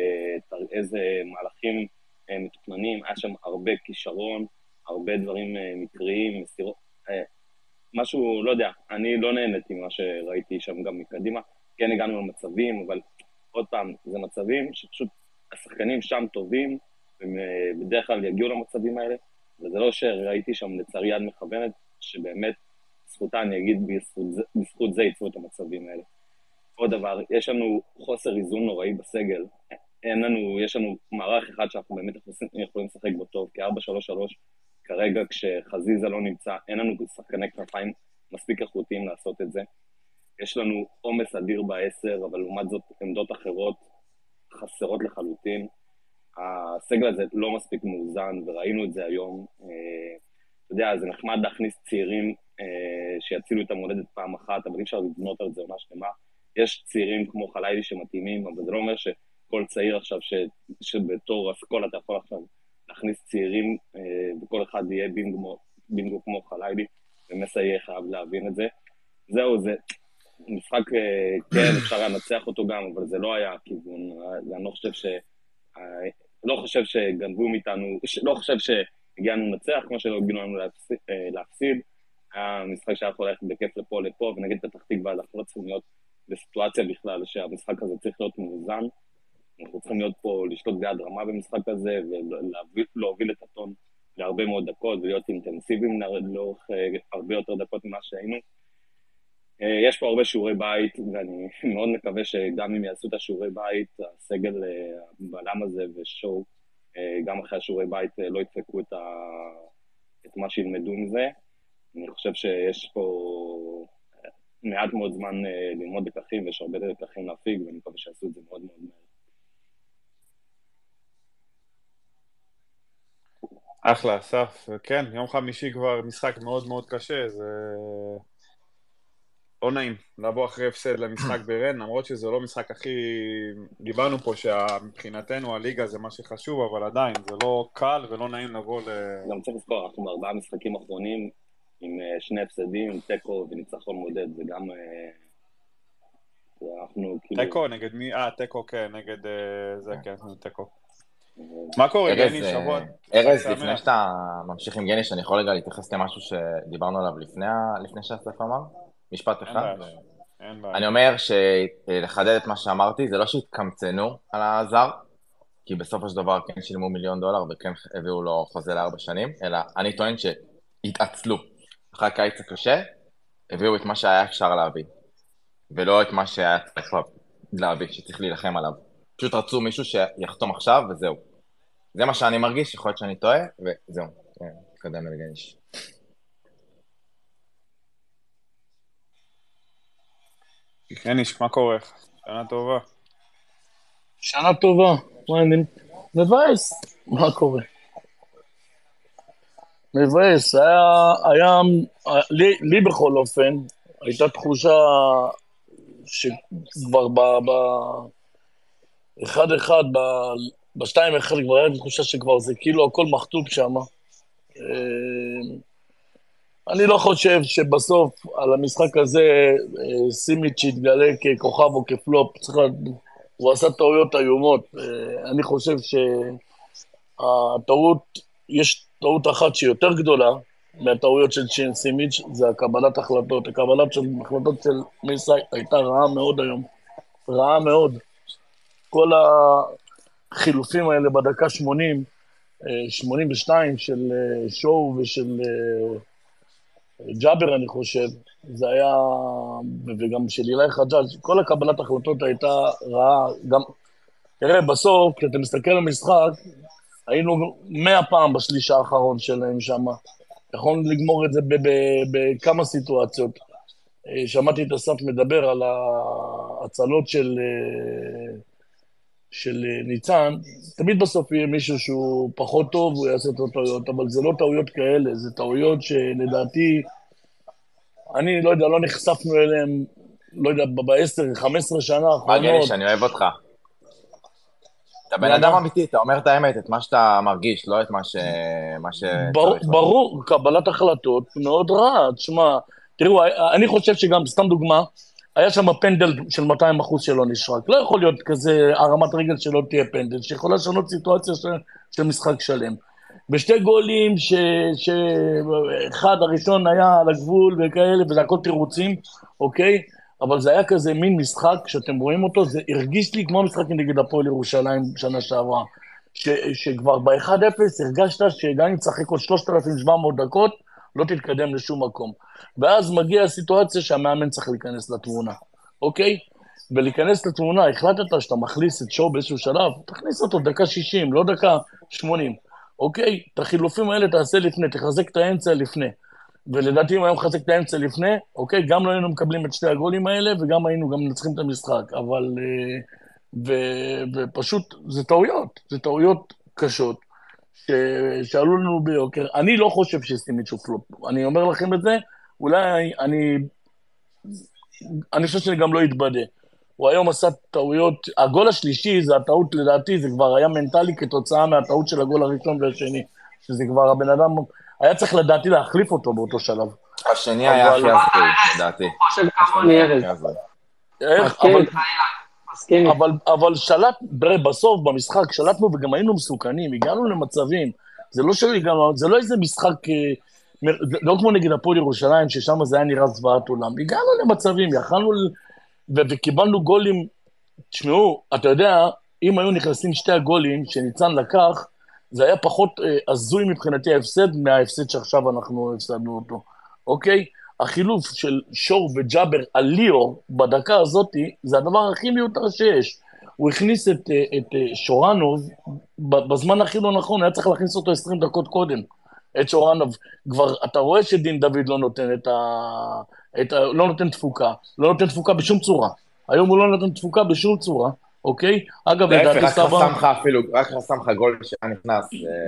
מהלכים מתוכננים. היה שם הרבה כישרון, הרבה דברים מקריים, משהו, לא יודע, אני לא נהניתי ממה שראיתי שם גם מקדימה, כן הגענו למצבים, אבל עוד פעם, זה מצבים שפשוט השחקנים שם טובים, ובדרך כלל יגיעו למצבים האלה, וזה לא שראיתי שם לצערי יד מכוונת, שבאמת זכותה, אני אגיד, בזכות זה יצאו את המצבים האלה. עוד דבר, יש לנו חוסר איזון נוראי בסגל, יש לנו מערך אחד שאנחנו באמת יכולים לשחק בו טוב, כ-4-3-3, כרגע כשחזיזה לא נמצא, אין לנו שחקני כנפיים מספיק איכותיים לעשות את זה. יש לנו עומס אדיר ב10, אבל לעומת זאת עמדות אחרות חסרות לחלוטין. הסגל הזה לא מספיק מאוזן, וראינו את זה היום. אתה יודע, זה נחמד להכניס צעירים שיצילו את המולדת פעם אחת, אבל אי אפשר לבנות על זה עונה שלמה. יש צעירים כמו חלילי שמתאימים, אבל זה לא אומר שכל צעיר עכשיו שבתור אסכולה אתה יכול עכשיו להכניס צעירים, וכל אחד יהיה בינגו כמו חלילי, ומסע יהיה חייב להבין את זה. זהו, זה משחק, כן, אפשר לנצח אותו גם, אבל זה לא היה הכיוון. אני לא חושב שגנבו מאיתנו, לא חושב שהגיענו לנצח, כמו שלא הגיעו לנו להפסיד. היה משחק שהיה יכול ללכת בכיף לפה, ונגיד פתח תקווה, אנחנו לא צריכים להיות בסיטואציה בכלל שהמשחק הזה צריך להיות מאוזן. אנחנו צריכים להיות פה, לשתות ביד רמה במשחק הזה, ולהוביל את הטון להרבה מאוד דקות, ולהיות אינטנסיביים לאורך הרבה יותר דקות ממה שהיינו. יש פה הרבה שיעורי בית, ואני מאוד מקווה שגם אם יעשו את השיעורי בית, הסגל בלם הזה ושואו, גם אחרי השיעורי בית לא ידפקו את מה שילמדו מזה. אני חושב שיש פה מעט מאוד זמן ללמוד לקחים, ויש הרבה לקחים להפיק, ואני מקווה שיעשו את זה מאוד מאוד מהר. אחלה, אסף. כן, יום חמישי כבר משחק מאוד מאוד קשה, זה לא נעים לבוא אחרי הפסד למשחק ברן, למרות שזה לא משחק הכי... דיברנו פה שמבחינתנו הליגה זה מה שחשוב, אבל עדיין זה לא קל ולא נעים לבוא גם צריך לזכור, אנחנו בארבעה משחקים אחרונים עם שני הפסדים, עם טקו וניצחון מודד, זה גם... טקו נגד מי? טקו כן, נגד זה כן, טקו. מה קורה, גני, שבוע? ארז, לפני שאתה ממשיך עם גני, שאני יכול רגע להתייחס למשהו שדיברנו עליו לפני שהסף אמר? משפט אחד. אני אומר שלחדד את מה שאמרתי, זה לא שהתקמצנו על הזר, כי בסופו של דבר כן שילמו $1,000,000 וכן הביאו לו חוזה ל4 שנים, אלא אני טוען שהתעצלו. אחרי הקיץ הקשה, הביאו את מה שהיה אפשר להביא, ולא את מה שהיה צריך להביא, שצריך להילחם עליו. פשוט רצו מישהו שיחתום עכשיו וזהו. זה מה שאני מרגיש, יכול להיות שאני טועה, וזהו. תקדם לגניש. גניש, מה קורה? שנה טובה. שנה טובה. מבאס. מה קורה? מבאס. לי בכל אופן, הייתה תחושה שכבר אחד, ב2-1 כבר היה תחושה שכבר זה כאילו הכל מחטוב שם. אני לא חושב שבסוף על המשחק הזה סימיץ' יתגלה ככוכב או כפלופ, הוא עשה טעויות איומות. אני חושב יש טעות אחת שהיא יותר גדולה מהטעויות של סימיץ', זה הקבלת החלטות. הקבלת של החלטות של מסי הייתה רעה מאוד היום, רעה מאוד. כל החילופים האלה בדקה 82 של שואו ושל ג'אבר, אני חושב, זה היה, וגם של אילי חג'אג', כל הקבלת החלטות הייתה רעה. גם, תראה, בסוף, כשאתה מסתכל על המשחק, היינו 100 פעם בשליש האחרון שלהם שם. יכולנו לגמור את זה בכמה סיטואציות. שמעתי את אסף מדבר על ההצלות של ניצן, תמיד בסוף יהיה מישהו שהוא פחות טוב, הוא יעשה את הטעויות, אבל זה לא טעויות כאלה, זה טעויות שלדעתי, אני לא יודע, לא נחשפנו אליהם, לא יודע, ב10-15 שנה האחרונות. גניש, אני אוהב אותך. אתה בן אדם אמיתי, אתה אומר את האמת, את מה שאתה מרגיש, לא את מה ש... ברור, קבלת החלטות מאוד רע. תשמע, תראו, אני חושב שגם, סתם דוגמה, היה שם פנדל של 200% שלא נשרק. לא יכול להיות כזה הרמת רגל שלא תהיה פנדל, שיכולה לשנות סיטואציה של משחק שלם. בשתי גולים שאחד הראשון היה על הגבול וכאלה, וזה הכל תירוצים, אוקיי? אבל זה היה כזה מין משחק, שאתם רואים אותו, זה הרגיש לי כמו משחק נגד הפועל ירושלים שנה שעברה, שכבר ב-1-0 הרגשת שגם אם תשחק עוד 3,700 דקות, לא תתקדם לשום מקום. ואז מגיעה הסיטואציה שהמאמן צריך להיכנס לתמונה, אוקיי? ולהיכנס לתמונה, החלטת שאתה מכניס את שואו באיזשהו שלב, תכניס אותו דקה 60, לא דקה 80, אוקיי? את החילופים האלה תעשה לפני, תחזק את האמצע לפני. ולדעתי אם היום מחזק את האמצע לפני, אוקיי, גם לא היינו מקבלים את שתי הגולים האלה, וגם היינו גם מנצחים את המשחק, אבל, ופשוט, זה טעויות קשות, שעלו לנו ביוקר. אני לא חושב שסימיץ' הוא פלופ, אני אומר לכם את זה, אולי אני חושב שאני גם לא אתבדה. הוא היום עשה טעויות, הגול השלישי, זה הטעות לדעתי, זה כבר היה מנטלי כתוצאה מהטעות של הגול הראשון והשני, שזה כבר הבן אדם, היה צריך לדעתי להחליף אותו באותו שלב. השני היה הכי הזוי, לדעתי. חושב כמוני ארז. אבל שלט, בסוף במשחק שלטנו וגם היינו מסוכנים, הגענו למצבים, זה לא איזה משחק, לא כמו נגד הפועל ירושלים, ששם זה היה נראה זוועת עולם, הגענו למצבים, יכלנו, וקיבלנו גולים, תשמעו, אתה יודע, אם היו נכנסים שתי הגולים שניצן לקח, זה היה פחות הזוי מבחינתי ההפסד, מההפסד שעכשיו אנחנו הפסדנו אותו, אוקיי? החילוף של שור וג'אבר על ליאור בדקה הזאת, זה הדבר הכי מיותר שיש. הוא הכניס את שורנוב בזמן הכי לא נכון, היה צריך להכניס אותו 20 דקות קודם. את שורנוב, כבר אתה רואה שדין דוד לא נותן לא נותן תפוקה, לא נותן תפוקה בשום צורה. היום הוא לא נותן תפוקה בשום צורה, אוקיי? אגב, לדעתי סבא... רק חסם לך גול שהיה נכנס.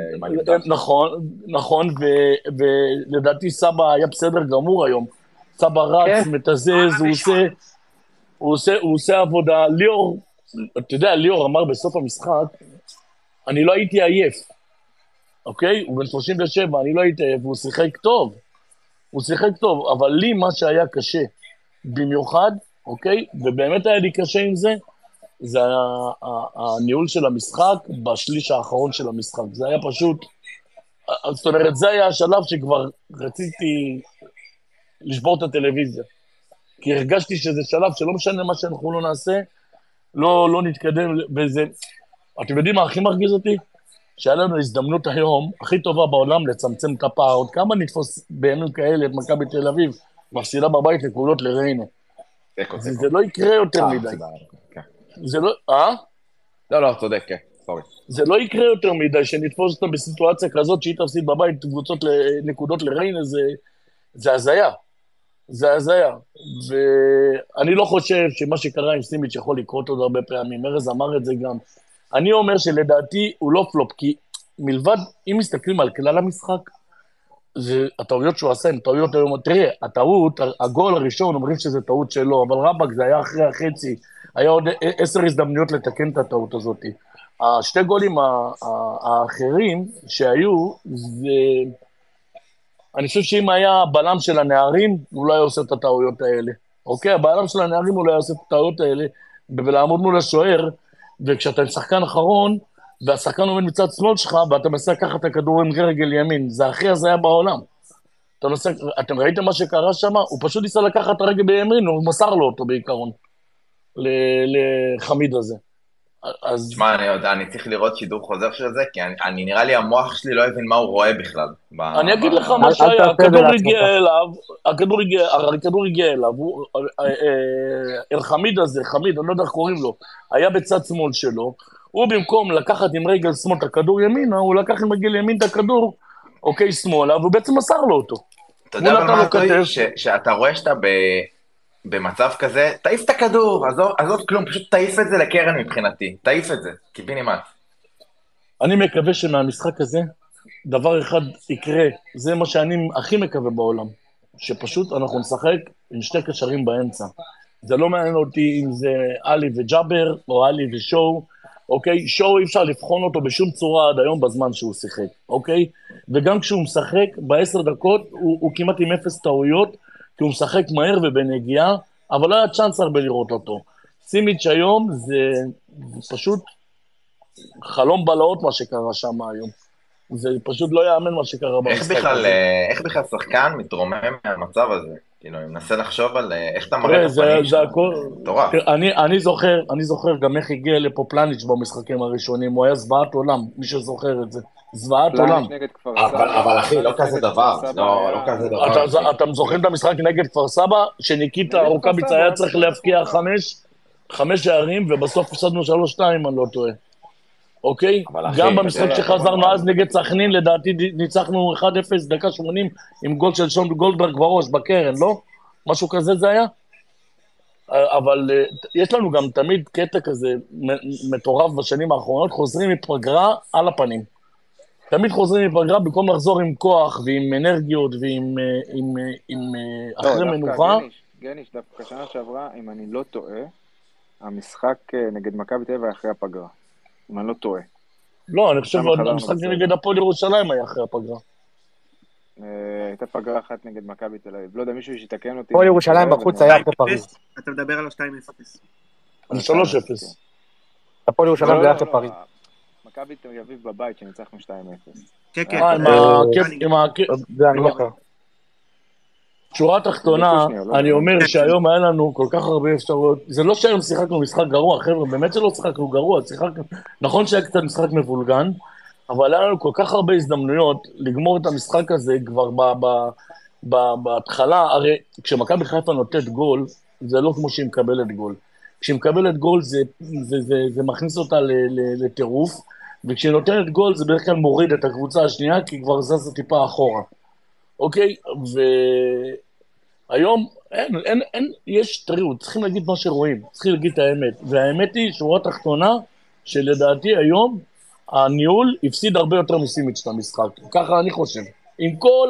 נכון, ולדעתי סבא היה בסדר גמור היום. סבא רץ, מתזז, הוא עושה עבודה. ליאור, אתה יודע, ליאור אמר בסוף המשחק, אני לא הייתי עייף, אוקיי? הוא בן 37, אני לא הייתי עייף, והוא שיחק טוב, אבל לי מה שהיה קשה, במיוחד, אוקיי? ובאמת היה לי קשה עם זה, זה הניהול של המשחק בשליש האחרון של המשחק. זה היה פשוט, זאת אומרת, זה היה השלב שכבר רציתי לשבור את הטלוויזיה. כי הרגשתי שזה שלב שלא משנה מה שאנחנו לא נעשה, לא נתקדם בזה. אתם יודעים מה הכי מרגיז אותי? שהיה לנו הזדמנות היום, הכי טובה בעולם, לצמצם את הפער. עוד כמה נתפוס בימים כאלה את מכבי תל אביב, מפסידה בבית נקודות לריינה. זה לא יקרה יותר מדי. זה לא, לא, צודק, כן, סורי. זה לא יקרה יותר מדי, שנתפוס אותה בסיטואציה כזאת, שהיא תפסיד בבית קבוצות נקודות לריינה, זה הזיה. זה הזיה. ואני לא חושב שמה שקרה עם סימיץ' יכול לקרות עוד הרבה פעמים. ארז אמר את זה גם. אני אומר שלדעתי הוא לא פלופ, כי מלבד, אם מסתכלים על כלל המשחק, הטעויות שהוא עשה הן טעויות היום. תראה, הטעות, הגול הראשון אומרים שזה טעות שלו, אבל רבק זה היה אחרי החצי, היה עוד 10 הזדמנויות לתקן את הטעות הזאת. השתי גולים האחרים שהיו, אני חושב שאם היה בלם של הנערים, הוא לא היה עושה את הטעויות האלה. אוקיי, הבלם של הנערים הוא לא היה עושה את הטעויות האלה, ולעמוד מול השוער, וכשאתה שחקן אחרון, והשחקן עומד מצד שמאל שלך, ואתה מנסה לקחת את הכדור עם רגל ימין, זה הכי הזיה בעולם. אתם ראיתם מה שקרה שם? הוא פשוט ניסה לקחת את הרגל בימין, הוא מסר לו אותו בעיקרון, לחמיד הזה. תשמע, אני צריך לראות שידור חוזר של זה, כי אני נראה לי המוח שלי לא הבין מה הוא רואה בכלל. אני אגיד לך מה שהיה, הכדור הגיע אליו, חמיד הזה, חמיד, אני לא יודע איך קוראים לו, היה בצד שמאל שלו, הוא במקום לקחת עם רגל שמאל את הכדור ימינה, הוא לקח עם רגל ימין את הכדור, אוקיי, שמאלה, והוא בעצם מסר לו אותו. אתה יודע אבל מה טוב, שאתה רואה שאתה במצב כזה, תעיף את הכדור, עזוב כלום, פשוט תעיף את זה לקרן מבחינתי, תעיף את זה, קיבינימט. אני מקווה שמהמשחק הזה, דבר אחד יקרה, זה מה שאני הכי מקווה בעולם, שפשוט אנחנו נשחק עם שתי קשרים באמצע. זה לא מעניין אותי אם זה אלי וג'אבר, או אלי ושואו, אוקיי? שואו אי אפשר לבחון אותו בשום צורה עד היום בזמן שהוא שיחק, אוקיי? וגם כשהוא משחק, ב10 דקות, הוא כמעט עם 0 טעויות, כי הוא משחק מהר ובנגיעה, אבל לא היה צ'אנס הרבה לראות אותו. סימיץ' היום זה פשוט חלום בלהות מה שקרה שם היום. זה פשוט לא יאמן מה שקרה במשחק הזה. איך בכלל שחקן מתרומם מהמצב הזה? כאילו, אני מנסה לחשוב על איך אתה מראה את הפנים שלו. מטורף. אני זוכר גם איך הגיע לפה פלניץ' במשחקים הראשונים, הוא היה זוועת עולם, מי שזוכר את זה. זוועת עולם. אבל אחי, לא כזה דבר. לא כזה דבר. אתם זוכרים את המשחק נגד כפר סבא, שניקיטה רוקאביצה היה צריך להפקיע 5 שערים, ובסוף הפסדנו 3-2, אני לא טועה. אוקיי? גם במשחק שחזרנו אז נגד סכנין, לדעתי ניצחנו 1-0 דקה 80 עם גול של שון גולדברג בראש, בקרן, לא? משהו כזה זה היה? אבל יש לנו גם תמיד קטע כזה מטורף בשנים האחרונות, חוזרים מפגרה על הפנים. תמיד חוזרים מפגרה במקום לחזור עם כוח ועם אנרגיות ועם אחרי מנוחה. גניש, דווקא שנה שעברה, אם אני לא טועה, המשחק נגד מכבי תל אביב היה אחרי הפגרה. אם אני לא טועה. לא, אני חושב שהמשחק נגד הפועל ירושלים היה אחרי הפגרה. הייתה פגרה אחת נגד מכבי תל אביב. לא יודע, מישהו שיתקן אותי. הפועל ירושלים בחוץ היה אחרי פריז. אתה מדבר על ה-2-0. על 3-0. הפועל ירושלים זה היה אחרי פריז. מכבי תל אביב בבית שניצחנו 2-0. כן, כן. זה אני זוכר. שורה תחתונה, אני אומר שהיום היה לנו כל כך הרבה אפשרויות, זה לא שהיום שיחקנו משחק גרוע, חבר'ה, באמת שלא שיחקנו גרוע, נכון שהיה קצת משחק מבולגן, אבל היה לנו כל כך הרבה הזדמנויות לגמור את המשחק הזה כבר בהתחלה, הרי כשמכבי חיפה נותנת גול, זה לא כמו שהיא מקבלת גול. כשהיא מקבלת גול זה מכניס אותה לטירוף, וכשהיא נותנת גול זה בדרך כלל מוריד את הקבוצה השנייה, כי כבר זזה טיפה אחורה. אוקיי, והיום תראו, צריכים להגיד מה שרואים, צריכים להגיד את האמת, והאמת היא, שורה תחתונה, שלדעתי היום, הניהול הפסיד הרבה יותר מסימיץ' את המשחק, ככה אני חושב. עם כל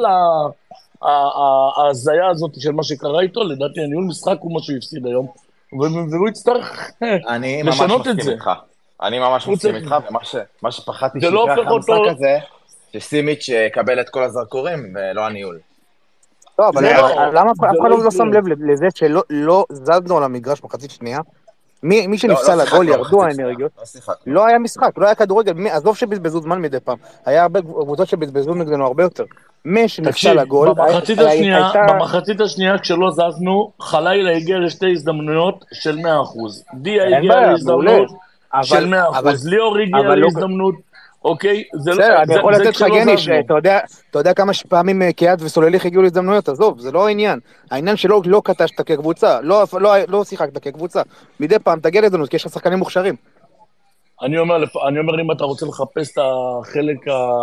ההזיה הזאת של מה שקרה איתו, לדעתי הניהול משחק הוא מה שהוא הפסיד היום, והוא יצטרך לשנות את זה. אני ממש מסכים איתך, ומה שפחדתי שיקרה אחרי המשחק הזה, שסימיץ' יקבל את כל הזרקורים ולא הניהול. לא, אבל למה אף אחד לא שם לב לזה שלא זזנו על המגרש מחצית שנייה? מי שנפסל לגול ירדו האנרגיות, לא היה משחק, לא היה כדורגל, עזוב שבזבזו זמן מדי פעם, היה הרבה קבוצות שבזבזו נגדנו הרבה יותר. מי שנפסל לגול, במחצית השנייה כשלא זזנו, חלילה הגיע לשתי הזדמנויות של 100%. דיה הגיע להזדמנות של 100%, ליאור הגיע להזדמנות, אוקיי? אני יכול לתת לך גניש, אתה יודע כמה פעמים קיאט וסולליך הגיעו להזדמנויות, עזוב, זה לא העניין. העניין שלא קטשת כקבוצה, לא שיחקת כקבוצה. מדי פעם תגיע להזדמנות, כי יש לך שחקנים מוכשרים. אני אומר, אם אתה רוצה לחפש את החלק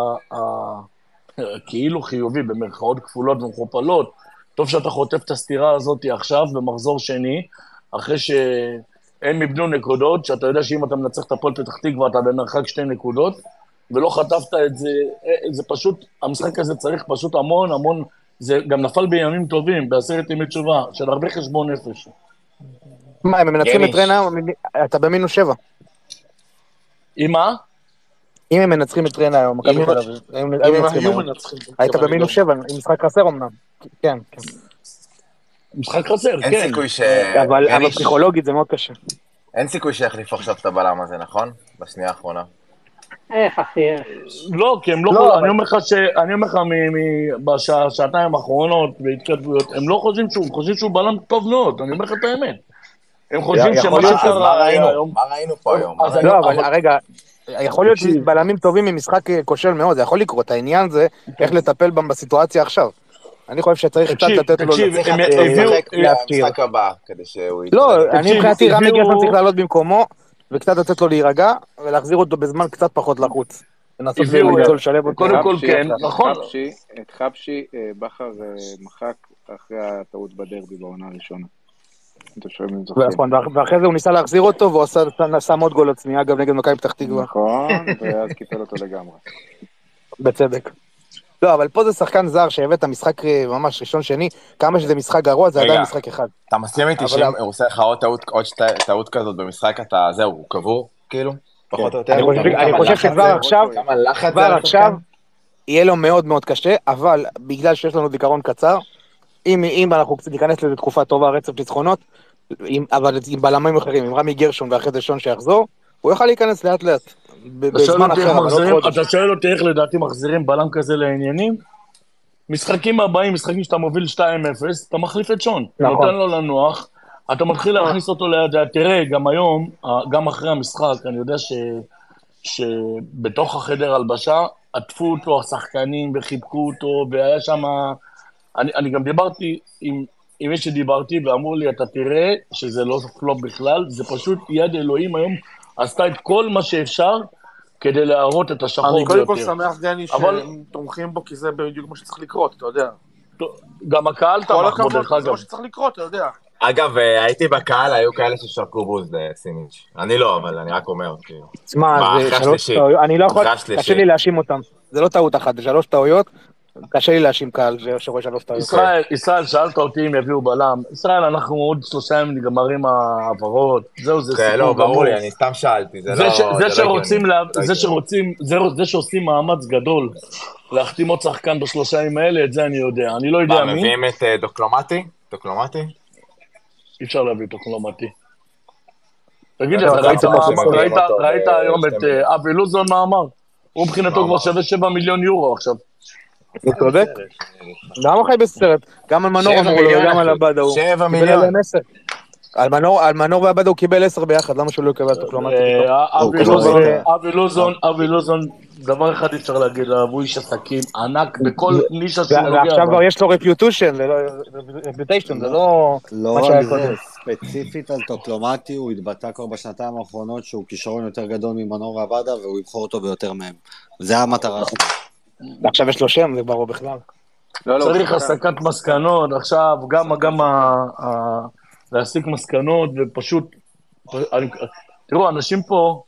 כאילו חיובי, במרכאות כפולות ומכופלות, טוב שאתה חוטף את הסתירה הזאת עכשיו, במחזור שני, אחרי שהם יבנו נקודות, שאתה יודע שאם אתה מנצח את הפועל פתח תקווה, אתה במרחק 2 נקודות, ולא חטפת את זה, זה פשוט, המשחק הזה צריך פשוט המון, זה גם נפל בימים טובים, בעשרת ימי תשובה, של הרבה חשבון נפש. מה, הם מנצחים את ריינה, אתה במינוס 7. עם מה? אם הם מנצחים את ריינה היום, מכבי תל אביב, אם הם היו מנצחים, היית במינוס 7, עם משחק חסר אמנם. כן. משחק חסר, כן. אין סיכוי אבל פסיכולוגית זה מאוד קשה. אין סיכוי שיחליף עכשיו את הבלם הזה, נכון? בשנייה האחרונה. איך, אחי? לא, כי הם לא, אני אומר לך בשעתיים האחרונות, בהתכתבויות, הם לא חושבים שהוא בלם טוב מאוד, אני אומר לך את האמת. הם חושבים שמה שקרה היום... מה ראינו פה היום? לא, אבל רגע, יכול להיות שבלמים טובים ממשחק כושל מאוד, זה יכול לקרות, העניין זה איך לטפל בהם בסיטואציה עכשיו. אני חושב שצריך קצת לתת לו משחק הבא, כדי שהוא... לא, אני מבחינתי רמי גרשון צריך לעלות במקומו, וקצת לתת לו להירגע, ולהחזיר אותו בזמן קצת פחות לחוץ. לנסות לשלב אותו. קודם כל כן, נכון. את חבשי בכר מחק אחרי הטעות בדרבי בעונה הראשונה. ואחרי זה הוא ניסה להחזיר אותו, והוא שם עוד גול עצמי, אגב נגד מכבי פתח תקווה. נכון, ואז קיפל אותו לגמרי. בצדק. לא, אבל פה זה שחקן זר שהבאת משחק ממש ראשון שני, כמה שזה משחק גרוע, זה עדיין משחק אחד. אתה מסכים איתי שאם הוא עושה לך עוד טעות כזאת במשחק, זהו, הוא קבור, כאילו? פחות או יותר? אני חושב שכבר עכשיו יהיה לו מאוד מאוד קשה, אבל בגלל שיש לנו זיכרון קצר, אם אנחנו ניכנס לזה תקופה טובה, רצף ניצחונות, אבל עם בלמים אחרים, עם רמי גרשון ואחרי זה שון שיחזור, הוא יוכל להיכנס לאט לאט. בזמן אחר, אבל לא חודש. אתה שואל אותי איך לדעתי מחזירים בלם כזה לעניינים? משחקים הבאים, משחקים שאתה מוביל 2-0, אתה מחליף את שון. נותן לו לנוח, אתה מתחיל להכניס אותו ליד, תראה, גם היום, גם אחרי המשחק, אני יודע שבתוך החדר הלבשה, עטפו אותו השחקנים וחיבקו אותו, והיה שם, אני גם דיברתי עם מי שדיברתי, ואמרו לי, אתה תראה שזה לא פלופ בכלל, זה פשוט יד אלוהים היום, עשתה את כל מה שאפשר, כדי להראות את השחור ביותר. אני קודם כל שמח, דני, שהם תומכים בו, כי זה בדיוק מה שצריך לקרות, אתה יודע. גם הקהל תמך בו, דרך אגב. זה מה שצריך לקרות, אתה יודע. אגב, הייתי בקהל, היו כאלה ששרקו בוז לסימיץ'. אני לא, אבל אני רק אומר. תשמע, זה 3 טעויות, אני לא יכול, קשה לי להאשים אותם. זה לא טעות אחת, זה 3 טעויות. קשה לי להאשים קהל שרואה 3 טעויות. ישראל, שאלת אותי אם יביאו בלם. ישראל, אנחנו עוד 3 ימים נגמרים העברות. זהו, זה סיפור. לא, ברור לי, אני סתם שאלתי. זה שעושים מאמץ גדול להחתים עוד שחקן ב3 ימים האלה, את זה אני יודע. אני לא יודע מי. מביאים את דוקלומטי? דוקלומטי? אי אפשר להביא דוקלומטי. תגיד, ראית היום את אבי לוזון מה אמר? הוא מבחינתו כבר שווה 7 מיליון יורו עכשיו. הוא צודק? למה חי בסרט? גם על מנור אמרו לו, גם על הבאדה הוא. 7 מיליון. על מנור והבאדה הוא קיבל 10 ביחד, למה שהוא לא יקבל דוקלומטי? אבי לוזון, דבר אחד אפשר להגיד עליו, הוא איש עסקים ענק בכל נישה שהוא נוגע. ועכשיו כבר יש לו רפיוטושן, זה לא מה שהיה קודם. ספציפית על דוקלומטי, הוא התבטא כבר בשנתיים האחרונות שהוא כישרון יותר גדול ממנור והבאדה, והוא יבחור אותו ביותר מהם. זה המטרה שלו. עכשיו יש לו שם, זה ברור בכלל. צריך הסקת מסקנות, עכשיו גם להסיק מסקנות, ופשוט, תראו, אנשים פה,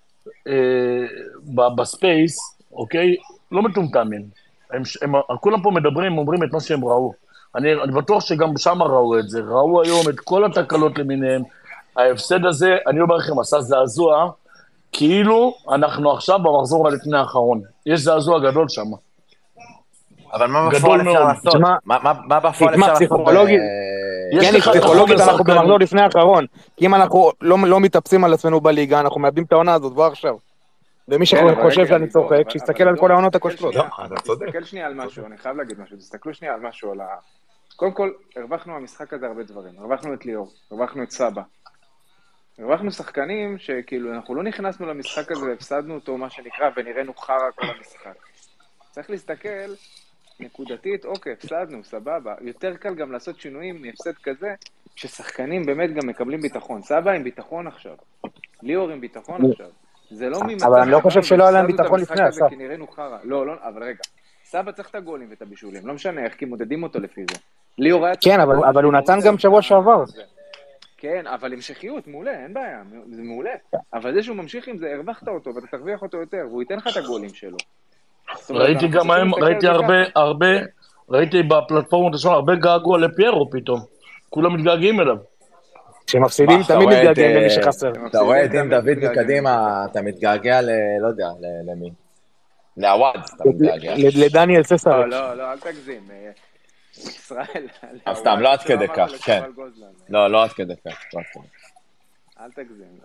בספייס, אוקיי, לא מטומטמים. כולם פה מדברים, אומרים את מה שהם ראו. אני בטוח שגם שם ראו את זה, ראו היום את כל התקלות למיניהם. ההפסד הזה, אני אומר לכם, עשה זעזוע, כאילו אנחנו עכשיו במחזור הלפני האחרון. יש זעזוע גדול שם. אבל מה בפועל אפשר לעשות? מה בפועל אפשר לעשות? כן, פסיכולוגית אנחנו במחזור לפני האחרון. כי אם אנחנו לא מתאפסים על עצמנו בליגה, אנחנו מאבדים את העונה הזאת, כבר עכשיו. ומי שחושב שאני צוחק, שיסתכל על כל העונות הכושלות. תסתכל שנייה על משהו, אני חייב להגיד משהו, תסתכלו שנייה על משהו, קודם כל, הרווחנו במשחק הזה הרבה דברים, הרווחנו את ליאור, הרווחנו את סבא, הרווחנו שחקנים שכאילו אנחנו לא נכנסנו למשחק הזה והפסדנו אותו, מה שנקרא, ונראינו חרה כל המשחק. צריך להסתכל נקודתית, אוקיי, הפסדנו, סבבה, יותר קל גם לעשות שינויים מהפסד כזה, ששחקנים באמת גם מקבלים ביטחון, סבא עם ביטחון עכשיו, ליאור עם ביטחון עכשיו. זה לא ממצב... אבל אני לא חושב שלא היה להם ביטחון לפני הסף. לא, אבל רגע. סבא צריך את הגולים ואת הבישולים. לא משנה איך, כי מודדים אותו לפי זה. ליאור היה... כן, אבל הוא נתן גם שבוע שעבר. כן, אבל המשכיות, מעולה, אין בעיה. זה מעולה. אבל זה שהוא ממשיך עם זה, הרווחת אותו ואתה תרוויח אותו יותר, והוא ייתן לך את הגולים שלו. ראיתי גם היום, ראיתי בפלטפורמות השונות הרבה געגוע לפיירו פתאום. כולם מתגעגעים אליו. כשמפסידים תמיד מתגעגעים למי שחסר. אתה רואה את דין דוד מקדימה, אתה מתגעגע לא יודע, למי? לעווד, אתה מתגעגע. לדניאל ססר. לא, אל תגזים. ישראל. סתם, לא עד כדי כך, כן. לא עד כדי כך. אל תגזים.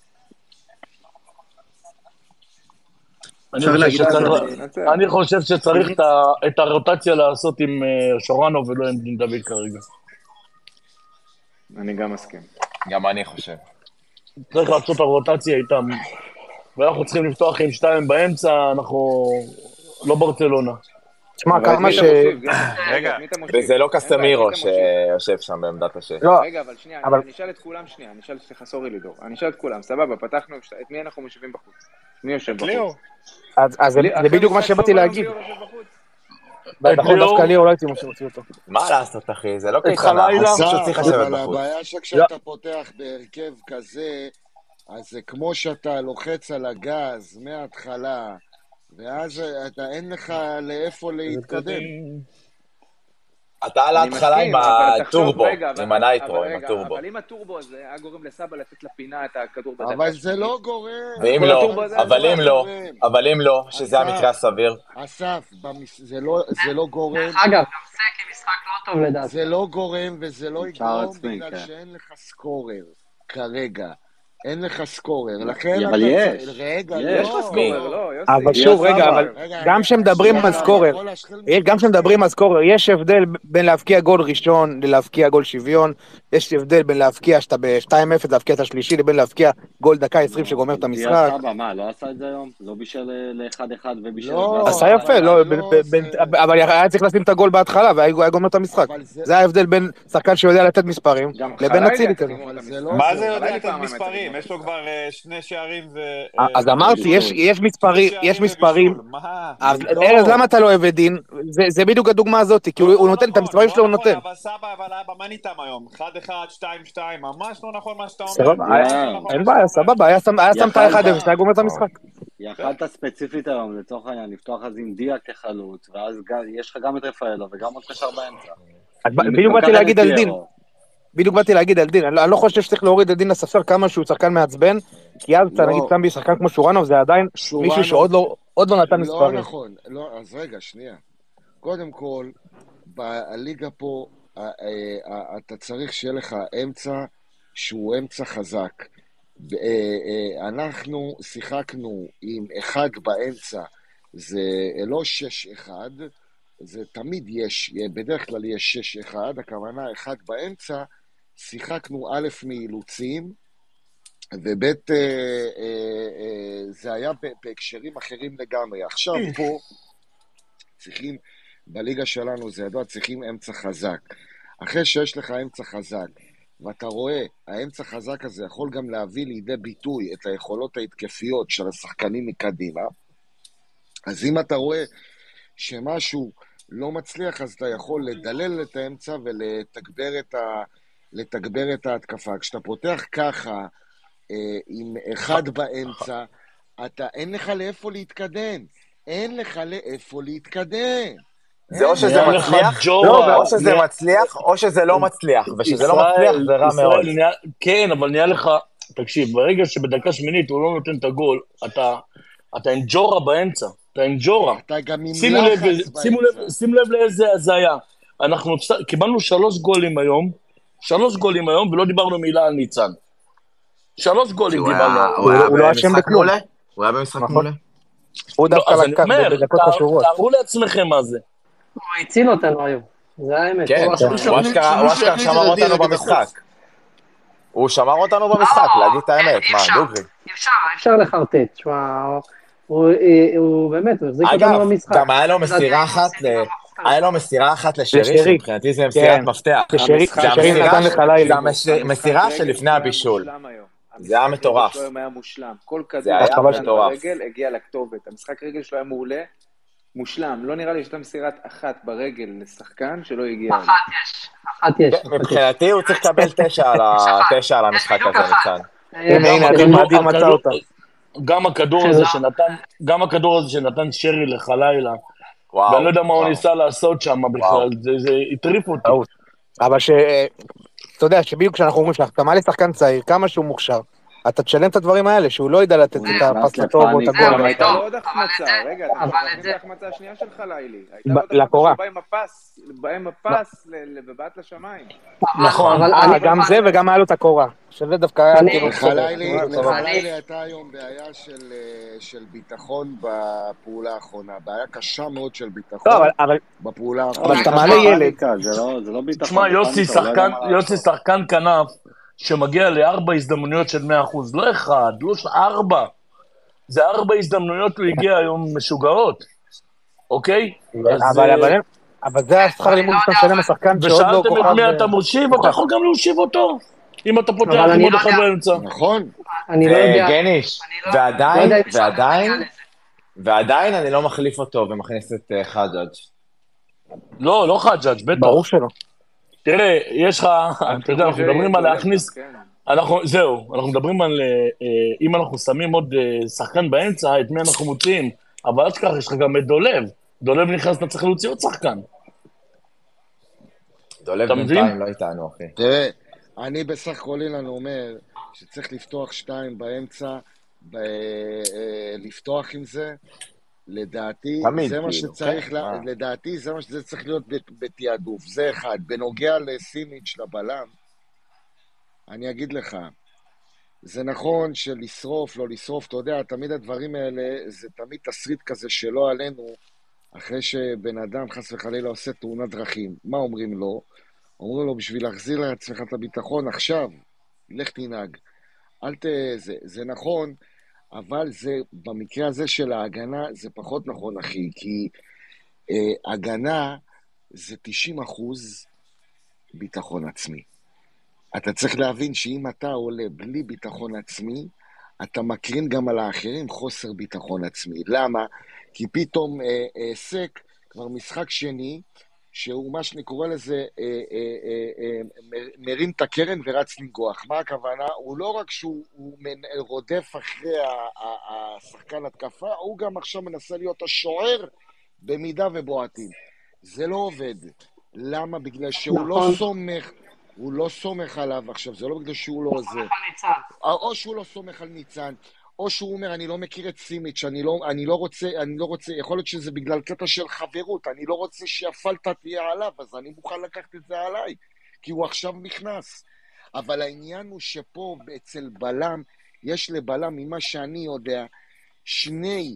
אני חושב שצריך את הרוטציה לעשות עם שורנו ולא עם דין דוד כרגע. אני גם מסכים. גם אני חושב. צריך לעשות את הרוטציה איתם. ואנחנו צריכים לפתוח עם 2 באמצע, אנחנו לא ברצלונה. תשמע, כמה ש... רגע, וזה לא קסמירו שיושב שם בעמדת השם. רגע, אבל שנייה, אני אשאל את כולם שנייה, אני אשאל סליחה, סורי לידור. אני אשאל את כולם, סבבה, פתחנו, את מי אנחנו מושבים בחוץ? מי יושב בחוץ? אז זה בדיוק מה שבאתי להגיד. נכון, דווקא לי אולי הייתי מוציא אותו. מה לעשות, אחי? זה לא קטנה, פשוט צריך לשבת בחוץ. אבל הבעיה שכשאתה פותח בהרכב כזה, אז זה כמו שאתה לוחץ על הגז מההתחלה, ואז אין לך לאיפה להתקדם. אתה על ההתחלה עם הטורבו, עם הנייטרו, עם הטורבו. אבל אם הטורבו הזה היה גורם לסבא לתת לפינה את הכדור בדקה. אבל זה לא גורם. אבל אם לא, שזה המקרה הסביר. אסף, זה לא גורם. אגב, גם זה כמשחק לא טוב לדעת. זה לא גורם וזה לא יגרום בגלל שאין לך סקורר כרגע. אין לך סקורר, לכן אבל יש. רגע, יש לך סקורר, לא, יוסי. אבל שוב, רגע, אבל גם כשמדברים על סקורר, יש הבדל בין להבקיע גול ראשון ללהבקיע גול שוויון, יש הבדל בין להבקיע שאתה ב-2-0 להבקיע את השלישי, לבין להבקיע גול דקה 20 שגומר את המשחק. מה, לא עשה את זה היום? לא בישל ל-1-1 ובישל... עשה יפה, לא, אבל היה צריך לשים את הגול בהתחלה והיה גומר את המשחק. זה ההבדל בין שחקן שיודע לתת מספרים לבין אצילי כזה. מה זה יודע לתת מספרים? יש לו כבר 2 שערים ו... אז אמרתי, יש מספרים. ארז, למה אתה לא אוהב את דין? זה בדיוק הדוגמה הזאת, כי הוא נותן, את המספרים שלו הוא נותן. אבל סבא, אבל אבא, מה ניתם היום? 1-1, 2-2, ממש לא נכון מה שאתה אומר. סבבה, אין בעיה, סבבה, היה שמת 1-0, היה גומר את המשחק. יכלת ספציפית היום, לצורך העניין, לפתוח אז עם דיה כחלוץ, ואז יש לך גם את רפאלו וגם עוד קשר באמצע. בדיוק באתי להגיד על דין, אני לא חושב שצריך להוריד את דין לספסל כמה שהוא שחקן מעצבן, כי אז אתה נגיד שם בי שחקן כמו שורנוב, זה עדיין מישהו שעוד לא נתן מספרים. לא נכון, אז רגע, שנייה. קודם כל, בליגה פה, אתה צריך שיהיה לך אמצע שהוא אמצע חזק. אנחנו שיחקנו עם אחד באמצע, זה לא 6-1, זה תמיד יש, בדרך כלל יש 6-1, הכוונה אחד באמצע, שיחקנו א' מאילוצים, וב' זה היה בהקשרים אחרים לגמרי. עכשיו פה צריכים, בליגה שלנו זה ידוע, צריכים אמצע חזק. אחרי שיש לך אמצע חזק, ואתה רואה, האמצע חזק הזה יכול גם להביא לידי ביטוי את היכולות ההתקפיות של השחקנים מקדימה, אז אם אתה רואה שמשהו לא מצליח, אז אתה יכול לדלל את האמצע ולתגבר את ההתקפה. כשאתה פותח ככה, עם אחד באמצע, אין לך לאיפה להתקדם. אין לך לאיפה להתקדם. זה או שזה מצליח, או שזה מצליח, או שזה לא מצליח, ושזה לא מצליח זה רע מאוד. כן, אבל נהיה לך, תקשיב, ברגע שבדקה שמינית הוא לא נותן את הגול, אתה עם ג'ורה באמצע, אתה עם ג'ורה. אתה גם עם לחץ באמצע. שים לב לאיזה הזיה. אנחנו קיבלנו 3 גולים היום, ולא דיברנו מילה על ניצן. 3 גולים דיברנו. הוא לא אשם בכלום. הוא היה במשחק מעולה. הוא דווקא לקח בדקות חשובות. תארו לעצמכם מה זה. הוא הציל אותנו היום, זה האמת. כן, הוא אשכרה שמר אותנו במשחק. הוא שמר אותנו במשחק, להגיד את האמת. מה, דוגרי? אפשר לחרטט, תשמע, הוא באמת, הוא החזיק אותנו במשחק. גם היה לו מסירה אחת לשרי, מבחינתי זה מסירת מפתח. זה מסירה שלפני הבישול. זה היה מטורף. המשחק היה מושלם. כל כדור ברגל הגיע לכתובת. המשחק רגל שלו היה מעולה, מושלם. לא נראה לי שאתה מסירת אחת ברגל לשחקן שלא הגיע אליו. אחת יש. מבחינתי הוא צריך לקבל 9 על המשחק הזה ניצן. הנה, מצא אותה. גם הכדור הזה שנתן שרי לחלילה, ואני לא יודע מה הוא ניסה לעשות שם בכלל, זה הטריף אותי. אבל אתה יודע שבדיוק כשאנחנו אומרים שאתה מעלה שחקן צעיר, כמה שהוא מוכשר, אתה תשלם את הדברים האלה, שהוא לא ידע לתת את הפס לטוב או את הגול. הייתה לו עוד החמצה, רגע, אתה מכניס את ההחמצה השנייה שלך לילי. לקורה. בא עם הפס ובאת לשמיים. נכון, גם זה וגם היה לו את הקורה. שזה דווקא היה... לחלילי הייתה היום בעיה של ביטחון בפעולה האחרונה. בעיה קשה מאוד של ביטחון בפעולה האחרונה. אבל אתה מעלה ילד. זה לא ביטחון. תשמע, יוסי שחקן כנף, שמגיע ל4 הזדמנויות של 100%, לא 1, לא 4. זה 4 הזדמנויות הוא הגיע היום משוגעות, אוקיי? אבל זה השכר לימוד שאתה משלם השחקן שעוד לא כוכב... ושאלתם את מי אתה מושיב, אתה יכול גם להושיב אותו, אם אתה פותח עם עוד אחד באמצע. נכון. אני לא יודע... גניש, ועדיין אני לא מחליף אותו ומכניס את חג'אג'. לא חג'אג', בטח. ברור שלא. תראה, יש לך, אתה יודע, אנחנו מדברים על להכניס, אנחנו מדברים על, אם אנחנו שמים עוד שחקן באמצע, את מי אנחנו מוציאים, אבל אז כך יש לך גם את דולב נכנס, אתה צריך להוציא עוד שחקן. דולב בינתיים לא איתנו, אחי. תראה, אני בסך הכל אילן אומר שצריך לפתוח 2 באמצע, לפתוח עם זה, לדעתי זה מה שצריך, לדעתי זה מה שזה צריך להיות בתיעדוף, זה אחד. בנוגע לסימיץ' לבלם, אני אגיד לך, זה נכון שלשרוף, לא לשרוף, אתה יודע, תמיד הדברים האלה, זה תמיד תסריט כזה שלא עלינו, אחרי שבן אדם חס וחלילה עושה תאונת דרכים. מה אומרים לו? אומרים לו, בשביל להחזיר לעצמך את הביטחון, עכשיו, לך תנהג. זה נכון, אבל זה, במקרה הזה של ההגנה, זה פחות נכון, אחי, כי הגנה זה 90% ביטחון עצמי. אתה צריך להבין שאם אתה עולה בלי ביטחון עצמי, אתה מקרין גם על האחרים חוסר ביטחון עצמי. למה? כי פתאום סק, כבר משחק שני, שהוא מה שאני קורא לזה, מרים את הקרן ורץ לנגוח. מה הכוונה? הוא לא רק שהוא רודף אחרי השחקן התקפה, הוא גם עכשיו מנסה להיות השוער במידה ובועטים. זה לא עובד. למה? בגלל שהוא לא סומך, הוא לא סומך עליו. עכשיו, זה לא בגלל שהוא לא עוזר. או שהוא לא סומך על ניצן, או שהוא אומר, אני לא מכיר את סימיץ', אני לא רוצה, יכול להיות שזה בגלל קטע של חברות, אני לא רוצה שהפלטה תהיה עליו, אז אני מוכן לקחת את זה עליי, כי הוא עכשיו נכנס. אבל העניין הוא שפה אצל בלם, יש לבלם, ממה שאני יודע, שתי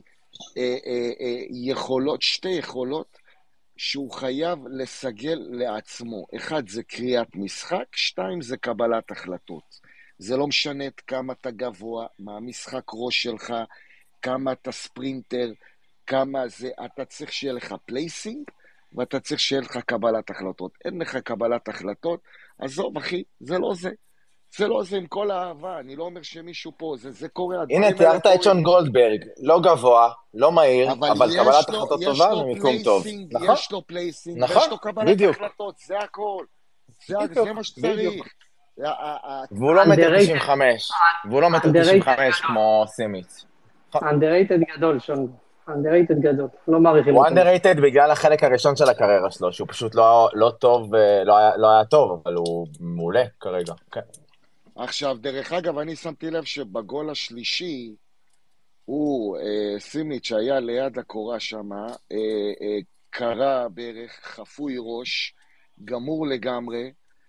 יכולות, שהוא חייב לסגל לעצמו. אחד זה קריאת משחק, 2 זה קבלת החלטות. זה לא משנה כמה אתה גבוה, מה המשחק ראש שלך, כמה אתה ספרינטר, כמה זה, אתה צריך שיהיה לך פלייסינג, ואתה צריך שיהיה לך קבלת החלטות. אין לך קבלת החלטות, עזוב אחי, זה לא זה. זה לא זה עם כל האהבה, אני לא אומר שמישהו פה, זה קורה. הנה, תיארת את שון גולדברג, לא גבוה, לא מהיר, אבל קבלת החלטות טובה ומיקום טוב. יש לו פלייסינג, יש לו קבלת החלטות, זה הכל. זה מה שצריך. והוא לא מטר 95, והוא לא מטר 95 כמו סימיץ. underrated גדול, שון. underrated גדול, לא מעריכים אותו. הוא underrated בגלל החלק הראשון של הקריירה שלו, שהוא פשוט לא טוב, לא היה טוב, אבל הוא מעולה כרגע, כן. עכשיו, דרך אגב, אני שמתי לב שבגול השלישי, הוא, סימיץ' היה ליד הקורה שם, קרה בערך, חפוי ראש, גמור לגמרי.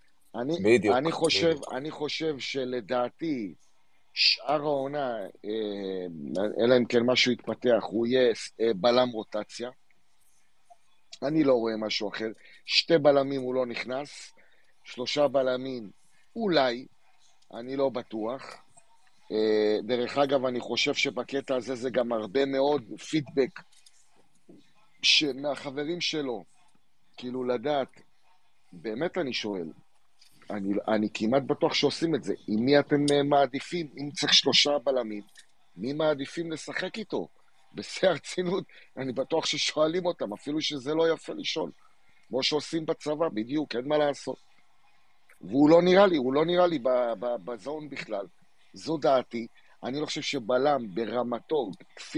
אני חושב שלדעתי, שאר העונה, אלא אם כן משהו יתפתח, הוא יהיה בלם רוטציה. אני לא רואה משהו אחר. 2 בלמים הוא לא נכנס, 3 בלמים אולי, אני לא בטוח. דרך אגב, אני חושב שבקטע הזה זה גם הרבה מאוד פידבק מהחברים שלו. כאילו לדעת, באמת אני שואל, אני כמעט בטוח שעושים את זה. עם מי אתם מעדיפים? אם צריך 3 בלמים, מי מעדיפים לשחק איתו? בשיא הרצינות, אני בטוח ששואלים אותם, אפילו שזה לא יפה לשאול. כמו שעושים בצבא, בדיוק, אין מה לעשות. והוא לא נראה לי בזון בכלל. זו דעתי. אני לא חושב שבלם ברמתו, כפי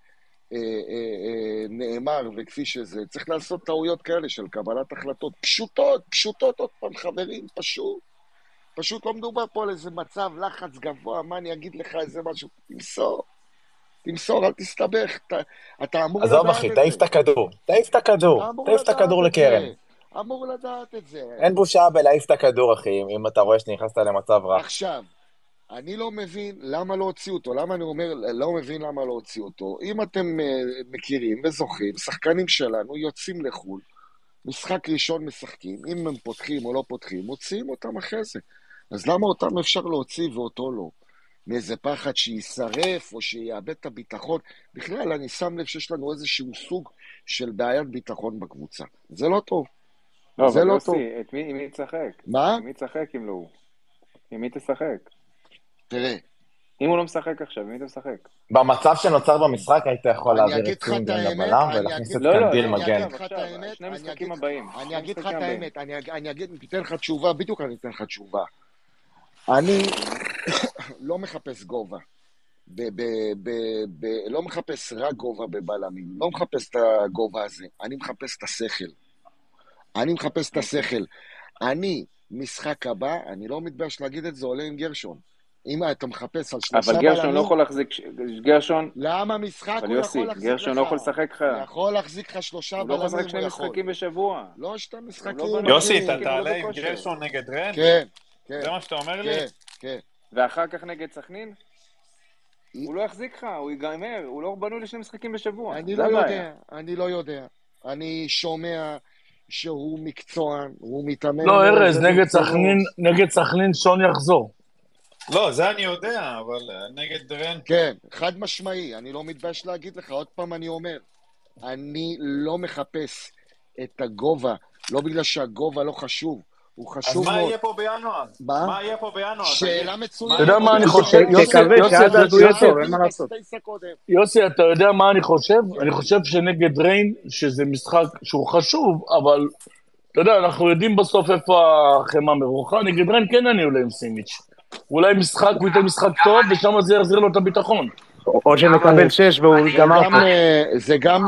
שנאמר וכפי שזה, צריך לעשות טעויות כאלה של קבלת החלטות פשוטות, עוד פעם חברים, פשוט לא מדובר פה על איזה מצב לחץ גבוה, מה אני אגיד לך איזה משהו, תמסור, אל תסתבך, אתה אמור לדעת את זה. עזוב אחי, תעיף את הכדור לקרן. אמור לדעת את זה. אין בושה בלהעיף את הכדור, אחי, אם אתה רואה שנכנסת למצב רע. עכשיו, אני לא מבין למה לא הוציאו אותו. למה אני אומר, לא מבין למה לא הוציאו אותו. אם אתם מכירים וזוכרים, שחקנים שלנו יוצאים לחול, משחק ראשון משחקים, אם הם פותחים או לא פותחים, מוציאים אותם אחרי זה. אז למה אותם אפשר להוציא ואותו לא? מאיזה פחד שישרף או שיאבד את הביטחון? בכלל, אני שם לב שיש לנו איזשהו סוג של בעיית ביטחון בקבוצה. זה לא טוב. לא, אבל יוסי, עם מי תשחק? מה? עם מי תשחק אם לא הוא? עם מי תשחק? תראה. אם הוא לא משחק עכשיו, עם מי אתה משחק? במצב שנוצר במשחק היית יכול להעביר את סינגל לבלם ולהכניס את קנדיל מגן. שני המשחקים הבאים. אני אגיד לך את האמת, אני אתן לך תשובה, בדיוק אני אתן לך תשובה. אני לא מחפש גובה. לא מחפש רק גובה בבלמים, לא מחפש את הגובה הזה, אני מחפש את השכל. אני, משחק הבא, אני לא מתבייש להגיד את זה, עולה עם גרשון. אם אתה מחפש על 3 בלמים... אבל גרשון לא יכול להחזיק... גרשון... למה משחק הוא יכול להחזיק לך? גרשון לא יכול לשחק לך. הוא יכול להחזיק לך 3 בלמים, הוא לא יכול לשחק 2 משחקים בשבוע. לא 2 משחקים. יוסי, אתה תעלה עם גרשון נגד רן? כן. זה מה שאתה אומר לי? כן. ואחר כך נגד סכנין? הוא לא יחזיק לך, הוא ייגמר, הוא לא בנוי לשני משחקים בשבוע. אני לא יודע. אני שומע שהוא מקצוען, הוא מתאמן... לא, ארז, נגד סכנין שון יחזור. לא, זה אני יודע, אבל נגד רן... כן, חד משמעי, אני לא מתבייש להגיד לך, עוד פעם אני אומר, אני לא מחפש את הגובה, לא בגלל שהגובה לא חשוב, הוא חשוב מאוד. אז מה יהיה פה בינואר? מה יהיה פה בינואר? שאלה מצוינת. אתה יודע מה אני חושב? יוסי, אתה יודע מה אני חושב? אני חושב שנגד ריין, שזה משחק שהוא חשוב, אבל אתה יודע, אנחנו יודעים בסוף איפה החמה מרוחה, נגד ריין כן אני עולה עם סימיץ'. אולי משחק, הוא ייתן משחק טוב, ושם זה יחזיר לו את הביטחון. או שנקבל 6 והוא גמר. זה גם...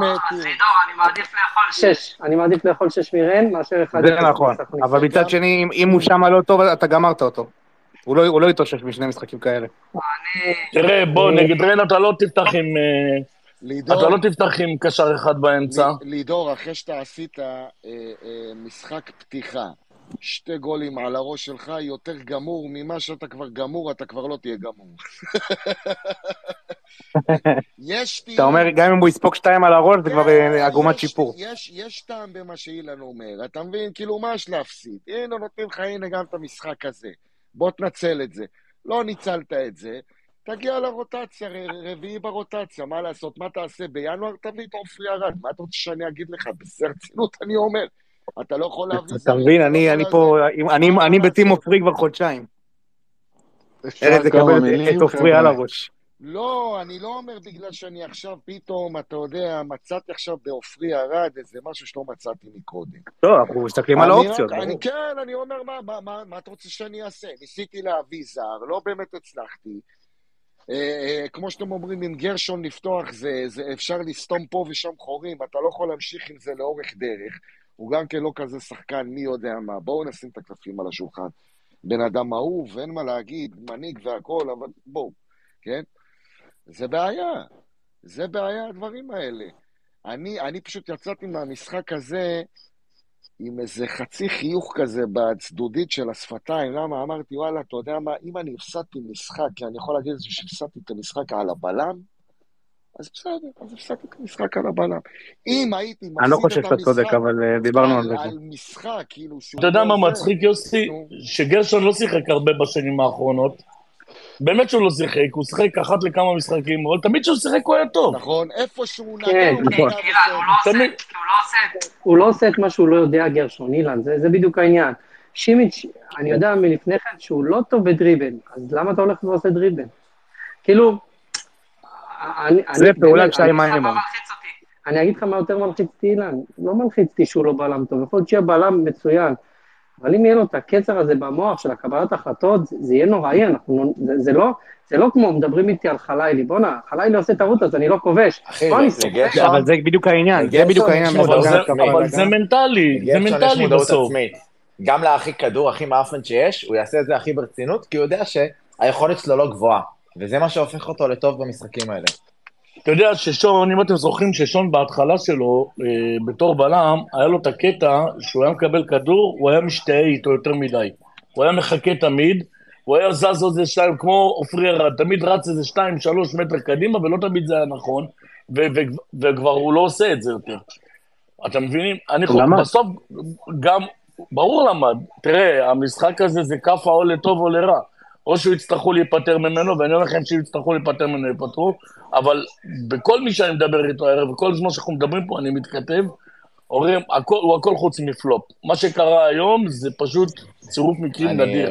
אני מעדיף לאכול 6 מרן, מאשר 1... זה נכון, אבל מצד שני, אם הוא שם לא טוב, אתה גמרת אותו. הוא לא יתושש בשני משחקים כאלה. תראה, בוא, נגד רן אתה לא תפתח עם קשר אחד באמצע. לידור, אחרי שאתה עשית משחק פתיחה, 2 גולים על הראש שלך, יותר גמור ממה שאתה כבר גמור, אתה כבר לא תהיה גמור. אתה אומר, גם אם הוא יספוק 2 על הראש, זה כבר עגומת שיפור. יש טעם במה שאילן אומר, אתה מבין? כאילו, מה יש להפסיד? הנה, נותנים לך, הנה גם את המשחק הזה. בוא תנצל את זה. לא ניצלת את זה, תגיע לרוטציה, רביעי ברוטציה, מה לעשות? מה תעשה? בינואר תביא את עופרי ארד. מה אתה רוצה שאני אגיד לך? ברצינות אני אומר. אתה לא יכול להביא... אתה מבין, אני בטים עופרי כבר חודשיים. ארז לקבל את עופרי על הראש. לא, אני לא אומר בגלל שאני עכשיו פתאום, אתה יודע, מצאתי עכשיו בעופרי ארד איזה משהו שלא מצאתי מקודם. לא, אנחנו מסתכלים על האופציות. כן, אני אומר, מה אתה רוצה שאני אעשה? ניסיתי להביא זר, לא באמת הצלחתי. כמו שאתם אומרים, עם גרשון לפתוח, אפשר לסתום פה ושם חורים, אתה לא יכול להמשיך עם זה לאורך דרך. הוא גם כן לא כזה שחקן, מי יודע מה. בואו נשים את הקלפים על השולחן. בן אדם אהוב, אין מה להגיד, מנהיג והכל, אבל בואו, כן? זה בעיה הדברים האלה. אני פשוט יצאתי מהמשחק הזה עם איזה חצי חיוך כזה בצדודית של השפתיים. למה? אמרתי, וואלה, אתה יודע מה, אם אני הפסדתי משחק, כי אני יכול להגיד את זה שהפסדתי את המשחק על הבלם, אז בסדר, אז הפסדתי את המשחק על הבלם. אם הייתי אני לא חושב שאתה צודק, אבל דיברנו על זה. על משחק, כאילו שהוא... אתה יודע מה מצחיק, יוסי? שגרשון לא שיחק הרבה בשנים האחרונות. באמת שהוא לא שיחק, הוא שיחק אחת לכמה משחקים, אבל תמיד שהוא שיחק הוא היה טוב. נכון, איפה שהוא נגע, הוא נגע הוא לא עושה את מה שהוא לא יודע, גרשון, אילן, זה בדיוק העניין. שימיץ', אני יודע מלפני כן שהוא לא טוב בדריבל, אז למה אתה הולך ועושה דריבל? כאילו, זה פעולה כשהיימה אימה. אני אגיד לך מה יותר מלחיצתי, אילן, לא מלחיצתי שהוא לא בלם טוב, יכול להיות שיהיה בלם מצוין, אבל אם יהיה לו את הקצר הזה במוח של הקבלת החלטות, זה יהיה נוראי, זה לא כמו, מדברים איתי על חלילי, בוא'נה, חלילי עושה טעות, אז אני לא כובש. אבל זה בדיוק העניין, אבל זה מנטלי, זה מנטלי בסוף. גם להכי כדור, הכי מאפן שיש, הוא יעשה את זה הכי ברצינות, כי הוא יודע שהיכולת שלו לא גבוהה, וזה מה שהופך אותו לטוב במשחקים האלה. אתה יודע ששון, אם אתם זוכרים ששון בהתחלה שלו, בתור בלם, היה לו את הקטע שהוא היה מקבל כדור, הוא היה משתאה איתו יותר מדי. הוא היה מחכה תמיד, הוא היה זז עוד איזה 2, כמו עופרי ארד, תמיד רץ איזה 2-3 מטר קדימה, ולא תמיד זה היה נכון, וכבר הוא לא עושה את זה יותר. אתם מבינים? בסוף גם, ברור למד, תראה, המשחק הזה זה כפה או לטוב או לרע. או שהוא יצטרכו להיפטר ממנו, ואני אומר לכם שהוא יצטרכו להיפטר ממנו, יפטרו, אבל בכל מי שאני מדבר איתו הערב, וכל זמן שאנחנו מדברים פה, אני מתכתב, אומרים, הוא הכל חוץ מפלופ. מה שקרה היום זה פשוט צירוף מקרים נדיר.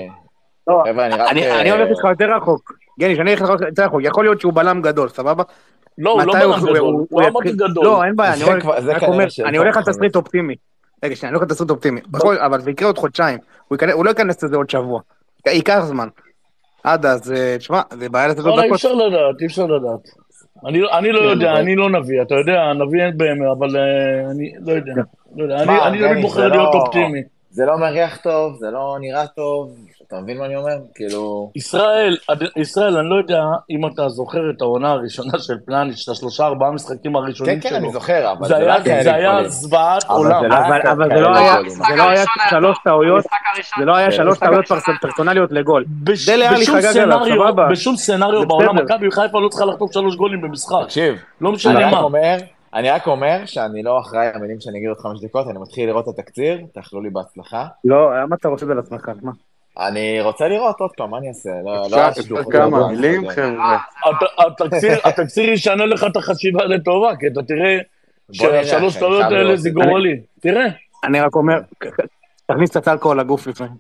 אני הולך איתך יותר רחוק. גני, שאני הולך איתך יותר רחוק. יכול להיות שהוא בלם גדול, סבבה? לא, הוא לא בלם גדול, הוא אמרתי גדול. לא, אין בעיה, אני הולך על תסריט אופטימי. רגע, אני הולך על תסריט אופטימי. אבל זה יקרה עוד חודשיים. הוא לא ייכנס לזה עוד שבוע. ייקח זמן. עד אז, תשמע, זה בעיה לתת עוד דקות. אי אפשר לדעת. אני לא יודע, אני לא נביא, אתה יודע, נביא אין בהם, אבל אני לא יודע. אני בוחר להיות אופטימי. זה לא מריח טוב, זה לא נראה טוב, אתה מבין מה אני אומר? כאילו... ישראל, אני לא יודע אם אתה זוכר את העונה הראשונה של פלניץ', את 3-4 משחקים הראשונים שלו. כן, אני זוכר, אבל זה היה זוועת עולם. אבל זה לא היה 3 טעויות, זה לא היה 3 טעויות פרסונליות לגול. דלה עלי חגג עליו, סבבה. בשום סצנריו בעולם, מכבי חיפה לא צריכה לחטוף 3 גולים במשחק. תקשיב, לא משנה מה. אני רק אומר שאני לא אחראי המילים שאני אגיד עוד 5 דקות, אני מתחיל לראות את התקציר, תאכלו לי בהצלחה. לא, למה אתה רוצה לעצמך? מה? אני רוצה לראות עוד פעם, מה אני אעשה? אפשר כמה מילים, חבר'ה. התקציר ישנה לך את החשיבה לטובה, כי אתה תראה שה3 טעויות האלה זה גורלי. תראה. אני רק אומר, תכניס קצת אלכוהול לגוף לפעמים.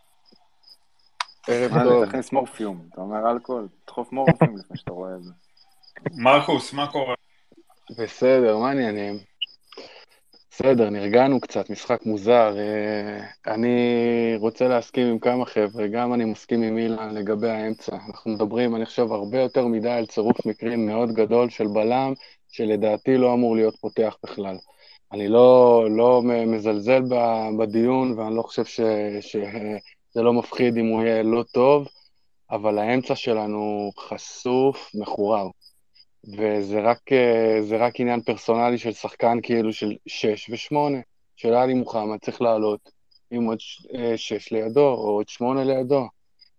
ערב טוב. תכניס מורפיום. אתה אומר אלכוהול, תדחוף מורפיום לפני שאתה רואה את זה. מרקוס, מה קורה? בסדר, מה העניינים? בסדר, נרגענו קצת, משחק מוזר. אני רוצה להסכים עם כמה חבר'ה, גם אני מסכים עם אילן לגבי האמצע. אנחנו מדברים, אני חושב, הרבה יותר מדי על צירוף מקרים מאוד גדול של בלם, שלדעתי לא אמור להיות פותח בכלל. אני לא מזלזל בדיון, ואני לא חושב שזה לא מפחיד אם הוא יהיה לא טוב, אבל האמצע שלנו חשוף, מחורר. וזה רק עניין פרסונלי של שחקן כאילו של 6 ו8, של עלי מוחמד צריך לעלות עם עוד 6 לידו או עוד 8 לידו.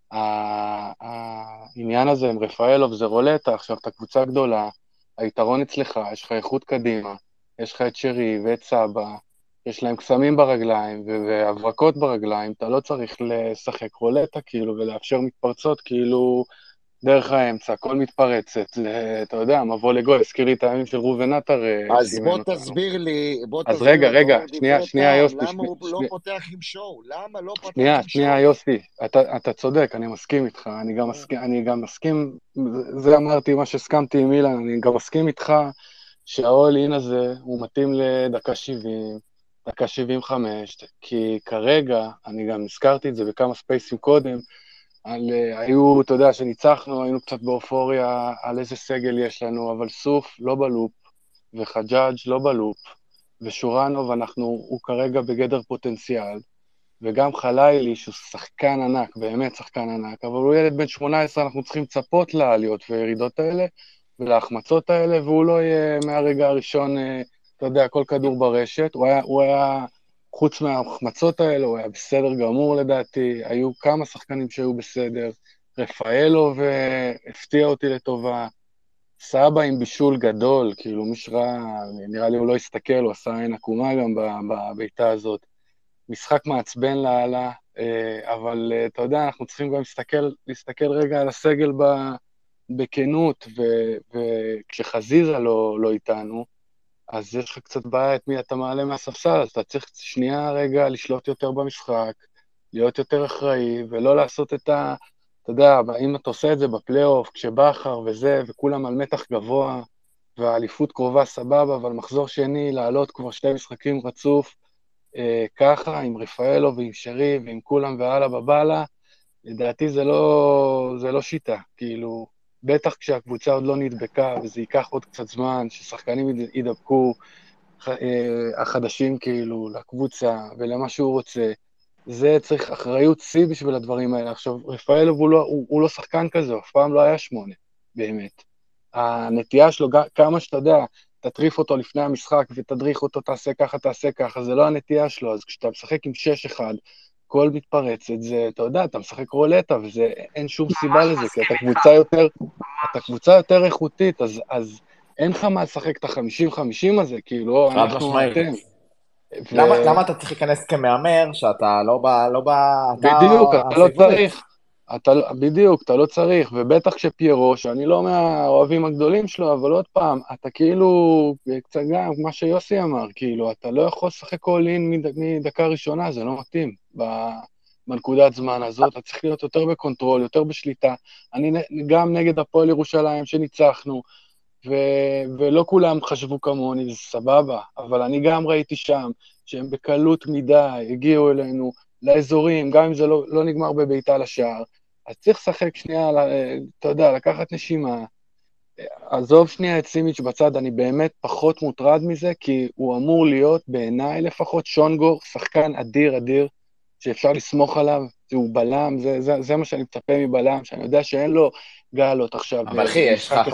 העניין הזה עם רפאלוב זה רולטה, עכשיו אתה קבוצה גדולה, היתרון אצלך, יש לך איכות קדימה, יש לך את שרי ואת סבא, יש להם קסמים ברגליים והברקות ברגליים, אתה לא צריך לשחק רולטה כאילו ולאפשר מתפרצות כאילו דרך האמצע, הכל מתפרצת, אתה יודע, מבוא לגול, הזכיר לי את הימים של רובן עטר. אז בוא תסביר לי, אז רגע, שנייה יוסי. למה הוא לא פותח עם שואו? למה לא פותח עם שואו? שנייה יוסי, אתה צודק, אני מסכים איתך, אני גם מסכים, זה אמרתי מה שהסכמתי עם אילן, אני גם מסכים איתך שהאול-אין הזה הוא מתאים לדקה 70, דקה 75, כי כרגע, אני גם הזכרתי את זה בכמה ספייסים קודם, היו, אתה יודע, שניצחנו, היינו קצת באופוריה על איזה סגל יש לנו, אבל סוף לא בלופ, וחג'אג' לא בלופ, ושורנוב הוא כרגע בגדר פוטנציאל, וגם חלילי שהוא שחקן ענק, באמת שחקן ענק, אבל הוא ילד בן 18, אנחנו צריכים לצפות לעליות וירידות האלה, ולהחמצות האלה, והוא לא יהיה מהרגע הראשון, אתה יודע, כל כדור ברשת, הוא היה חוץ מההחמצות האלה, הוא היה בסדר גמור לדעתי, היו כמה שחקנים שהיו בסדר, רפאלו והפתיע אותי לטובה, סבא עם בישול גדול, כאילו מישרא, נראה לי הוא לא הסתכל, הוא עשה עין עקומה גם בביתה הזאת, משחק מעצבן לעלה, אבל אתה יודע, אנחנו צריכים גם להסתכל רגע על הסגל בכנות, וכשחזיזה לא איתנו, אז יש לך קצת בעיה את מי אתה מעלה מהספסל, אז אתה צריך שנייה רגע לשלוט יותר במשחק, להיות יותר אחראי, ולא לעשות אתה יודע, אם אתה עושה את זה בפלייאוף, כשבחר וזה, וכולם על מתח גבוה, והאליפות קרובה סבבה, אבל מחזור שני, לעלות כבר 2 משחקים רצוף, ככה, עם רפאלו ועם שרי, ועם כולם והלאה בבאללה, לדעתי זה לא שיטה, כאילו, בטח כשהקבוצה עוד לא נדבקה, וזה ייקח עוד קצת זמן, ששחקנים ידבקו, החדשים כאילו, לקבוצה, ולמה שהוא רוצה, זה צריך אחריות שיא בשביל הדברים האלה. עכשיו, רפאלוב הוא לא שחקן כזה, אף פעם לא היה 8, באמת. הנטייה שלו, כמה שאתה יודע, תטריף אותו לפני המשחק, ותדריך אותו, תעשה ככה, זה לא הנטייה שלו, אז כשאתה משחק עם 6-1, כל מתפרצת, זה, אתה יודע, אתה משחק רולטה, ואין שום סיבה לזה, כי אתה קבוצה יותר איכותית, אז אין לך מה לשחק את ה-50-50 הזה, כאילו, אנחנו אתם. למה אתה צריך להיכנס כמאמר, שאתה לא בדיוק, אתה לא צריך. בדיוק, אתה לא צריך, ובטח כשפיירו, שאני לא מהאוהבים הגדולים שלו, אבל עוד פעם, אתה כאילו, קצת גם, מה שיוסי אמר, כאילו, אתה לא יכול לשחק כל-אין מדקה ראשונה, זה לא מתאים, בנקודת זמן הזאת, אתה צריך להיות יותר בקונטרול, יותר בשליטה, אני גם נגד הפועל ירושלים שניצחנו, ולא כולם חשבו כמוני, זה סבבה, אבל אני גם ראיתי שם, שהם בקלות מדי, הגיעו אלינו, לאזורים, גם אם זה לא נגמר בביתה לשער, אז צריך לשחק שנייה, אתה יודע, לקחת נשימה, עזוב שנייה את סימיץ' בצד, אני באמת פחות מוטרד מזה, כי הוא אמור להיות בעיניי לפחות שונגו, שחקן אדיר אדיר, שאפשר לסמוך עליו, שהוא בלם, זה מה שאני מצפה מבלם, שאני יודע שאין לו גלות עכשיו. אבל אחי, יש לך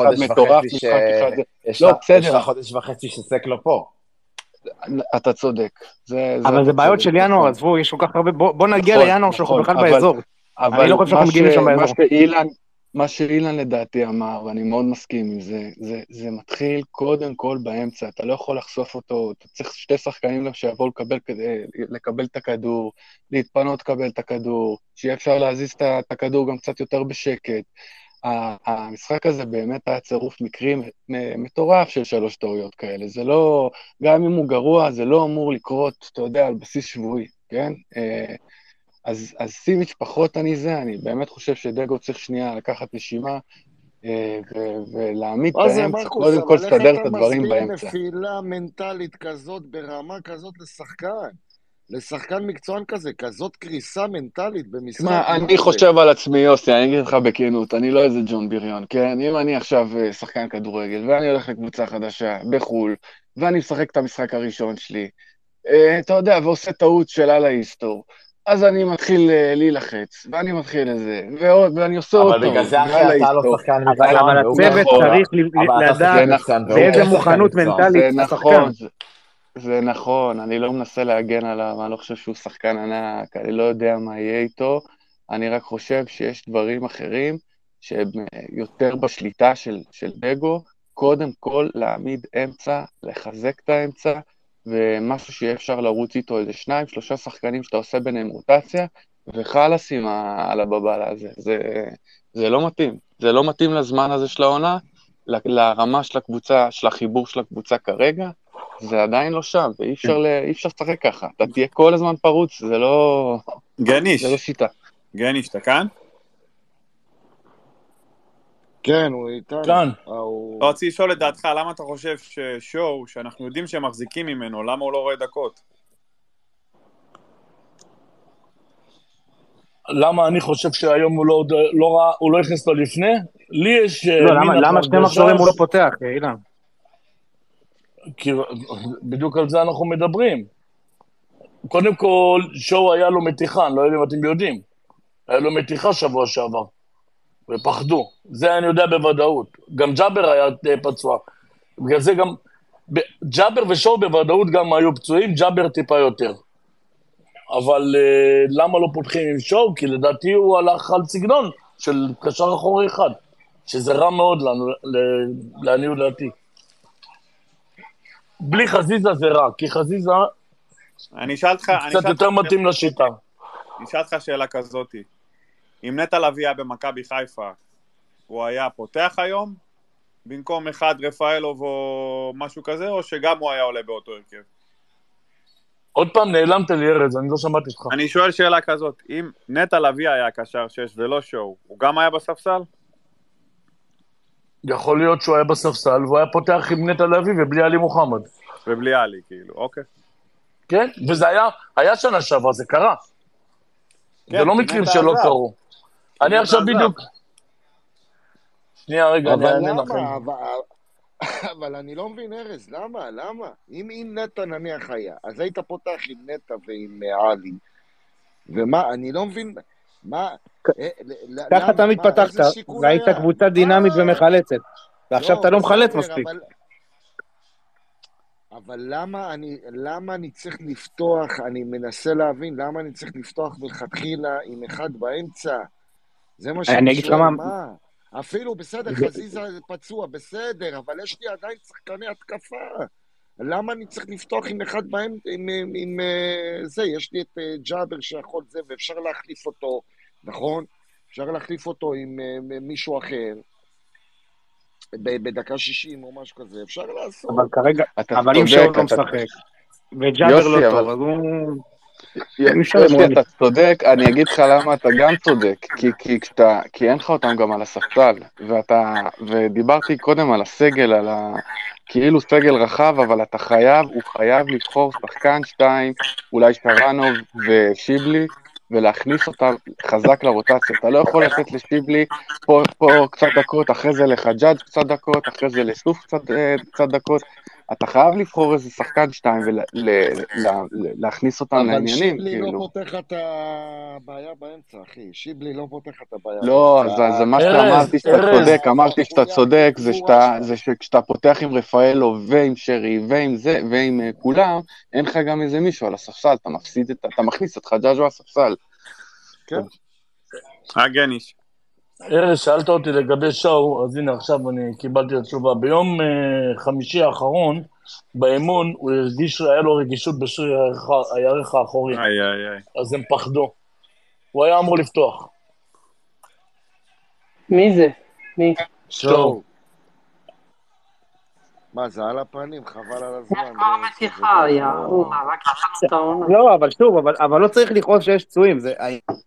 חודש וחצי שסק לו פה. אתה צודק. אבל זה בעיות של ינואר, עזבו, יש כל כך הרבה, בוא נגיע לינואר שאנחנו בכלל באזור. אני לא חושב שאנחנו מגיעים לשם באזור. מה שאילן לדעתי אמר, ואני מאוד מסכים עם זה, זה מתחיל קודם כל באמצע, אתה לא יכול לחשוף אותו, אתה צריך שתי שחקנים שיבואו לקבל את הכדור, להתפנות לקבל את הכדור, שיהיה אפשר להזיז את הכדור גם קצת יותר בשקט. המשחק הזה באמת היה צירוף מקרים מטורף של 3 טעויות כאלה, זה לא, גם אם הוא גרוע, זה לא אמור לקרות, אתה יודע, על בסיס שבועי, כן? אז סימיץ' פחות אני באמת חושב שדגו צריך שנייה לקחת נשימה ולהעמיד את האמצע, קודם כל סדר את הדברים באמצע. אבל איך אתה מסביר נפילה מנטלית כזאת, ברמה כזאת לשחקן מקצוען כזה, כזאת קריסה מנטלית במשחק? אני חושב על עצמי, יוסי, אני אגיד לך בכנות, אני לא איזה ג'ון ביריון, כן? אם אני עכשיו שחקן כדורגל, ואני הולך לקבוצה חדשה בחול, ואני משחק את המשחק הראשון שלי, אתה יודע, ועושה טעות של על ההיסטור, אז אני מתחיל להילחץ, ואני מתחיל לזה, ואני עושה אותו. אבל בגלל זה אחי אתה לא שחקן מקצוען. אבל הצוות צריך לדעת באיזה מוכנות מנטלית השחקן. זה נכון, אני לא מנסה להגן עליו, אני לא חושב שהוא שחקן ענק, אני לא יודע מה יהיה איתו, אני רק חושב שיש דברים אחרים שהם יותר בשליטה של דגו, קודם כל להעמיד אמצע, לחזק את האמצע, ומשהו שיהיה אפשר לרוץ איתו איזה 2-3 שחקנים שאתה עושה ביניהם רוטציה, וחלס עם על הבבלה הזה. זה לא מתאים. זה לא מתאים לזמן הזה של העונה, לרמה של הקבוצה, של החיבור של הקבוצה כרגע, זה עדיין לא שם, ואי אפשר לשחק ככה. אתה תהיה כל הזמן פרוץ, זה לא... גניש. זה לא שיטה. גניש, אתה כאן? כן, הוא איתנו. כאן. רציתי לשאול את דעתך, למה אתה חושב ששואו, שאנחנו יודעים שהם מחזיקים ממנו, למה הוא לא רואה דקות? למה אני חושב שהיום הוא לא הכניס לו לפני? לי יש... למה 2 מחזורים הוא לא פותח, אילן? כי בדיוק על זה אנחנו מדברים. קודם כל, שואו היה לו מתיחה, אני לא יודע אם אתם יודעים. היה לו מתיחה שבוע שעבר. ופחדו. זה אני יודע בוודאות. גם ג'אבר היה פצוע. בגלל זה גם... ג'אבר ושואו בוודאות גם היו פצועים, ג'אבר טיפה יותר. אבל למה לא פותחים עם שואו? כי לדעתי הוא הלך על סגנון של קשר אחורי אחד. שזה רע מאוד לנו, לעניות דעתי. בלי חזיזה זה רע, כי חזיזה קצת יותר מתאים לשיטה. אני אשאל אותך שאלה כזאת. אם נטע לביא היה במכבי חיפה, הוא היה פותח היום, במקום אחד רפאלוב או משהו כזה, או שגם הוא היה עולה באותו הרכב? עוד פעם נעלמת לי ארז, אני לא שמעתי אותך. אני שואל שאלה כזאת, אם נטע לביא היה קשר 6 ולא שואו, הוא גם היה בספסל? יכול להיות שהוא היה בספסל, והוא היה פותח עם נטע לביא ובלי עלי מוחמד. ובלי עלי, כאילו, אוקיי. כן, וזה היה שנה שעברה, זה קרה. כן, זה לא מקרים שלא קרו. אני עכשיו בדיוק... שנייה, רגע, אני אענה לכם. אבל אני לא מבין, ארז, למה? אם נטע נניח היה, אז היית פותח עם נטע ועם עלי, ומה, אני לא מבין, מה... ככה תמיד פתחת, והיית קבוצה דינמית ומחלצת, ועכשיו אתה לא מחלץ מספיק. אבל למה אני צריך לפתוח, אני מנסה להבין, למה אני צריך לפתוח מלכתחילה עם אחד באמצע? זה מה שאני שואל, מה? אפילו בסדר, חזיזה פצוע, בסדר, אבל יש לי עדיין שחקני התקפה. למה אני צריך לפתוח עם אחד בהם, עם זה, יש לי את ג'אבר שיכול זה, ואפשר להחליף אותו, נכון? אפשר להחליף אותו עם מישהו אחר, בדקה 60 או משהו כזה, אפשר לעשות. אבל כרגע, אבל אם שואו לא משחק, וג'אבר לא טוב, אז הוא... יוסי, אתה צודק, אני אגיד לך למה אתה גם צודק, כי אין לך אותם גם על הספסל, ודיברתי קודם על הסגל, על כאילו סגל רחב, אבל אתה חייב, הוא חייב לבחור שחקן 2, אולי שרנוב ושיבלי, ולהכניס אותם חזק לרוטציה. אתה לא יכול לתת לשיבלי פה קצת דקות, אחרי זה לחג'אג' קצת דקות, אחרי זה לסוף קצת דקות. אתה חייב לבחור איזה שחקן 2 ולהכניס אותם לעניינים. אבל שיבלי לא פותח את הבעיה באמצע, אחי. שיבלי לא פותח את הבעיה. לא, זה מה שאמרתי שאתה צודק, אמרתי שאתה צודק, זה שכשאתה פותח עם רפאלו ועם שרי ועם זה ועם כולם, אין לך גם איזה מישהו על הספסל, אתה מכניס את חג'אג' על הספסל. כן. הגניש. ארז, שאלת אותי לגבי שואו, אז הנה עכשיו אני קיבלתי את התשובה. ביום חמישי האחרון, באימון, הוא הרגיש, היה לו רגישות בשריר הירך האחורי. אז הם פחדו. הוא היה אמור לפתוח. מי זה? מי? שואו. מה, זה על הפנים? חבל על הזמן. לא, אבל שוב, אבל לא צריך לכעוס שיש פצועים, זה...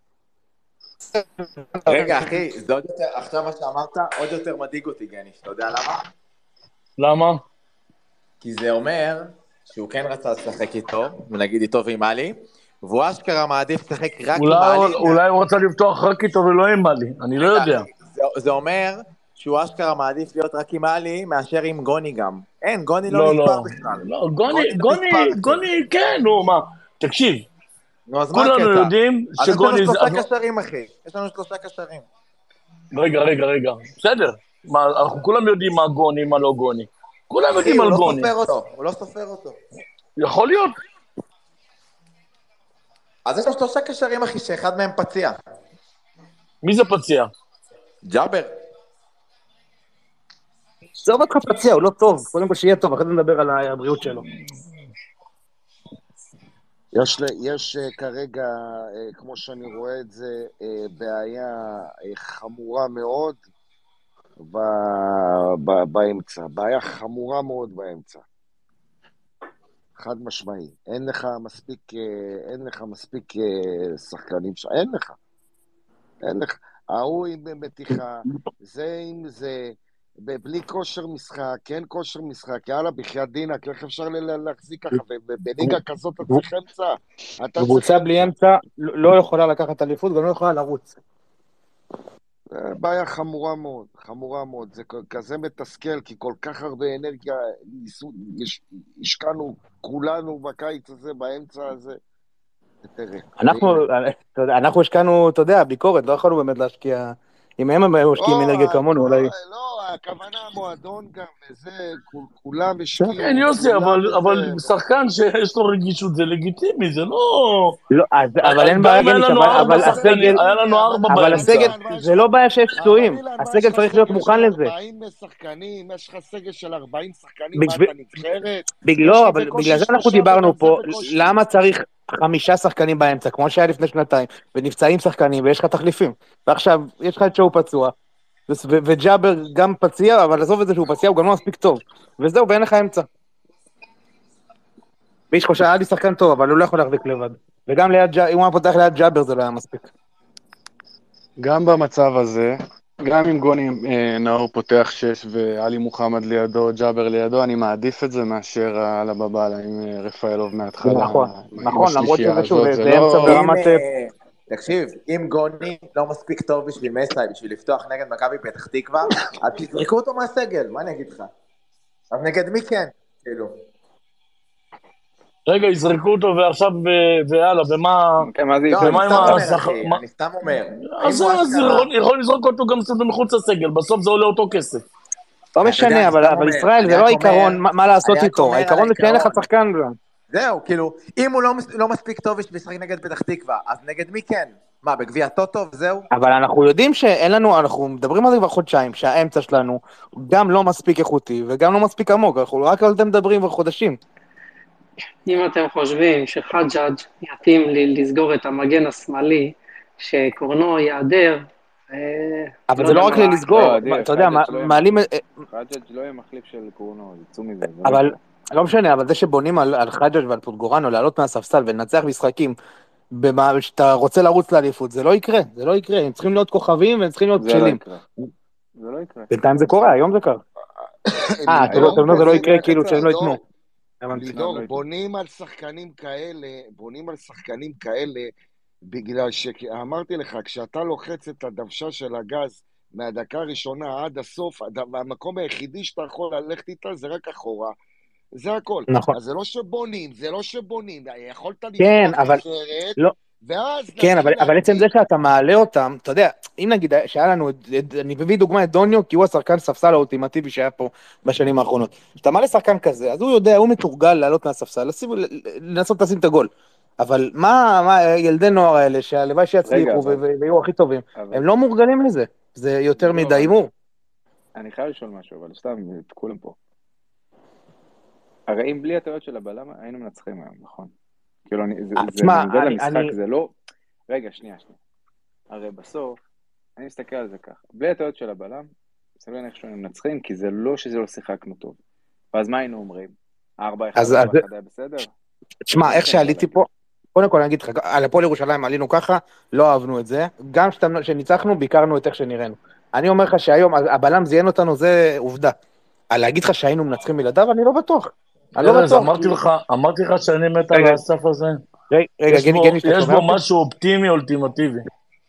רגע, אחי, זה עוד יותר, עכשיו מה שאמרת, עוד יותר מדאיג אותי, גניש, אתה יודע למה? למה? כי זה אומר שהוא כן רצה לשחק איתו, ונגיד איתו ועם אלי, והוא אשכרה מעדיף לשחק רק עם אלי. אולי הוא רצה לפתוח רק איתו ולא עם אלי, אני לא יודע. זה אומר שהוא אשכרה מעדיף להיות רק עם אלי, מאשר עם גוני גם. אין, גוני לא נספר בכלל. לא, גוני, כן, נו, מה, תקשיב. כולנו יודעים שגוני... אז יש לנו 3 קשרים, אחי. יש לנו 3 קשרים. רגע. בסדר. אנחנו כולם יודעים מה גוני, מה לא גוני. כולם יודעים על גוני. הוא לא סופר אותו. יכול להיות. אז יש לנו 3 קשרים, אחי, שאחד מהם פציע. מי זה פציע? ג'אבר. זה עוד לך פציע, הוא לא טוב. קודם כל שיהיה טוב, אחרי זה נדבר על הבריאות שלו. יש כרגע, כמו שאני רואה את זה, בעיה חמורה מאוד באמצע. בעיה חמורה מאוד באמצע. חד משמעי. אין לך מספיק שחקנים שם. אין לך. ההוא עם מתיחה, זה עם זה, בלי כושר משחק, כן כושר משחק, יאללה, בחייאת דינק, איך אפשר להחזיק ככה, בליגה כזאת אתה צריך אמצע. קבוצה בלי אמצע לא יכולה לקחת אליפות, גם לא יכולה לרוץ. בעיה חמורה מאוד, זה כזה מתסכל, כי כל כך הרבה אנרגיה השקענו כולנו בקיץ הזה, באמצע הזה. אנחנו השקענו, אתה יודע, ביקורת, לא יכולנו באמת להשקיע... אם הם משקיעים אנרגיה כמונו, אולי... לא, הכוונה המועדון גם, וזה, כולם השקיעו. כן, יוסי, אבל שחקן שיש לו רגישות, זה לגיטימי, זה לא... לא, אבל אין בעיה, היה לנו 4 אבל הסגל, זה לא בעיה שיש פצועים, הסגל צריך להיות מוכן לזה. 40 שחקנים, יש לך סגל של 40 שחקנים, מה אתה נבחרת? לא, אבל בגלל זה אנחנו דיברנו פה, למה צריך 5 שחקנים באמצע, כמו שהיה לפני 2 ונפצעים שחקנים, ויש לך תחליפים. ועכשיו, יש לך את שואו פצוע, וג'אבר גם פציע, אבל עזוב את זה שהוא פציע, הוא גם לא מספיק טוב. וזהו, ואין לך אמצע. ואיש חושב, היה לי שחקן טוב, אבל הוא לא יכול להחזיק לבד. וגם אם הוא היה פותח ליד ג'אבר, זה לא היה מספיק. גם במצב הזה, גם אם גוני נאור פותח 6 ואלי מוחמד לידו, ג'אבר לידו, אני מעדיף את זה מאשר על הבבלה עם רפאלוב מההתחלה. נכון, למרות שזה שוב, זה אמצע ברמת... תקשיב, אם גוני לא מספיק טוב בשביל מסי, בשביל לפתוח נגד מכבי פתח תקווה, אז תזרקו אותו מהסגל, מה אני אגיד לך? אז נגד מי כן? כאילו. רגע, יזרקו אותו ועכשיו, ויאללה, ומה... אני סתם אומר. אז יכול לזרוק אותו גם קצת מחוץ לסגל, בסוף זה עולה אותו כסף. לא משנה, אבל ישראל זה לא העיקרון מה לעשות איתו, העיקרון זה שאין לך שחקן גם. זהו, כאילו, אם הוא לא מספיק טוב בשביל לשחק נגד פתח תקווה, אז נגד מי כן? מה, בגביע טוטו, זהו? אבל אנחנו יודעים שאין לנו, אנחנו מדברים על זה כבר חודשיים, שהאמצע שלנו גם לא מספיק איכותי וגם לא מספיק עמוק, אנחנו רק על זה מדברים כבר חודשים. אם אתם חושבים שחג'אג' יתאים לסגור את המגן השמאלי, שקורנו יעדר, אבל זה לא רק לסגור, אתה יודע, מעלים... חג'אג' לא יהיה מחליף של קורנו, יצאו מזה. אבל... לא משנה, אבל זה שבונים על חג'אג' ועל פוטגורנו, לעלות מהספסל ולנצח משחקים, שאתה רוצה לרוץ לאליפות, זה לא יקרה, הם צריכים להיות כוכבים והם צריכים להיות בשלים. זה לא יקרה. בינתיים זה קורה, היום זה קרה. זה לא יקרה כאילו שהם לא יתנו. לידור, בונים על שחקנים כאלה, בגלל שאמרתי לך, כשאתה לוחץ את הדוושה של הגז מהדקה הראשונה עד הסוף, המקום היחידי שאתה יכול ללכת איתה זה רק אחורה. זה הכל. נכון. אז זה לא שבונים, יכולת כן, לפתוח אבל... אחרת, לא. ואז... כן, אבל עצם זה שאתה מעלה אותם, אתה יודע, אם נגיד שהיה לנו, אני מביא דוגמה את דוניו, כי הוא השחקן ספסל האולטימטיבי שהיה פה בשנים האחרונות. כשאתה מעלה שחקן כזה, אז הוא יודע, הוא מתורגל לעלות מהספסל, לנסות לשים את הגול. אבל מה ילדי נוער האלה, שהלוואי שיצליחו ויהיו הכי טובים, הם לא מורגלים לזה, זה יותר מדי אימור. אני חייב לשאול משהו, אבל סתם, כולם פה. הרי אם בלי הטעויות של הבלם, היינו מנצחים היום, נכון? כאילו, זה מנגד למשחק, זה לא... רגע, שנייה. הרי בסוף, אני מסתכל על זה ככה. בלי הטעויות של הבלם, זה לא איך שאנחנו מנצחים, כי זה לא שזה לא שיחקנו טוב. ואז מה היינו אומרים? 4-1 היה בסדר? תשמע, איך שעליתי פה, קודם כל אני אגיד לך, על הפועל ירושלים עלינו ככה, לא אהבנו את זה. גם כשניצחנו, ביקרנו את איך שנראינו. אני אומר לך שהיום הבלם זיין אותנו, זה עובדה. על להגיד לך שהיינו מנצחים בלעדיו, אני לא בטוח. אמרתי לך שאני מת על הסף הזה. יש בו משהו אופטימי, אולטימטיבי.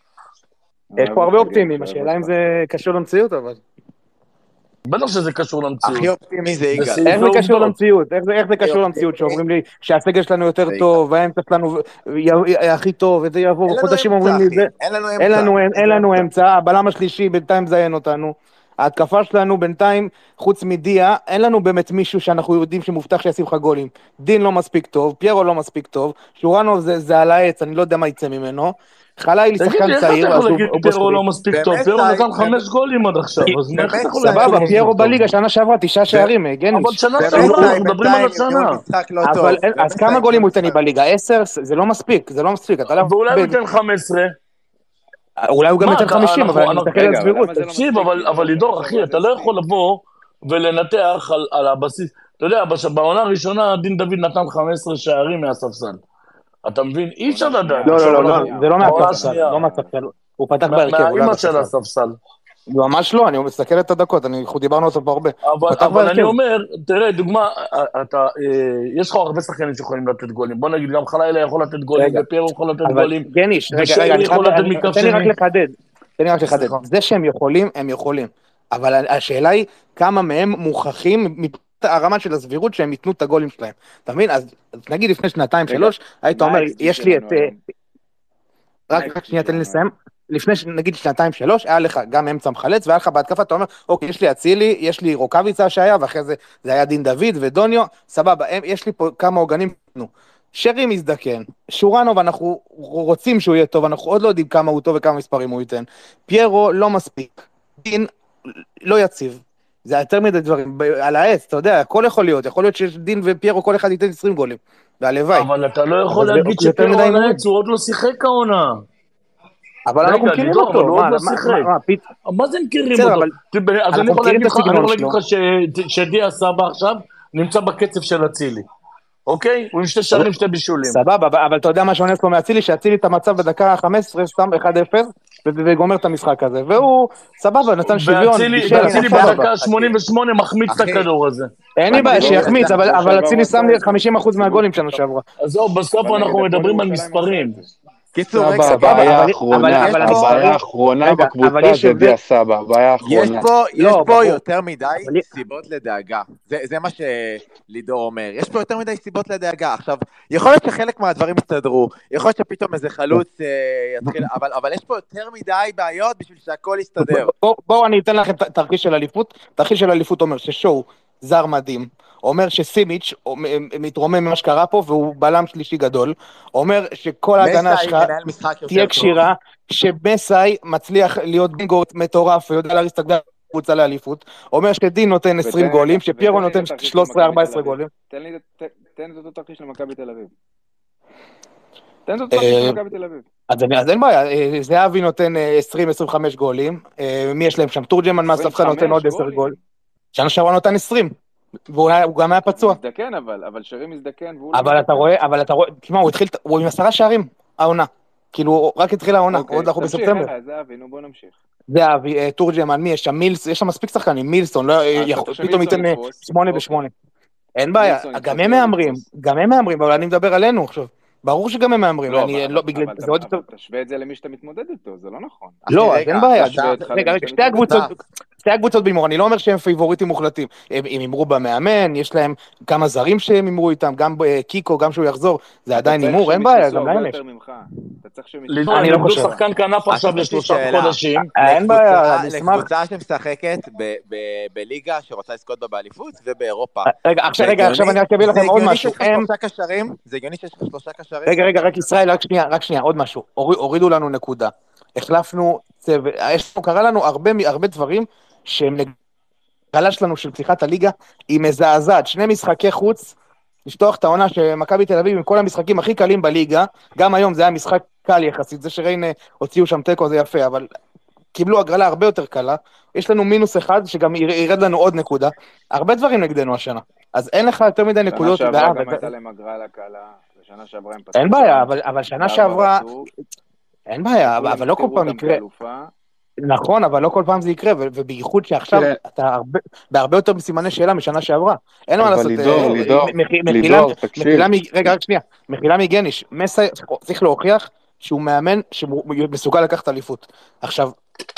יש פה הרבה אופטימיים, השאלה אם זה קשור למציאות, אבל... בטח שזה קשור למציאות. הכי אופטימי זה יגאל. איך זה קשור למציאות? איך זה קשור למציאות? שאומרים לי שהסגל שלנו יותר טוב, והאמצע שלנו הכי טוב, וזה יעבור, חודשים אומרים לי זה. אין לנו אמצע, הבלם השלישי בינתיים זיין אותנו. ההתקפה שלנו בינתיים, חוץ מדיה, אין לנו באמת מישהו שאנחנו יודעים שמובטח שישים לך גולים. דין לא מספיק טוב, פיירו לא מספיק טוב, שורנו זה על העץ, אני לא יודע מה יצא ממנו. חלילי שחקן צעיר, אז הוא פיירו לא מספיק טוב, פיירו נתן 5 גולים עד עכשיו, אז מה אתה יכול להגיד? סבבה, פיירו בליגה, שנה שעברה, 9 שערים, גניש. אבל שנה שעברה, אנחנו מדברים על השנה. אז כמה גולים הוא ייתן לי בליגה? 10? זה לא מספיק, זה לא מספיק. ואולי הוא ייתן 15. אולי הוא גם יותר 50, אבל אני מסתכל על סבירות. תקשיב, אבל לידור, אחי, אתה לא יכול לבוא ולנתח על הבסיס. אתה יודע, בעונה הראשונה דין דוד נתן 15 שערים מהספסל. אתה מבין? אי אפשר לדעת. לא, זה לא מהספסל, לא מהספסל. הוא פתח בהרכב. מהאימא של הספסל. ממש לא, אני מסתכל את הדקות, אנחנו דיברנו אותו פה הרבה. אבל אני אומר, תראה, דוגמה, יש לך הרבה שחקנים שיכולים לתת גולים, בוא נגיד, גם חלילה יכול לתת גולים, ופיירו יכול לתת גולים, גניש, רגע, תן לי רק לחדד, זה שהם יכולים, הם יכולים, אבל השאלה היא, כמה מהם מוכחים הרמה של הסבירות שהם ייתנו את הגולים שלהם, אתה מבין? אז נגיד לפני 2-3, היית אומר, יש לי את... רק שנייה, תן לי לסיים. לפני נגיד 2-3, היה לך גם אמצע מחלץ, והיה לך בהתקפה, אתה אומר, אוקיי, יש לי אצילי, יש לי רוקביצה שהיה, ואחרי זה היה דין דוד ודוניו, סבבה, יש לי פה כמה עוגנים, שרי מזדקן, שורנו, ואנחנו רוצים שהוא יהיה טוב, אנחנו עוד לא יודעים כמה הוא טוב וכמה מספרים הוא ייתן, פיירו לא מספיק, דין לא יציב, זה יותר מדי דברים, על העץ, אתה יודע, הכל יכול להיות שיש דין ופיירו, כל אחד ייתן 20 גולים, והלוואי. אבל אתה לא יכול להגיד שפיירו על העץ, הוא עוד לא שיחק העונה. אבל אנחנו מכירים אותו, מה זה מכירים אותו? אז אני יכול להגיד לך שדיה סבא עכשיו נמצא בקצב של אצילי, אוקיי? הוא עם 2 שערים 2 בישולים. סבבה, אבל אתה יודע מה שעונס לו מאצילי, שאצילי את המצב בדקה 15, שם 1-0, וגומר את המשחק הזה, והוא סבבה, נתן שוויון. ואצילי בדקה 88 מחמיץ את הכדור הזה. אין לי בעיה שיחמיץ, אבל אצילי שם לי 50% מהגולים שנה שעברה. אז זהו, בסוף אנחנו מדברים על מספרים. קיצור, הבעיה האחרונה בקבוצה זה דיה סבא, הבעיה האחרונה. יש פה יותר מדי סיבות לדאגה, זה מה שלידור אומר, יש פה יותר מדי סיבות לדאגה. עכשיו, יכול להיות שחלק מהדברים יסתדרו, יכול להיות שפתאום איזה חלוץ יתחיל, אבל יש פה יותר מדי בעיות בשביל שהכל יסתדר. בואו אני אתן לכם תרחיש של אליפות, תרחיש של אליפות אומר ששואו זר מדהים, אומר שסימיץ' מתרומם ממה שקרה פה, והוא בלם שלישי גדול, אומר שכל ההגנה שלך תהיה קשירה, שמסאי מצליח להיות בינגו מטורף, ויודע להריס את הקבוצה לאליפות, אומר שדין נותן 20 גולים, שפיירו נותן 13-14 גולים. תן זאת תרחיש למכבי תל אביב. תן זאת תרחיש למכבי תל אביב. אז אין בעיה, זהבי נותן 20-25 גולים, מי יש להם שם? תורג'מן מהספסל נותן עוד 10 גול, שנה שעברה נותן 20. והוא גם היה פצוע. מזדקן אבל שרי מזדקן. אבל אתה רואה, תשמע, הוא עם 10 שערים, העונה. כאילו, רק התחיל העונה, עוד אנחנו בספטמבר. זה אבי, נו בוא נמשיך. זה אבי, תורג'מן, מי יש שם? יש שם מספיק שחקנים, מילסון, פתאום ייתן 8-8. אין בעיה, גם הם מאמרים, אבל אני מדבר עלינו עכשיו. ברור שגם הם מאמרים, אבל תשווה את זה למי שאתה מתמודד איתו, זה לא נכון. לא, אז אין בעיה. רגע, שתי הקבוצות בהימור, אני לא אומר שהם פייבוריטים מוחלטים, הם הימרו במאמן, יש להם כמה זרים שהם הימרו איתם, גם קיקו, גם שהוא יחזור, זה עדיין הימור, אין בעיה, גם להם יש. אני לא חושב. שחקן כנף עכשיו לשלושה חודשים. אין בעיה, אני אשמח. לקבוצה שמשחקת בליגה שרוצה לזכות בה באליפות ובאירופה. רגע, עכשיו אני רק אביא לכם עוד משהו. זה הגיוני שיש לך 3 קשרים? רגע, רק ישראל, רק שנייה, עוד משהו. הורידו לנו נקודה. החלפנו צוות, קרה לנו הרבה דברים שהם נגלה שלנו של פתיחת הליגה, היא מזעזעת. 2 משחקי חוץ, לשטוח את העונה שמכבי תל אביב עם כל המשחקים הכי קלים בליגה, גם היום זה היה משחק קל יחסית, זה שריין הוציאו שם תיקו זה יפה, אבל קיבלו הגרלה הרבה יותר קלה, יש לנו -1 שגם ירד לנו עוד נקודה, הרבה דברים נגדנו השנה, אז אין לך יותר מדי נקודות. שנה שעברה גם הייתה להם הגרלה קלה, ושנה שעברה הם פתחו. אין בעיה, אבל שנה שעברה, אין בעיה, אבל לא כל פעם יקרה. נכון, אבל לא כל פעם זה יקרה, ובייחוד שעכשיו אתה בהרבה יותר בסימני שאלה משנה שעברה. אין מה לעשות. רגע, רק שנייה. מחילה מגניש, מסי צריך להוכיח שהוא מאמן שמסוגל לקחת אליפות. עכשיו,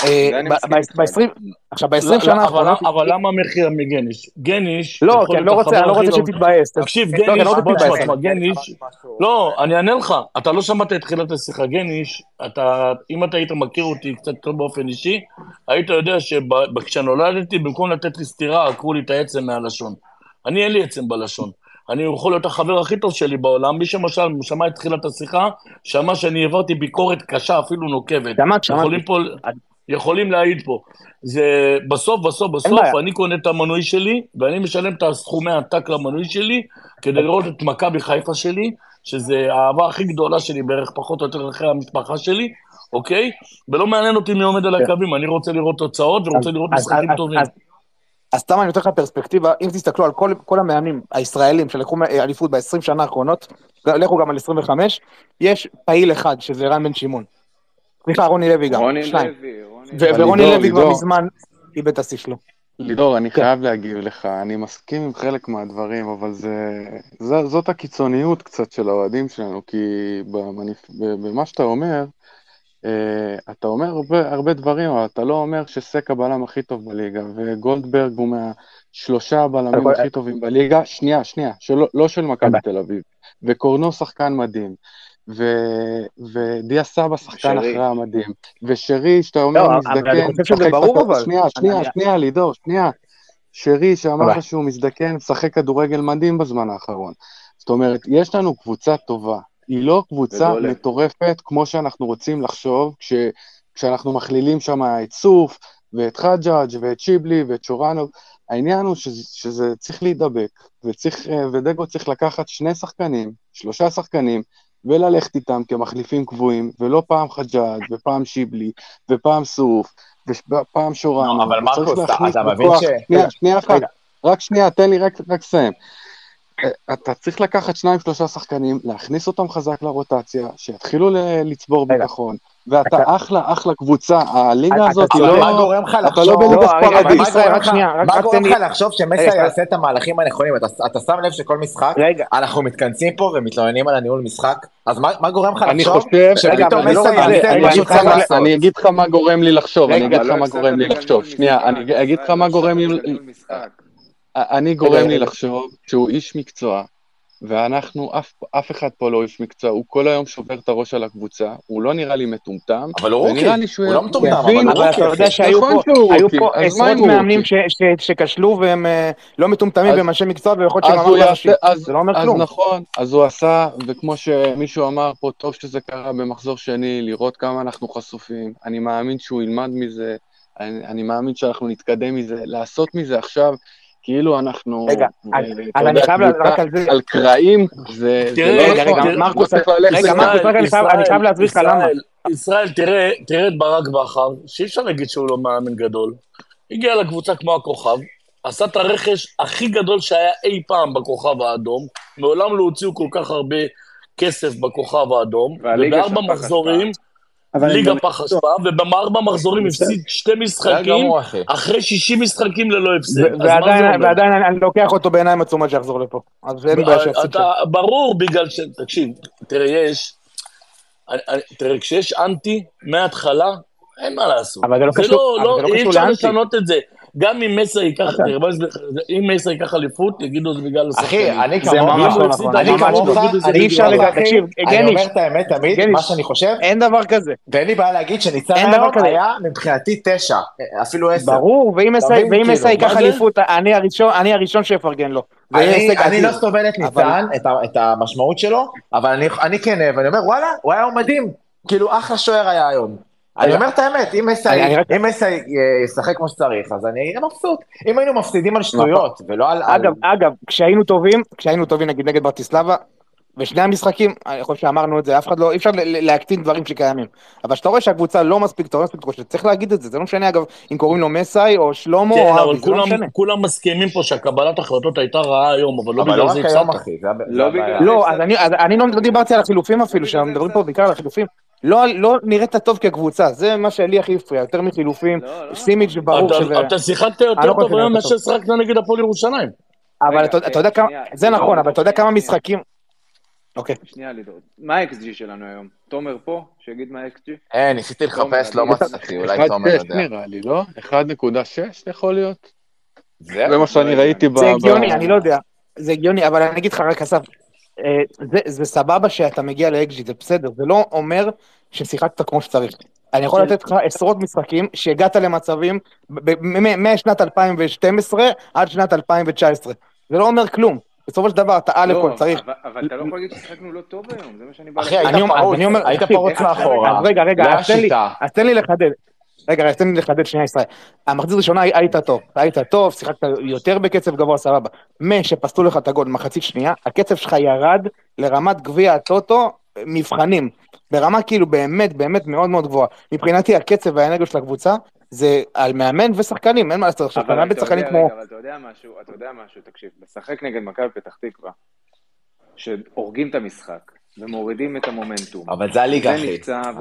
ב-20 שנה האחרונות... אבל למה מחיר מגניש? גניש... לא, כי אני לא רוצה שתתבאס. תקשיב, גניש... לא, אני אענה לך. אתה לא שמעת את תחילת השיחה. גניש, אם אתה היית מכיר אותי קצת יותר באופן אישי, היית יודע שכשנולדתי, במקום לתת לי סתירה, עקרו לי את העצם מהלשון. אני אין לי עצם בלשון. אני יכול להיות החבר הכי טוב שלי בעולם, מי שמשל שמע את תחילת השיחה, שמע שאני העברתי ביקורת קשה, אפילו נוקבת. יכולים להעיד פה. זה בסוף, אני קונה את המנוי שלי, ואני משלם את הסכומי העתק למנוי שלי, כדי לראות את מכבי חיפה שלי, שזה האהבה הכי גדולה שלי, בערך פחות או יותר אחרי המשפחה שלי, אוקיי? ולא מעניין אותי מי עומד על הקווים, אני רוצה לראות תוצאות, ורוצה לראות משחקים טובים. אז סתם אני נותן לך פרספקטיבה, אם תסתכלו על כל המאמנים הישראלים שלקחו אליפות ב-20 שנה האחרונות, לכו גם על 25, יש פעיל אחד, שזה רן בן שמעון. סליחה, רוני לוי גם, 2. ורוני לוי כבר מזמן איבד את השיא שלו. לידור, אני חייב להגיב לך, אני מסכים עם חלק מהדברים, אבל זאת הקיצוניות קצת של האוהדים שלנו, כי במה שאתה אומר, אתה אומר הרבה דברים, אבל אתה לא אומר שסק הבלם הכי טוב בליגה, וגולדברג הוא מה3 הבלמים הכי טובים בליגה, שנייה, לא של מכבי תל אביב, וקורנו שחקן מדהים, ודיה סבא שחקן אחרי מדהים, ושרי שאתה אומר מזדקן, אני חושב שזה ברור אבל, שנייה לידור, שרי שאמר שהוא מזדקן, משחק כדורגל מדהים בזמן האחרון, זאת אומרת, יש לנו קבוצה טובה, היא לא קבוצה מטורפת כמו שאנחנו רוצים לחשוב, כשאנחנו מכלילים שם את סוף, ואת חג'אג' ואת שיבלי ואת שורנוב, העניין הוא שזה צריך להידבק, ודגו צריך לקחת 2 שחקנים, 3 שחקנים, וללכת איתם כמחליפים קבועים, ולא פעם חג'אג' ופעם שיבלי, ופעם סוף, ופעם שורנוב. אבל מרקוס, אתה מבין שנייה אחת, רק שנייה, תן לי רק סיים. אתה צריך לקחת 2-3 שחקנים, להכניס אותם חזק לרוטציה, שיתחילו לצבור ביטחון, ואתה אחלה קבוצה, הליגה הזאת היא לא... מה גורם לך לחשוב שמסי יעשה את המהלכים הנכונים? אתה שם לב שכל משחק, אנחנו מתכנסים פה ומתלוננים על הניהול משחק, אז מה גורם לך לחשוב שפתאום מסי יעשה את מה שהוא צריך לעשות? אני אגיד לך מה גורם לי לחשוב, שנייה, אני אגיד לך מה גורם לי... אני גורם לי לחשוב שהוא איש מקצוע, ואנחנו, אף אחד פה לא איש מקצוע, הוא כל היום שובר את הראש על הקבוצה, הוא לא נראה לי מטומטם, אבל הוא רוקי, הוא לא מטומטם, אבל אתה יודע שהיו פה עשרות מאמנים שכשלו והם לא מטומטמים והם אנשי מקצוע, ויכול להיות שמאמר לאנשים, זה לא אומר כלום. אז נכון, אז הוא עשה, וכמו שמישהו אמר פה, טוב שזה קרה במחזור שני, לראות כמה אנחנו חשופים, אני מאמין שהוא ילמד מזה, אני מאמין שאנחנו נתקדם מזה, לעשות מזה עכשיו, כאילו אנחנו... רגע, אני חייב רק על זה... על קרעים, זה... רגע, מרקוס, אני חייב להסביר לך למה. ישראל, תראה את ברק בכר, שאי אפשר להגיד שהוא לא מאמן גדול, הגיע לקבוצה כמו הכוכב, עשה את הרכש הכי גדול שהיה אי פעם בכוכב האדום, מעולם לא הוציאו כל כך הרבה כסף בכוכב האדום, וב4 מחזורים, ליגה פח אשפה, ובארבע מחזורים הפסיד 2 משחקים, אחרי 60 משחקים ללא הפסד. ועדיין אני לוקח אותו בעיניים עצומות שיחזור לפה. אז אין בעיה שיפסיד שם. ברור, בגלל ש... תקשיב, תראה, כשיש אנטי מההתחלה, אין מה לעשות. אבל זה לא קשור לאנטי. אי אפשר לשנות את זה. גם אם מסר ייקח, אם מסר ייקח אליפות, יגידו זה בגלל השחקנים. אחי, אני כמוך, אי אפשר תקשיב, אני אומר את האמת תמיד, מה שאני חושב, אין דבר כזה. ואין לי בעיה להגיד שניצן היום היה מבחינתי 9, אפילו 10. ברור, ואם מסר ייקח אליפות, אני הראשון שיפרגן לו. אני לא סובל את ניצן, את המשמעות שלו, אבל אני כן, ואני אומר, וואלה, הוא היה מדהים, כאילו אחלה שוער היה היום. אני אומר את האמת, אם מסי ישחק כמו שצריך, אז אני אהיה מבסוט. אם היינו מפסידים על שטויות, ולא על... אגב, כשהיינו טובים נגד ברטיסלבה, ושני המשחקים, אני חושב שאמרנו את זה, אף אחד לא, אי אפשר להקטין דברים שקיימים. אבל שאתה רואה שהקבוצה לא מספיק טוב, צריך להגיד את זה, זה לא משנה אגב, אם קוראים לו מסי או שלמה או אבי, זה לא משנה. כולם מסכימים פה שהקבלת החלטות הייתה רעה היום, אבל לא בגלל זה הפסדת. לא, אז אני לא דיברתי על החילופים אפילו, שמדברים פה בעיקר על החילופים. לא נראית טוב כקבוצה, זה מה שלי הכי הפריע, יותר מחילופים, סימיץ' ברור שזה... אתה שיחקת יותר טוב היום מאשר שחקת נגד הפועל ירושלים. אבל אתה יודע כמה, זה נכון, אבל אתה יודע כמה משחקים... אוקיי. שנייה לידור, מה ה-XG שלנו היום? תומר פה? שיגיד מה ה-XG? ניסיתי לחפש, לא מצאתי, אולי תומר יודע. 1.6 נראה לי, לא? 1.6 יכול להיות? זה מה שאני ראיתי זה הגיוני, אני לא יודע, זה הגיוני, אבל אני אגיד לך רק אסף, זה סבבה שאתה מגיע לאקז'י, זה בסדר, זה לא אומר ששיחקת כמו שצריך. אני יכול לתת לך עשרות משחקים שהגעת למצבים משנת 2012 עד שנת 2019. זה לא אומר כלום. בסופו של דבר אתה לכל צריך. אבל אתה לא יכול להגיד ששחקנו לא טוב היום, זה מה שאני בא אחי, היית פרוץ מאחורה. רגע, אז תן לי לחדד. רגע, תן לי לחדד שנייה ישראל. המחצית ראשונה היית טוב, שיחקת יותר בקצב גבוה, סבבה. שפסטו לך את הגול מחצית שנייה, הקצב שלך ירד לרמת גביע הטוטו מבחנים. ברמה כאילו באמת מאוד מאוד גבוהה. מבחינתי הקצב והאנרגיה של הקבוצה זה על מאמן ושחקנים, אין מה לעשות. אבל אתה יודע משהו, תקשיב, לשחק נגד מכבי פתח תקווה, שהורגים את המשחק, ומורידים את המומנטום. אבל זה הליגה, אחי.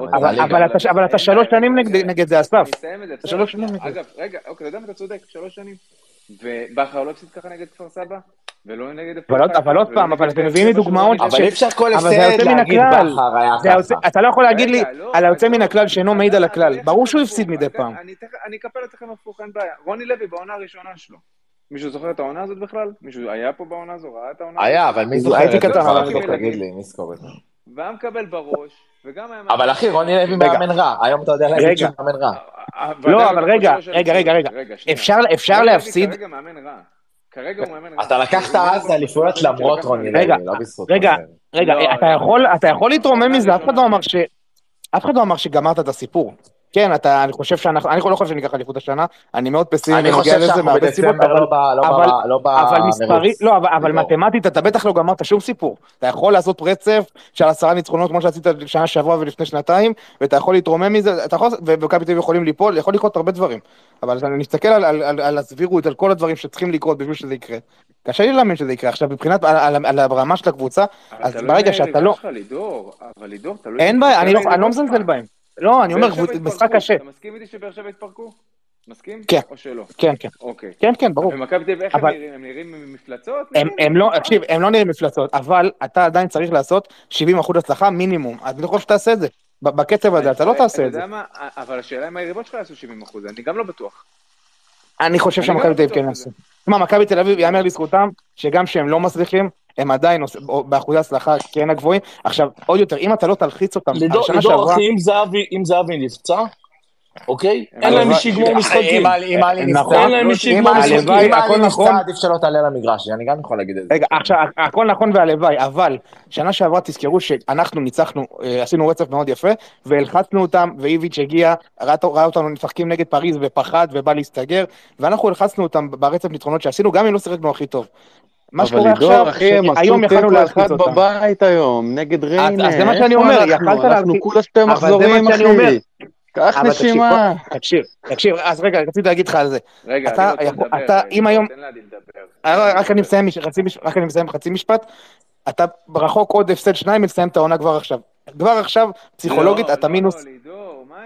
אבל אתה 3 שנים נגד זה, אסף. אני אסיים את זה. 3 שנים. אגב, רגע, אוקיי, אתה יודע מה אתה צודק, 3 שנים. ובכר לא הפסיד ככה נגד כפר סבא? ולא נגד... אבל עוד פעם, אבל אתם מביאים לי דוגמאות... אבל אי אפשר כל הפסד להגיד בכר היה ככה. אתה לא יכול להגיד לי על היוצא מן הכלל שאינו מעיד על הכלל. ברור שהוא הפסיד מדי פעם. אני אקפל אתכם הפוך, אין בעיה. רוני לוי בעונה הראשונה שלו. מישהו זוכר את העונה הזאת בכלל? מישהו היה פה בעונה הזו? ראה את העונה הזאת? היה, אבל מי זוכר את זה? תגיד לי, מי זכור את זה? והיה מקבל בראש, וגם היה... אבל אחי, רוני לוי מאמן רע. היום אתה יודע להגיד שהוא מאמן רע. לא, אבל רגע. אפשר להפסיד... כרגע הוא מאמן... אתה לקחת אז אליפויות למרות רוני לוי, לא בזכות. רגע, אתה יכול להתרומם מזה, אף אחד לא אמר שגמרת את הסיפור. כן, אני חושב אני לא חושב שניקח אליפות השנה, אני מאוד פסימי ונוגע לזה מהרבה סיבות, אבל מתמטית אתה בטח לא גמרת שום סיפור. אתה יכול לעשות רצף של 10 ניצחונות כמו שעשית שנה שעברה ולפני שנתיים, ואתה יכול להתרומם מזה, ומכבי תל אביב יכולים ליפול, יכול לקרות הרבה דברים. אבל אני מסתכל על הסבירות, על כל הדברים שצריכים לקרות בשביל שזה יקרה. קשה לי להאמין שזה יקרה. עכשיו, מבחינת על הרמה של הקבוצה, אז ברגע שאתה לא... אין בעיה, אני לא מזלזל בהם. לא, אני אומר, משחק קשה. אתה מסכים איתי שבאר שבע התפרקו? מסכים? כן. או שלא? כן. אוקיי. כן, ברור. ומכבי תל אביב איך הם נראים? הם נראים מפלצות? הם לא נראים מפלצות, אבל אתה עדיין צריך לעשות 70% הצלחה מינימום. אני לא חושב שתעשה את זה. בקצב הזה, אתה לא תעשה את זה. אבל השאלה אם היריבות שלך יעשו 70%, אני גם לא בטוח. אני חושב שמכבי תל אביב כן יעשו. תשמע, מכבי תל אביב יאמר לזכותם, שגם שהם לא מצליחים, הם עדיין באחוזי הצלחה כן הגבוהים. עכשיו, עוד יותר, אם אתה לא תלחיץ אותם, לידור, אחי, אם זהבי נפצע, אוקיי? אין להם מי שיגמור משחקים. אם עלי נפצע, אין להם מי שיגמור משחקים. אם עלי נפצע, עדיף שלא תעלה למגרש, אני גם יכול להגיד את זה. רגע, עכשיו, הכל נכון והלוואי, אבל שנה שעברה תזכרו שאנחנו ניצחנו, עשינו רצף מאוד יפה, והלחצנו אותם, ואיביץ' הגיע, ראה אותנו משחקים נגד פריז ופחד ובא להסתגר, ואנחנו הלחצנו אותם ברצף ניצחונות שעשינו, גם אם לא שיחקנו הכי טוב. מה שקורה עכשיו, היום יכלנו להלחיץ אותם. בבית היום, נגד ריינה. אז זה מה שאני אומר, יכלת להלחיץ. אנחנו כולה 2 מחזורים, אחי. קח נשימה. תקשיב, אז רגע, רציתי להגיד לך על זה. רגע, אתה, אם היום... רק אני מסיים חצי משפט. אתה רחוק עוד הפסד 2, מסיים את העונה כבר עכשיו. כבר עכשיו, פסיכולוגית, אתה מינוס...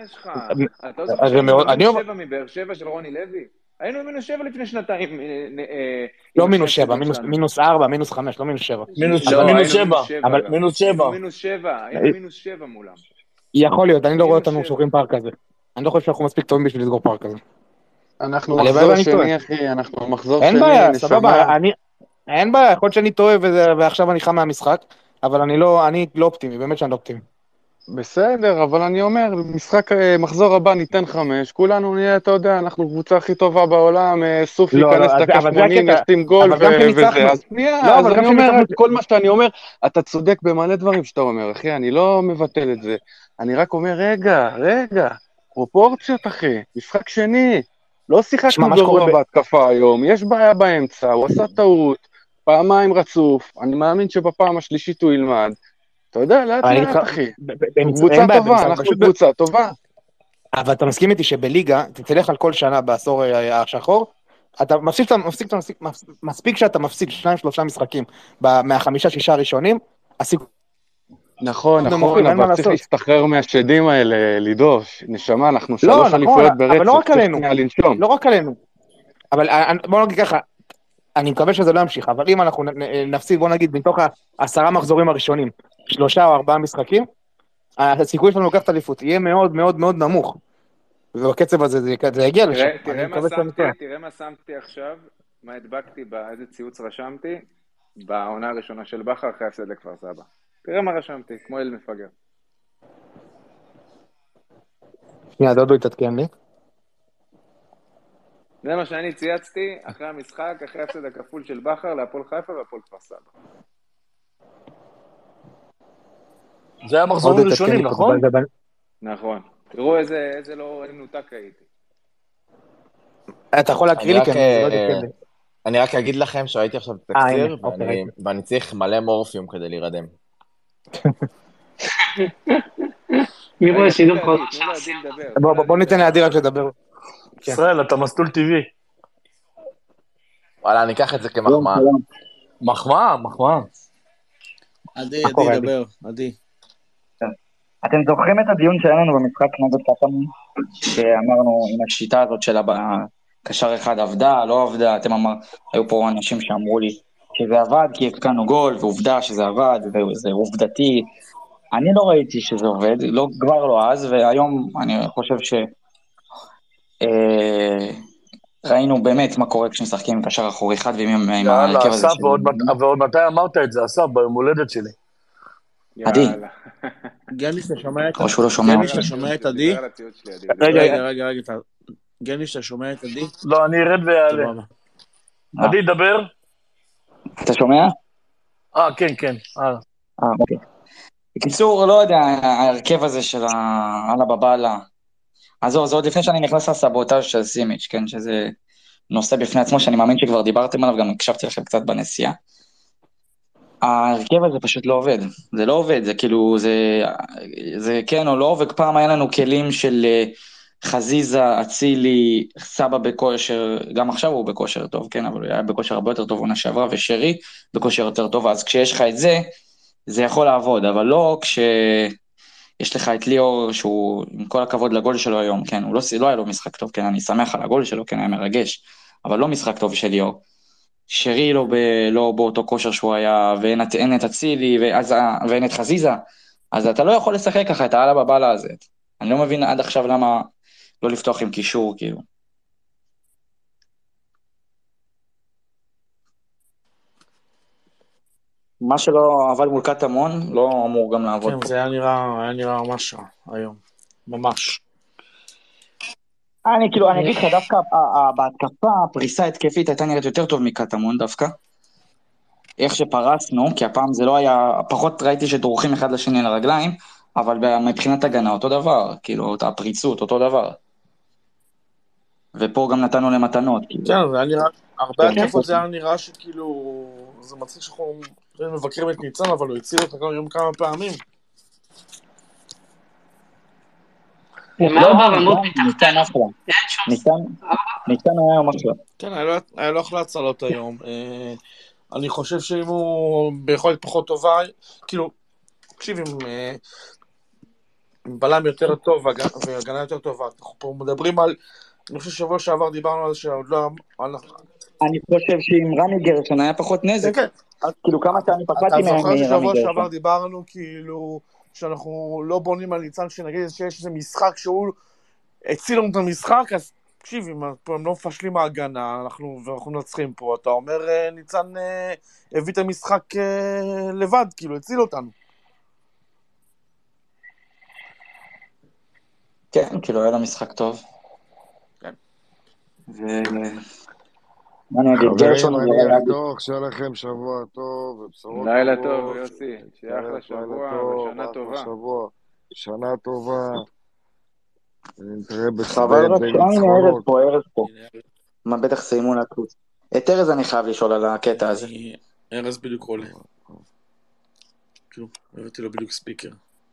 יש לך? אתה לא זוכר שהיינו מינוס 7 מבאר שבע של רוני לוי? היינו מינוס 7 לפני שנתיים. לא מינוס 7, מינוס 4, מינוס 5, לא מינוס 7. מינוס 7. היינו מינוס 7 מולם. יכול להיות, אני לא רואה אותנו שוקרים פארק כזה. אני לא חושב שאנחנו מספיק טובים בשביל לסגור פארק כזה. אנחנו מחזור שני, אחי, אנחנו מחזור שני. אין בעיה, סבבה, אין בעיה, יכול להיות שאני טועה ועכשיו אני חם מהמשחק, אבל אני לא אופטימי, באמת שאני לא אופטימי. בסדר, אבל אני אומר, משחק מחזור הבא ניתן 5, כולנו נהיה, אתה יודע, אנחנו קבוצה הכי טובה בעולם, סוף ייכנס דקה 80, ישים גול וזה, אז שנייה, אז אני אומר, כל מה שאני אומר, אתה צודק במלא דברים שאתה אומר, אחי, אני לא מבטל את זה, אני רק אומר, רגע, פרופורציות, אחי, משחק שני, לא שיחקנו גרוע בהתקפה היום, יש בעיה באמצע, הוא עשה טעות, פעמיים רצוף, אני מאמין שבפעם השלישית הוא ילמד, אתה יודע, לאט, אחי. קבוצה טובה, אנחנו קבוצה טובה. אבל אתה מסכים איתי שבליגה, תלך על כל שנה בעשור השחור, אתה מספיק שאתה מפסיד 2-3 משחקים מה5-6 הראשונים, נכון, אבל צריך להשתחרר מהשדים האלה, לידוש, נשמה, אנחנו 3 אליפויות ברצף, אבל לא רק עלינו, אבל בוא נגיד ככה, אני מקווה שזה לא ימשיך, אבל אם אנחנו נפסיד, בוא נגיד, מתוך 10 מחזורים הראשונים, 3 או 4 משחקים, הסיכוי שלנו לקחת אליפות יהיה מאוד מאוד מאוד נמוך. ובקצב הזה זה יגיע לשם. תראה מה שמתי עכשיו, מה הדבקתי, איזה ציוץ רשמתי, בעונה הראשונה של בכר אחרי הפסד לכפר סבא. תראה מה רשמתי, כמו אל מפגר. שנייה, דודו יתעדכן לי. זה מה שאני צייצתי אחרי המשחק, אחרי הפסד הכפול של בכר להפועל חיפה והפועל כפר סבא. זה היה מחזורים ראשונים, נכון? נכון. תראו איזה לא נותק הייתי. אתה יכול להקריא לי? אני רק אגיד לכם שראיתי עכשיו תקציר, ואני צריך מלא מורפיום כדי להירדם. מי רואה שידור כל... בוא ניתן לאדיר רק לדבר. ישראל, אתה מסלול טבעי. וואלה, אני אקח את זה כמחמאה. מחמאה. עדי, דבר, עדי. אתם זוכרים את הדיון שלנו במשחק נגד קטמון, שאמרנו עם השיטה הזאת של קשר אחד עבדה, לא עבדה, היו פה אנשים שאמרו לי שזה עבד כי הפקענו גול, ועובדה שזה עבד, וזה עובדתי. אני לא ראיתי שזה עובד, כבר לא אז, והיום אני חושב ראינו באמת מה קורה כשמשחקים עם קשר אחורי אחד ועם ההרכב הזה. ועוד מתי אמרת את זה, אסף, ביום הולדת שלי. עדי. גניש, אתה שומע את... או שהוא לא שומע. גניש, אתה שומע את עדי? רגע. גניש, אתה שומע את עדי? לא, אני ארד ויעלה. עדי, דבר. אתה שומע? כן. אוקיי. בקיצור, לא יודע, ההרכב הזה של הלאה בבאללה, אז זה עוד לפני שאני נכנס לסבוטאז' של סימיץ', כן, שזה נושא בפני עצמו, שאני מאמין שכבר דיברתם עליו, גם הקשבתי לכם קצת בנסיעה. ההרכב הזה פשוט לא עובד, זה לא עובד, זה כאילו, זה כן או לא עובד, פעם היה לנו כלים של חזיזה, אצילי, סבא בכושר, גם עכשיו הוא בכושר טוב, כן, אבל הוא היה בכושר הרבה יותר טוב עונה שעברה, ושרי בכושר יותר טוב, אז כשיש לך את זה, זה יכול לעבוד, אבל לא כשיש לך את ליאור, שהוא עם כל הכבוד לגול שלו היום, כן, הוא לא היה לו משחק טוב, כן, אני שמח על הגול שלו, כן, היה מרגש, אבל לא משחק טוב של ליאור. שרי לא באותו כושר שהוא היה, ואין את אצילי, ואין את חזיזה, אז אתה לא יכול לשחק ככה את העלה בבאללה הזה. אני לא מבין עד עכשיו למה לא לפתוח עם קישור, כאילו. מה שלא עבד מול קטמון, לא אמור גם לעבוד פה. כן, זה היה נראה ממש היום, ממש. אני אגיד לך, דווקא בהתקפה, הפריסה התקפית הייתה נראית יותר טוב מקטמון דווקא. איך שפרסנו, כי הפעם זה לא היה, פחות ראיתי שדורכים אחד לשני על הרגליים, אבל מבחינת הגנה אותו דבר, כאילו, הפריצות אותו דבר. ופה גם נתנו למתנות. כן, זה היה נראה, הרבה התקפות זה היה נראה שכאילו, זה מצחיק שאנחנו מבקרים את ניצן, אבל הוא הציל אותה גם כמה פעמים. ניתן היה משהו. כן, היה לו אחלה הצלות היום. אני חושב שאם הוא ביכולת פחות טובה, כאילו, תקשיבים, בלם יותר טוב והגנה יותר טובה. אנחנו פה מדברים על, אני חושב שבוע שעבר דיברנו על זה שעוד לא... אני חושב שעם רמי גרשון היה פחות נזק. כן. אז כאילו כמה שאני פחדתי מרמי גרשון. אתה זוכר ששבוע שעבר דיברנו כאילו שאנחנו לא בונים על ניצן, שנגיד שיש איזה משחק שהוא הציל לנו את המשחק, אז תקשיב, אם הם לא מפשלים ההגנה, ואנחנו נצחים פה, אתה אומר ניצן הביא את המשחק לבד, כאילו הציל אותנו. כן, כאילו היה לה משחק טוב. כן. חברים, אני אחתוך, שיהיה לכם שבוע טוב, ובשורות טובות. לילה טוב, יוסי, שיהיה אחלה שבוע ושנה טובה. שנה טובה. נתראה חבל רק שהנה ארז פה. מה בטח סיימו להקלוץ. את ארז אני חייב לשאול על הקטע הזה. ארז בדיוק עולה. כאילו, הבאתי לו בדיוק ספיקר.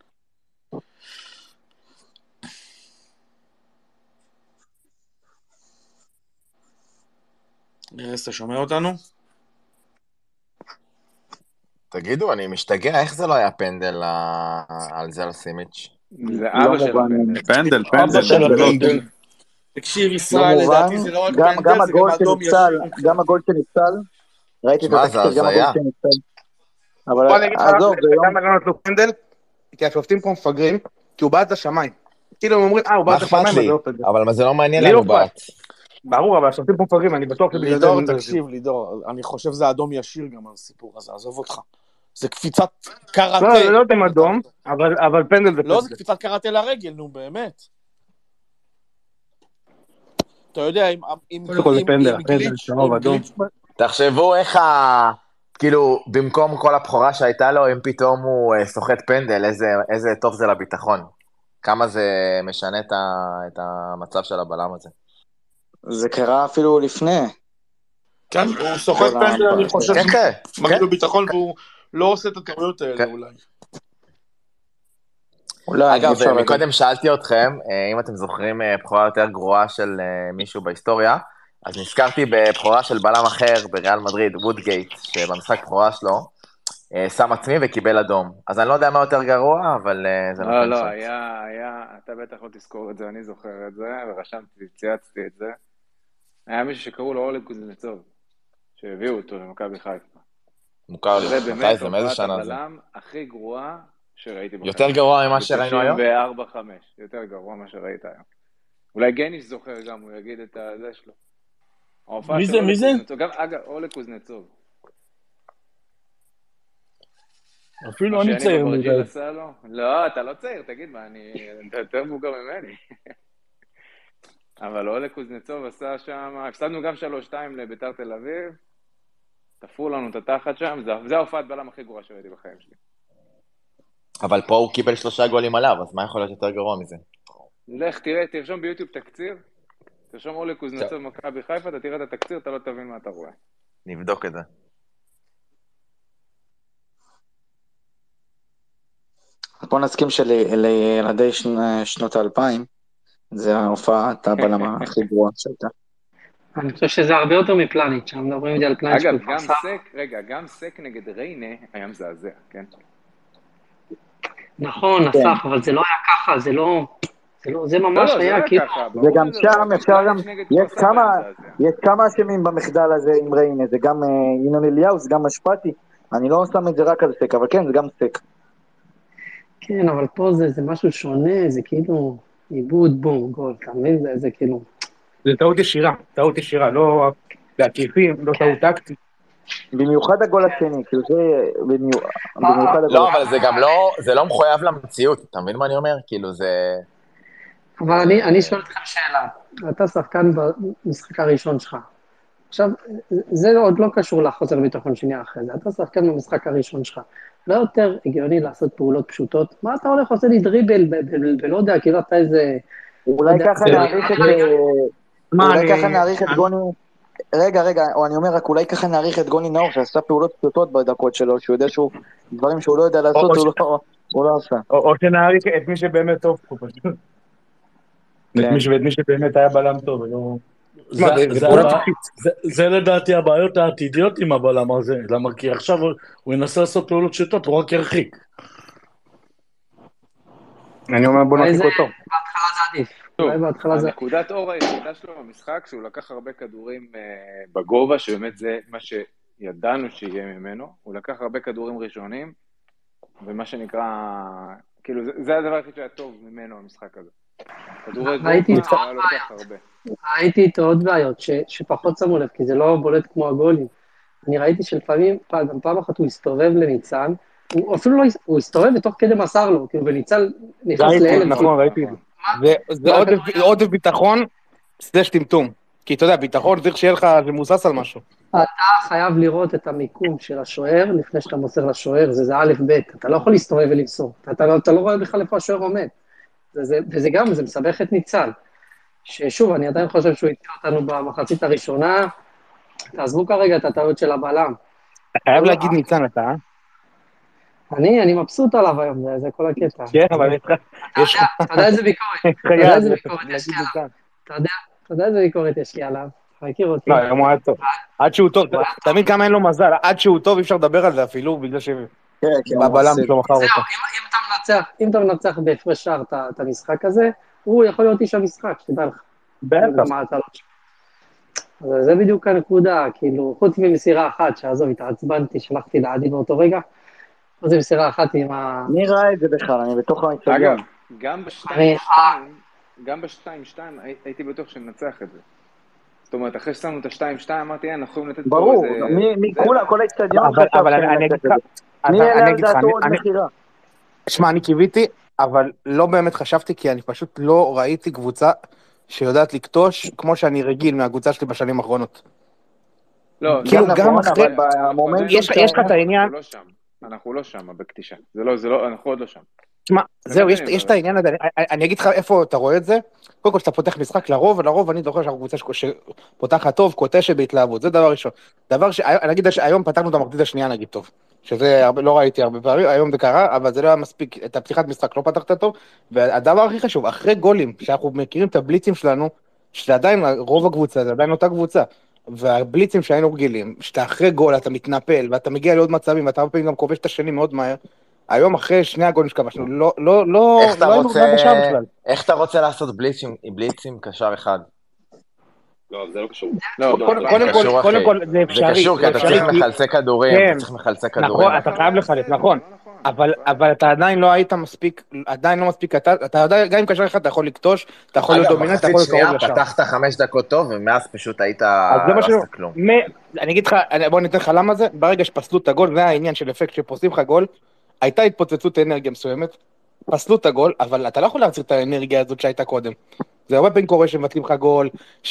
ארז, אתה שומע אותנו? תגידו, אני משתגע, איך זה לא היה פנדל על זה על סימיץ'? זה אבא של הפנדל. פנדל. תקשיב, ישראל, לדעתי זה לא רק פנדל, זה גם אדום ישיר. גם הגול שנפסל, ראיתי את התקציר, גם הגול שנפסל. אבל עזוב, גם לא נתנו פנדל, כי השופטים פה מפגרים, כי הוא בעט לשמיים. כאילו הם אומרים, הוא בעט לשמיים, אז זה לא פנדל. אבל זה לא מעניין לנו בעט. ברור, אבל השופטים פה מפגרים, אני בטוח שבגלל זה... לידור, תקשיב, לידור, אני חושב זה אדום ישיר גם על הסיפור הזה, עזוב אותך. זה קפיצת קראטה. לא, זה לא אתם אדום, אבל פנדל זה פנדל. לא, זה קפיצת קראטה לרגל, נו, באמת. אתה יודע, עם גליץ'... תחשבו איך כאילו, במקום כל הבחורה שהייתה לו, אם פתאום הוא סוחט פנדל, איזה טוב זה לביטחון. כמה זה משנה את המצב של הבלם הזה. זה קרה אפילו לפני. כן, הוא סוחט פנדל, אני חושב שמגיע לו ביטחון, והוא לא עושה את הטעויות האלה אולי. אגב, מקודם שאלתי אתכם, אם אתם זוכרים בחורה יותר גרועה של מישהו בהיסטוריה, אז נזכרתי בבחורה של בלם אחר בריאל מדריד, וודגייט, שבמשחק בחורה שלו, שם עצמי וקיבל אדום. אז אני לא יודע מה יותר גרוע, אבל זה נכון. לא, אתה בטח לא תזכור את זה, אני זוכר את זה, ורשמתי, צייצתי את זה. היה מישהו שקראו לו אולג קוזנצוב, שהביאו אותו למכבי חיפה. מוכר לי, מתי זה? מאיזה שנה זה? זה באמת הכי גרועה שראיתי בחיפה. יותר גרוע ממה שראינו היום? ב-4-5, יותר גרוע ממה שראית היום. אולי גניש זוכר גם, הוא יגיד את זה שלו. מי זה? אגב, אולג קוזנצוב. אפילו אני צעיר מדי. לא, אתה לא צעיר, תגיד מה, אתה יותר מבוגר ממני. אבל אולג קוזנצוב עשה שם, הפסדנו גם 3-2 לביתר תל אביב, תפרו לנו את התחת שם, זה ההופעת בלם הכי גרוע שראיתי בחיים שלי. אבל פה הוא קיבל 3 גולים עליו, אז מה יכול להיות יותר גרוע מזה? לך, תראה, תרשום ביוטיוב תקציר, תרשום אולג קוזנצוב מכבי חיפה, אתה תראה את התקציר, אתה לא תבין מה אתה רואה. נבדוק את זה. בוא נסכים שלילדי שנות ה-2000, זה ההופעת הבלם הכי גרועה שהייתה. אני חושב שזה הרבה יותר מפלניץ', שם מדברים איתי על פלניץ'. אגב, גם סק נגד ריינה היה מזעזע, כן? נכון, הפך, אבל זה לא היה ככה, זה ממש היה כאילו... וגם שם אפשר גם, יש כמה אשמים במחדל הזה עם ריינה, זה גם ינון אליהו, זה גם משפטי, אני לא שם את זה רק על סק, אבל כן, זה גם סק. כן, אבל פה זה משהו שונה, זה כאילו עיבוד בום, גול, אתה מבין? זה כאילו... זה טעות ישירה, לא בעקיפים, לא טעות טקטית. במיוחד הגול השני, כאילו זה במיוחד הגול. לא, אבל זה גם לא, זה לא מחויב למציאות, אתה מבין מה אני אומר? כאילו זה... אבל אני שואל אתכם שאלה, אתה שחקן במשחק הראשון שלך, עכשיו, זה עוד לא קשור לחוסר ביטחון שנייה אחרי זה, אתה שחקן במשחק הראשון שלך, לא יותר הגיוני לעשות פעולות פשוטות, מה אתה הולך עושה לי דריבל, ולא יודע, כאילו אתה איזה... אולי ככה נעריך את גוני, רגע, או אני אומר רק, אולי ככה נעריך את גוני נאור, שעשה פעולות פשוטות בדקות שלו, שהוא יודע שהוא, דברים שהוא לא יודע לעשות, הוא לא עשה. או שנעריך את מי שבאמת טוב פה פשוט. את מי שבאמת היה בלם טוב, ולא... זה לדעתי הבעיות העתידיות עם הבלם הזה, למה? כי עכשיו הוא ינסה לעשות פעולות שיטות, הוא רק ירחיק. אני אומר בוא נרחיק אותו. בהתחלה זה עדיף. אולי בהתחלה זה... הנקודת אור היחידה שלו במשחק, שהוא לקח הרבה כדורים בגובה, שבאמת זה מה שידענו שיהיה ממנו, הוא לקח הרבה כדורים ראשונים, ומה שנקרא, כאילו זה הדבר הכי שהיה טוב ממנו המשחק הזה. כדורי גובה היה לוקח הרבה. ראיתי איתו עוד בעיות שפחות שמו לב, כי זה לא בולט כמו הגולים. אני ראיתי שלפעמים, גם פעם אחת הוא הסתובב לניצן, הוא אפילו לא, הוא הסתובב ותוך כדי מסר לו, כאילו וניצן נכנס לאלף. נכון, ראיתי את זה. זה עודף ביטחון, סלש טמטום. כי אתה יודע, ביטחון צריך שיהיה לך, זה מוסס על משהו. אתה חייב לראות את המיקום של השוער, לפני שאתה מוסר לשוער, זה א' ב', אתה לא יכול להסתובב ולמסור, אתה לא רואה בכלל איפה השוער עומד. וזה גם, זה מסבך את ניצן. ששוב, אני עדיין חושב שהוא הציל אותנו במחצית הראשונה, תעזבו כרגע את הטעות של הבלם. אתה חייב להגיד ניצן אתה, אה? אני מבסוט עליו היום, זה כל הקטע. כן, אבל יש... אתה יודע איזה ביקורת, אתה יודע איזה ביקורת יש לי עליו. אתה יודע איזה ביקורת יש לי עליו, אתה מכיר אותי. לא, היום הוא היה טוב. עד שהוא טוב, תמיד כמה אין לו מזל, עד שהוא טוב אי אפשר לדבר על זה אפילו, בגלל שבבלם שלו מחר אותו. אם אתה מנצח בהפרש שער את המשחק הזה, הוא יכול להיות איש המשחק, שתדע לך. בטח. זה בדיוק הנקודה, כאילו, חוץ ממסירה אחת, שעזוב, התעצבנתי, שלחתי לעדי באותו רגע, אז מסירה אחת עם ה... אני ראה את זה בכלל, אני בתוך האינסטגרם. אגב, גם ב-2-2 הייתי בטוח שננצח את זה. זאת אומרת, אחרי ששמנו את ה-2-2, אמרתי, אנחנו יכולים לתת פה איזה... ברור, מכולה, כל האצטדיון חשב שננצח את זה. מי אלה על דעתו עוד מחירה? שמע, אני קיוויתי, אבל לא באמת חשבתי, כי אני פשוט לא ראיתי קבוצה שיודעת לקטוש, כמו שאני רגיל מהקבוצה שלי בשנים האחרונות. לא, כאילו גם אחרי... יש לך את העניין... אנחנו לא שם בקטישה, אנחנו עוד לא שם. תשמע, זהו, יש את העניין הזה, אני אגיד לך איפה אתה רואה את זה, קודם כל שאתה פותח משחק לרוב אני זוכר שאנחנו קבוצה שפותחת טוב, קוטשת בהתלהבות, זה דבר ראשון. דבר שאני אגיד שהיום פתחנו את המחצית השנייה נגיד טוב, שזה לא ראיתי הרבה פעמים, היום זה קרה, אבל זה לא היה מספיק, את הפתיחת משחק לא פתחת טוב, והדבר הכי חשוב, אחרי גולים, שאנחנו מכירים את הבליצים שלנו, שזה עדיין רוב הקבוצה, זה עדיין אותה קבוצה, והבליצים שהיינו רגילים, שאתה אחרי גול, אתה מתנפל, ואתה מגיע לעוד מצבים, ואתה הרבה פעמים גם כובש את השני מאוד מהר, היום אחרי שני הגולים שכבשנו, לא היינו גם בשער בכלל. איך אתה רוצה לעשות בליצים קשר אחד? לא, זה לא קשור. קודם כל, זה אפשרי. זה קשור, כי אתה צריך מחלצי כדורים, אתה צריך מחלצי כדורים. נכון, אתה חייב לחלץ, נכון. אבל אתה עדיין לא היית מספיק, אתה גם עם קשר אחד, אתה יכול לקטוש, אתה יכול להיות דומיננט, אתה יכול לקרוב לשער. פתחת 5 דקות טוב, ומאז פשוט היית לא עשת כלום. אני אגיד לך, בוא ניתן לך למה זה, ברגע שפסלו את הגול, זה העניין של אפקט שפוסלים לך גול, הייתה התפוצצות אנרגיה מסוימת, פסלו את הגול, אבל אתה לא יכול להחזיר את האנרגיה הזאת שהייתה קודם. זה הרבה פעמים קורה שמבטלים לך גול,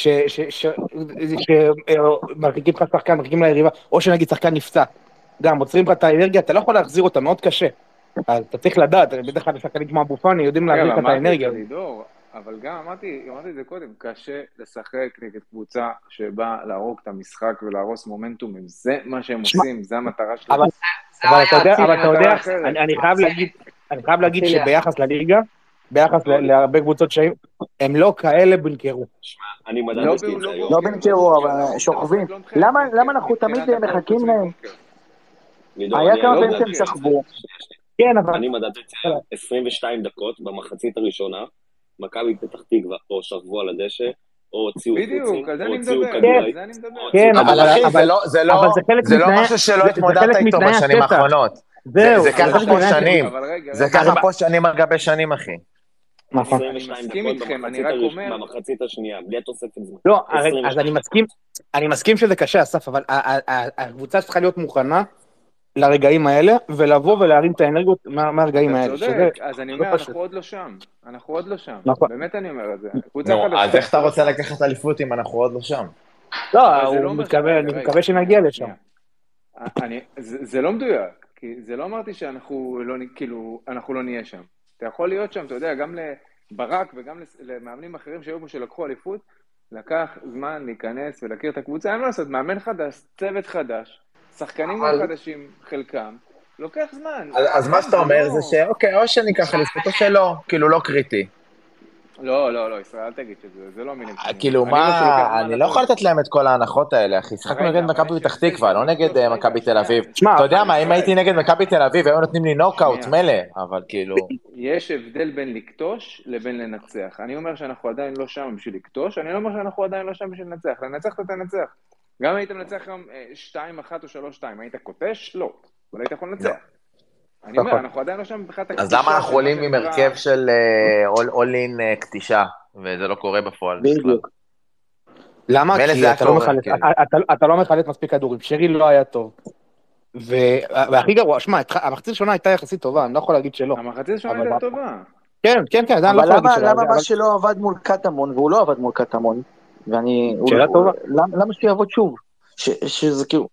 שמרחיקים לך שחקן, מרחיקים ליריבה, או שנגיד שחקן נפצע. גם מוצרים לך את האנרגיה, אתה לא יכול להחזיר אותה, מאוד קשה. אתה צריך לדעת, בדרך כלל שחקנים כמו אבו פאני יודעים להחזיר את האנרגיה. אבל גם אמרתי את זה קודם, קשה לשחק נגד קבוצה שבאה להרוג את המשחק ולהרוס מומנטום, זה מה שהם עושים, זה המטרה שלהם. אבל אתה יודע, אני חייב להגיד שביחס לליגה, ביחס להרבה קבוצות שהיו, הם לא כאלה בנקרו. אני מדדתי את זה היום. לא בנקרו, אבל שוכבים. למה אנחנו תמיד מחכים להם? היה כמה פעמים שהם שכבו. אני מדדתי את זה 22 דקות במחצית הראשונה, מכבי פתח תקווה או שכבו על הדשא, או הוציאו חוצים, או הוציאו כדורים. כן, אבל זה לא משהו שלא התמודדת איתו בשנים האחרונות. זה ככה פה שנים. זה ככה פה שנים על גבי שנים, אחי. 22 דקות במחצית השנייה, בלי התוספת זמן. לא, אז אני מסכים שזה קשה, אסף, אבל הקבוצה צריכה להיות מוכנה לרגעים האלה, ולבוא ולהרים את האנרגיות מהרגעים האלה. אתה צודק, אז אני אומר, אנחנו עוד לא שם, באמת אני אומר את זה. אז איך אתה רוצה לקחת אליפות אם אנחנו עוד לא שם? לא, אני מקווה שנגיע לשם. זה לא מדויק, כי זה לא אמרתי שאנחנו לא נהיה שם. אתה יכול להיות שם, אתה יודע, גם לברק וגם למאמנים אחרים שהיו פה שלקחו אליפות, לקח זמן להיכנס ולהכיר את הקבוצה, אין מה לעשות, מאמן חדש, צוות חדש, שחקנים חדשים, חלקם, לוקח זמן. אז מה שאתה אומר זה שאוקיי, או שניקח אליפות או שלא, כאילו לא קריטי. לא, ישראל, אל תגיד שזה לא מילים. כאילו מה, אני לא יכול לתת להם את כל ההנחות האלה, אחי. שחקנו נגד מכבי פתח תקווה, לא נגד מכבי תל אביב. אתה יודע מה, אם הייתי נגד מכבי תל אביב, היו נותנים לי נוקאוט, מלא, אבל כאילו... יש הבדל בין לקטוש לבין לנצח. אני אומר שאנחנו עדיין לא שם בשביל לקטוש, אני לא אומר שאנחנו עדיין לא שם בשביל לנצח. לנצח אתה תנצח. גם היית מנצח גם 2-1 או 3-2, היית קוטש? לא. אבל היית יכול לנצח. אני אומר, אנחנו עדיין לא שם מבחינת הקטישה. אז למה אנחנו עולים עם הרכב של all-in קטישה, וזה לא קורה בפועל? בדיוק. למה? כי אתה לא מחלט מספיק כדורים. שרי לא היה טוב. והכי גרוע, שמע, המחצית הראשונה הייתה יחסית טובה, אני לא יכול להגיד שלא. המחצית הראשונה הייתה טובה. כן, עדיין לא יכול להגיד שלא. למה מה שלא עבד מול קטמון, והוא לא עבד מול קטמון, שאלה טובה. למה שיעבוד שוב? שזה כאילו...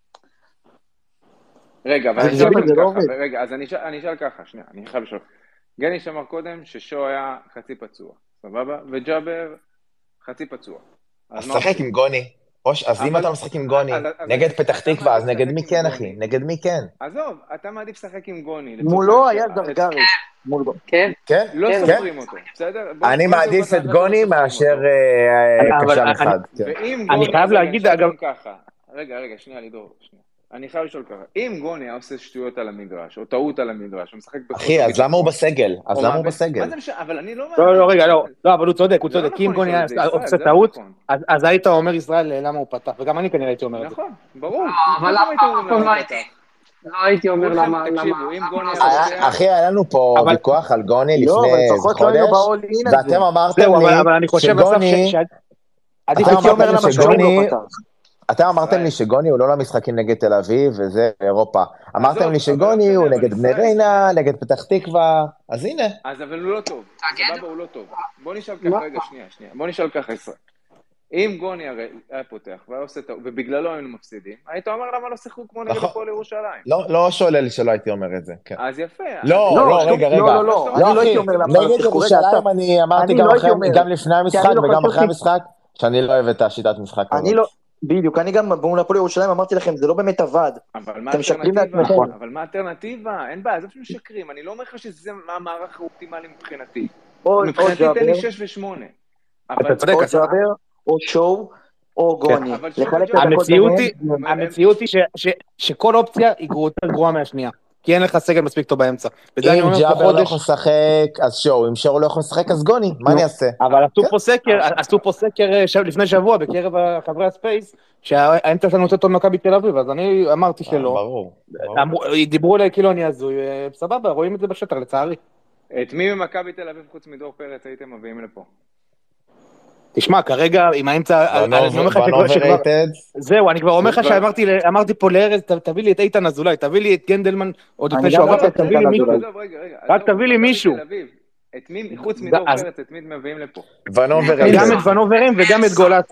רגע, אז אני אשאל ככה, שנייה, אני חייב לשאול. גני שמר קודם ששו היה חצי פצוע, סבבה? וג'אבר חצי פצוע. אז שחק עם גוני. אז אם אתה משחק עם גוני, נגד פתח תקווה, אז נגד מי כן, אחי? נגד מי כן? עזוב, אתה מעדיף לשחק עם גוני. מולו היה זרגרי. כן? כן? לא סופרים אותו, בסדר? אני מעדיף את גוני מאשר קשר אחד. אני חייב להגיד, אגב... רגע, שנייה, לידור, שנייה. אני חייב לשאול ככה, אם גוני היה עושה שטויות על המדרש, או טעות על המדרש, הוא משחק... אחי, אז למה הוא בסגל? אבל אני לא... רגע, לא, אבל הוא צודק, כי אם גוני היה עושה טעות, אז היית אומר ישראל למה הוא פתח, וגם אני כנראה הייתי אומר את זה. נכון, ברור. אבל לא הייתי אומר למה... אחי, היה לנו פה ויכוח על גוני לפני חודש, ואתם אמרתם לי שגוני... אתם אמרתם לי שגוני הוא לא למשחקים נגד תל אביב, וזה אירופה. אמרתם לי שגוני הוא נגד בני ריינה, נגד פתח תקווה, אז הנה. אז אבל הוא לא טוב, סבבה הוא לא טוב. בוא נשאל ככה, רגע, שנייה. בוא נשאל ככה, ישראל. אם גוני הרי היה פותח, ובגללו היינו מפסידים, היית אומר למה לא שיחקו כמו נגד הפועל ירושלים. לא שולל שלא הייתי אומר את זה, כן. אז יפה. לא, רגע. לא, אחי, נגד ירושלים אני אמרתי גם לפני המשחק וגם אחרי המשחק, שאני לא אוהב את השיטת משחק הזאת. בדיוק, אני גם מול הפועל ירושלים אמרתי לכם, זה לא באמת עבד. אתם משקרים לעצמכם. אבל מה האלטרנטיבה? אין בעיה, זה פשוט משקרים. אני לא אומר לך שזה המערך האופטימלי מבחינתי. מבחינתי תן לי 6 ו8. אתה צודק, או ג'אבר, או שואו, או גוני. המציאות היא שכל אופציה היא יותר גרועה מהשנייה. כי אין לך סגל מספיק טוב באמצע. אם ג'אבר לא יכול לשחק, אז שואו. אם שואו לא יכול לשחק, אז גוני. מה אני אעשה? אבל עשו פה סקר לפני שבוע בקרב חברי הספייס, שהאמצע שלנו יותר טוב מכבי תל אביב, אז אני אמרתי שלא. ברור. דיברו אליי כאילו אני הזוי, סבבה, רואים את זה בשטח, לצערי. את מי ממכבי תל אביב חוץ מדור פרץ הייתם מביאים לפה? תשמע, כרגע עם האמצע, זהו, אני כבר אומר לך שאמרתי פה לארז, תביא לי את איתן אזולאי, תביא לי את גנדלמן, עוד לפני שהוא עבר, תביא לי מישהו, רק תביא לי מישהו. את מי, חוץ מדור פרץ, את מי מביאים לפה? גם את ונוברים וגם את גולסה.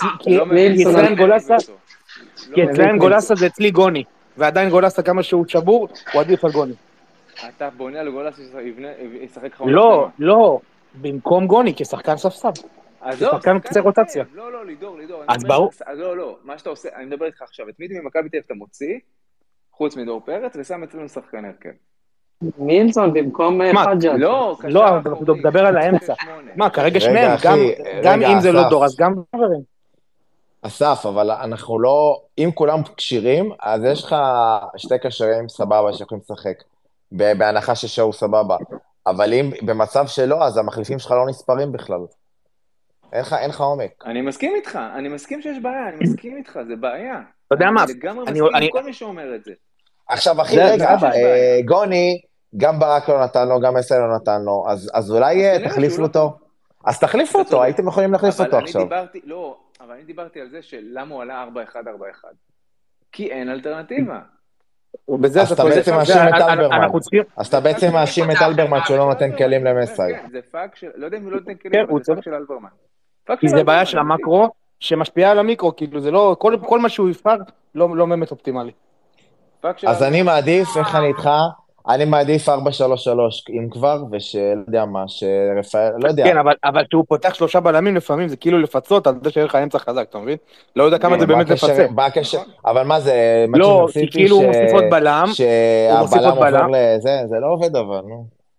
כי אצלם גולסה זה אצלי גוני, ועדיין גולסה כמה שהוא שבור, הוא עדיף על גוני. אתה בונה על גולסה שישחק חמור? לא, במקום גוני, כשחקן ספסל. שחקן קצה רוטציה. לא, לידור. אז ברור. לא, מה שאתה עושה, אני מדבר איתך עכשיו, את מי ממכבי תל אביב אתה מוציא, חוץ מדור פרץ, ושם אצלנו שחקן הרכב. מילסון במקום חג'אג'. לא, אתה מדבר על האמצע. מה, כרגע שניהם, גם אם זה לא דור, אז גם דברים. אסף, אבל אנחנו לא, אם כולם קשירים, אז יש לך שתי קשרים סבבה שיכולים לשחק, בהנחה ששואו סבבה. אבל אם במצב שלא, אז המחליפים שלך לא נספרים בכלל. אין לך עומק. אני מסכים איתך, אני מסכים שיש בעיה, אני מסכים איתך, זה בעיה. אתה יודע מה? אני לגמרי מסכים עם כל מי שאומר את זה. עכשיו, אחי, רגע, גוני, גם ברק לא נתן לו, גם מסי לא נתן לו, אז אולי תחליפו אותו. אז תחליפו אותו, הייתם יכולים להחליף אותו עכשיו. לא, אבל אני דיברתי על זה שלמה הוא עלה 4-1-4-1. כי אין אלטרנטיבה. אז אתה בעצם מאשים את אלברמן. אז אתה בעצם מאשים את אלברמן שהוא לא נותן כלים למסי. זה פאק של, לא יודע אם הוא לא נותן כלים, אבל זה פאק של אלברמן. כי זה בעיה של המקרו, שמשפיעה על המיקרו, כאילו זה לא, כל מה שהוא יפער, לא באמת אופטימלי. אז אני מעדיף, איך אני איתך? אני מעדיף 4-3-3, אם כבר, ושלא יודע מה, שרפאל, לא יודע. כן, אבל שהוא פותח 3 בלמים לפעמים, זה כאילו לפצות על זה שיש לך אמצע חזק, אתה מבין? לא יודע כמה זה באמת לפצה. אבל מה זה? לא, כאילו הוא מוסיף עוד בלם, שהבלם עובר לזה, זה לא עובד אבל, נו.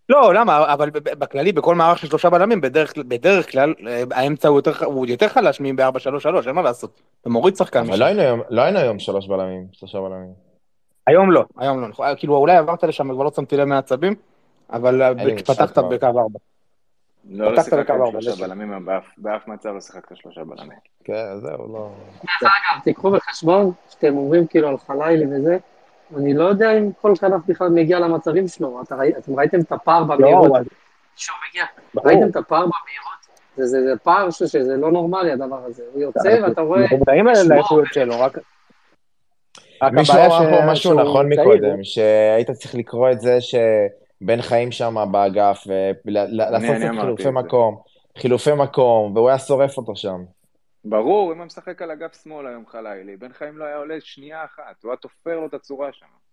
לא, למה? אבל בכללי, בכל מערך של 3 בלמים, בדרך כלל, האמצע הוא יותר חלש מ-4-3-3, אין מה לעשות. אתה מוריד שחקן אבל לא היינו היום 3 בלמים, 3 בלמים. היום לא. כאילו, אולי עברת לשם, כבר לא שמתי לב מעצבים, אבל פתחת בקו 4. לא שיחקת עם 3 בלמים, באף מצב לא שיחקת 3 בלמים. כן, זהו, לא... אגב, תיקחו בחשבון, שאתם אומרים כאילו על חלילי וזה, אני לא יודע אם כל כנף בכלל מגיע למצבים שלו, אתם ראיתם את הפער במהירות, שהוא מגיע, ראיתם את הפער במהירות, זה פער שזה לא נורמלי הדבר הזה, הוא יוצא ואתה רואה... אנחנו מדעים על האיכויות שלו, רק... מישהו אמר פה משהו נכון מקודם, שהיית צריך לקרוא את זה שבן חיים שם באגף, ולעשות חילופי מקום, והוא היה שורף אותו שם. ברור, אם הוא משחק על אגף שמאל היום חלילי, בן חיים לא היה עולה שנייה אחת, הוא היה תופר לו את הצורה שם.